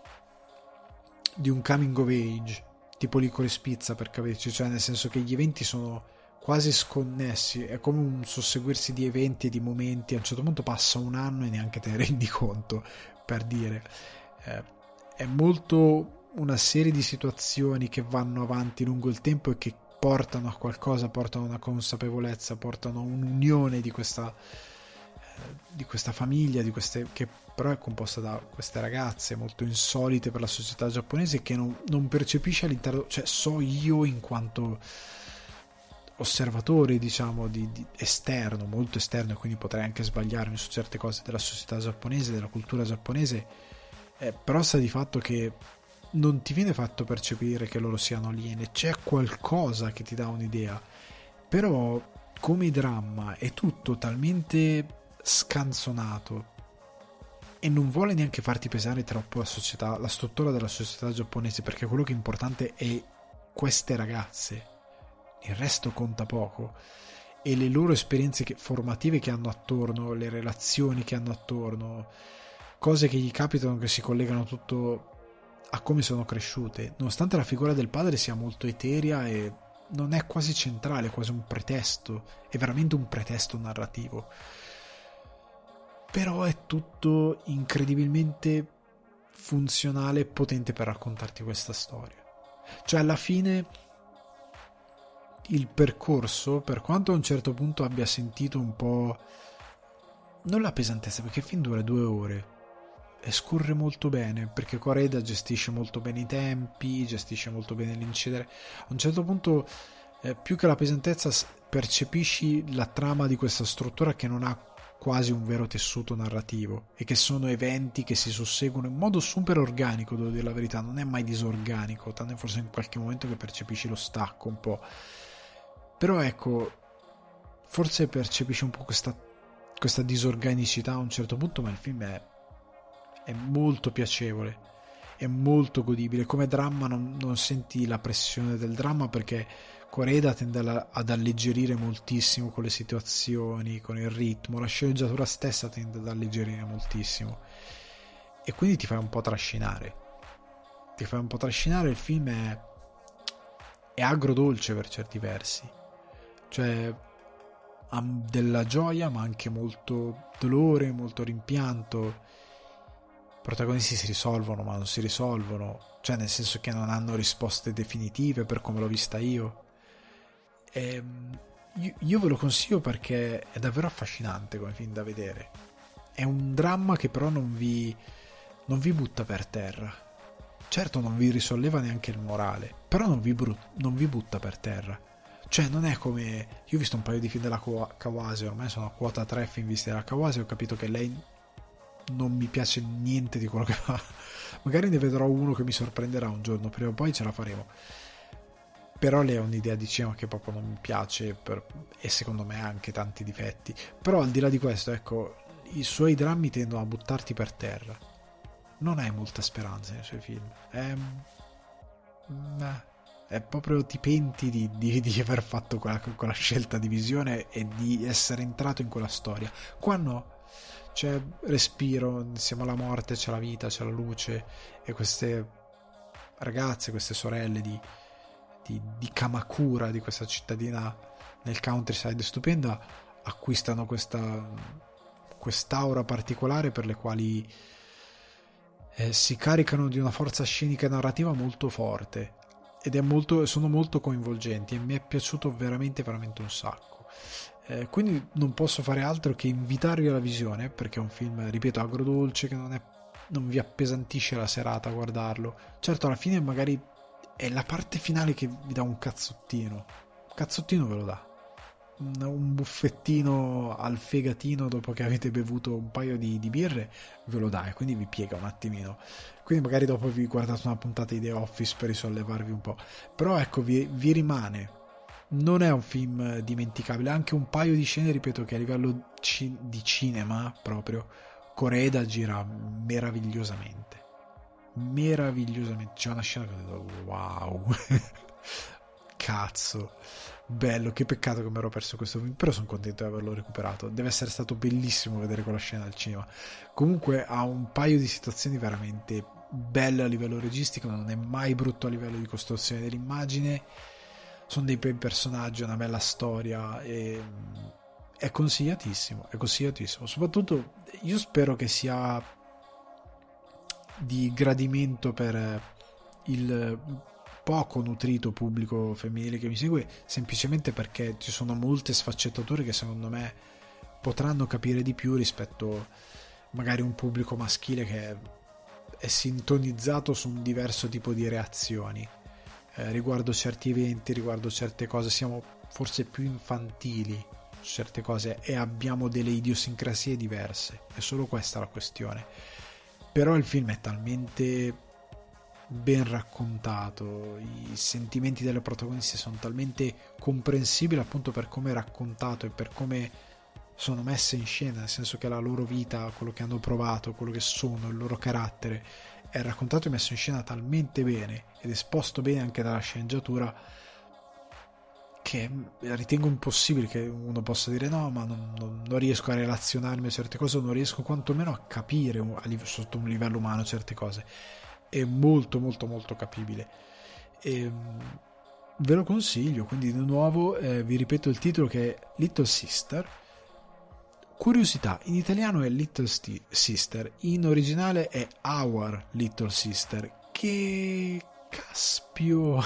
coming of age, tipo Licorice Pizza, per capirci, cioè nel senso che gli eventi sono quasi sconnessi, è come un susseguirsi di eventi e di momenti, a un certo punto passa un anno e neanche te ne rendi conto, per dire. È molto una serie di situazioni che vanno avanti lungo il tempo e che portano a qualcosa, portano a una consapevolezza, portano a un'unione di questa famiglia, che però è composta da queste ragazze molto insolite per la società giapponese, che non percepisce all'interno, cioè so io in quanto osservatore, diciamo, di esterno, molto esterno, e quindi potrei anche sbagliarmi su certe cose della società giapponese, della cultura giapponese, però sta di fatto che non ti viene fatto percepire che loro siano aliene, c'è qualcosa che ti dà un'idea, però come dramma è tutto talmente scanzonato e non vuole neanche farti pesare troppo la struttura della società giapponese, perché quello che è importante è queste ragazze, il resto conta poco, e le loro esperienze formative che hanno attorno, le relazioni che hanno attorno, cose che gli capitano che si collegano tutto a come sono cresciute, nonostante la figura del padre sia molto eterea e non è quasi centrale, è quasi un pretesto, è veramente un pretesto narrativo, però è tutto incredibilmente funzionale e potente per raccontarti questa storia. Cioè alla fine il percorso, per quanto a un certo punto abbia sentito un po', non la pesantezza, perché il film dura 2 ore e scorre molto bene, perché Koreda gestisce molto bene i tempi, gestisce molto bene l'incedere, a un certo punto più che la pesantezza percepisci la trama di questa struttura che non ha quasi un vero tessuto narrativo e che sono eventi che si susseguono in modo super organico, devo dire la verità, non è mai disorganico, tranne forse in qualche momento che percepisci lo stacco un po', però ecco, forse percepisci un po' questa disorganicità a un certo punto, ma il film è molto piacevole, è molto godibile. Come dramma non senti la pressione del dramma, perché Koreda tende ad alleggerire moltissimo con le situazioni, con il ritmo, la sceneggiatura stessa tende ad alleggerire moltissimo e quindi ti fai un po' trascinare. Il film è agrodolce per certi versi, cioè ha della gioia ma anche molto dolore, molto rimpianto. I protagonisti si risolvono ma non si risolvono, cioè nel senso che non hanno risposte definitive per come l'ho vista io. E io ve lo consiglio perché è davvero affascinante come film da vedere. È un dramma che però non vi butta per terra. Certo non vi risolleva neanche il morale, però non vi butta per terra. Cioè non è come, io ho visto un paio di film della Kawase, ormai sono a quota 3 film visti della Kawase, ho capito che lei non mi piace niente di quello che fa. Magari ne vedrò uno che mi sorprenderà un giorno, prima o poi ce la faremo, però lei ha un'idea di cinema che proprio non mi piace e secondo me ha anche tanti difetti. Però al di là di questo, ecco, i suoi drammi tendono a buttarti per terra, non hai molta speranza nei suoi film, è proprio, ti penti di aver fatto quella scelta di visione e di essere entrato in quella storia. Qua no, c'è respiro, insieme alla morte c'è la vita, c'è la luce, e queste ragazze, queste sorelle di Kamakura, di questa cittadina nel countryside stupenda, acquistano quest'aura particolare per le quali si caricano di una forza scenica e narrativa molto forte, ed sono molto coinvolgenti, e mi è piaciuto veramente veramente un sacco. Quindi non posso fare altro che invitarvi alla visione, perché è un film, ripeto, agrodolce, che non vi appesantisce la serata a guardarlo. Certo, alla fine magari è la parte finale che vi dà un cazzottino ve lo dà, un buffettino al fegatino dopo che avete bevuto un paio di birre, ve lo dà, e quindi vi piega un attimino. Quindi magari dopo vi guardate una puntata di The Office per risollevarvi un po', però ecco, vi rimane. Non è un film dimenticabile, anche un paio di scene, ripeto, che a livello di cinema proprio Koreda gira meravigliosamente. C'è una scena che ho detto wow cazzo, bello, che peccato che mi ero perso questo film, però sono contento di averlo recuperato. Deve essere stato bellissimo vedere quella scena al cinema. Comunque ha un paio di situazioni veramente belle a livello registico, non è mai brutto a livello di costruzione dell'immagine, sono dei bei personaggi, una bella storia, e è consigliatissimo, soprattutto io spero che sia di gradimento per il poco nutrito pubblico femminile che mi segue, semplicemente perché ci sono molte sfaccettature che secondo me potranno capire di più rispetto magari un pubblico maschile che è sintonizzato su un diverso tipo di reazioni riguardo certi eventi, riguardo certe cose. Siamo forse più infantili su certe cose e abbiamo delle idiosincrasie diverse, è solo questa la questione. Però il film è talmente ben raccontato, i sentimenti delle protagoniste sono talmente comprensibili appunto per come è raccontato e per come sono messe in scena, nel senso che la loro vita, quello che hanno provato, quello che sono, il loro carattere è raccontato e messo in scena talmente bene ed esposto bene anche dalla sceneggiatura, che ritengo impossibile che uno possa dire no, ma non riesco a relazionarmi a certe cose, non riesco quantomeno a capire sotto un livello umano certe cose. È molto molto molto capibile e ve lo consiglio. Quindi di nuovo vi ripeto il titolo, che è Little Sister. Curiosità, in italiano è Little Sister, in originale è Our Little Sister. Che caspio,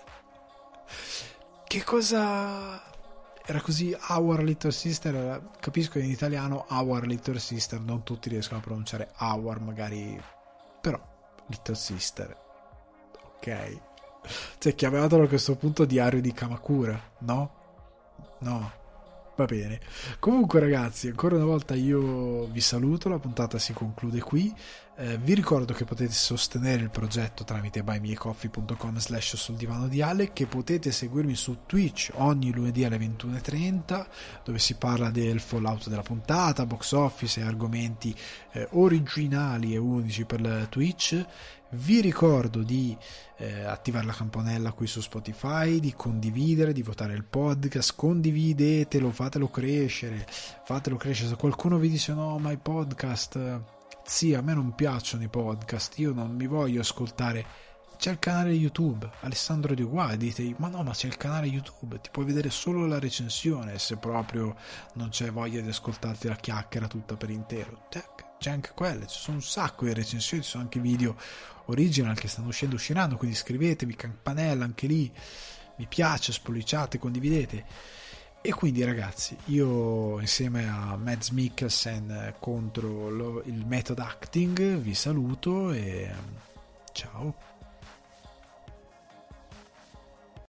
che cosa era così? Our Little Sister, capisco che in italiano Our Little Sister non tutti riescono a pronunciare Our, magari, però Little Sister, ok, cioè chiamatelo a questo punto Diario di Kamakura, no, va bene. Comunque ragazzi, ancora una volta io vi saluto, la puntata si conclude qui. Vi ricordo che potete sostenere il progetto tramite buymeacoffee.com/sul divano di Ale, che potete seguirmi su Twitch ogni lunedì alle 21:30, dove si parla del fallout della puntata, box office e argomenti originali e unici per Twitch. Vi ricordo di attivare la campanella qui su Spotify, di condividere, di votare il podcast, condividetelo, fatelo crescere. Se qualcuno vi dice no, ma i podcast, sì, a me non piacciono i podcast, io non mi voglio ascoltare, c'è il canale YouTube Alessandro De Guai, dite ma no, ma c'è il canale YouTube, ti puoi vedere solo la recensione se proprio non c'è voglia di ascoltarti la chiacchiera tutta per intero. C'è anche quelle, ci sono un sacco di recensioni, ci sono anche video original che stanno usciranno, quindi iscrivetevi, campanella anche lì, mi piace, spolliciate, condividete. E quindi ragazzi, io insieme a Mads Mikkelsen contro il method acting vi saluto e ciao.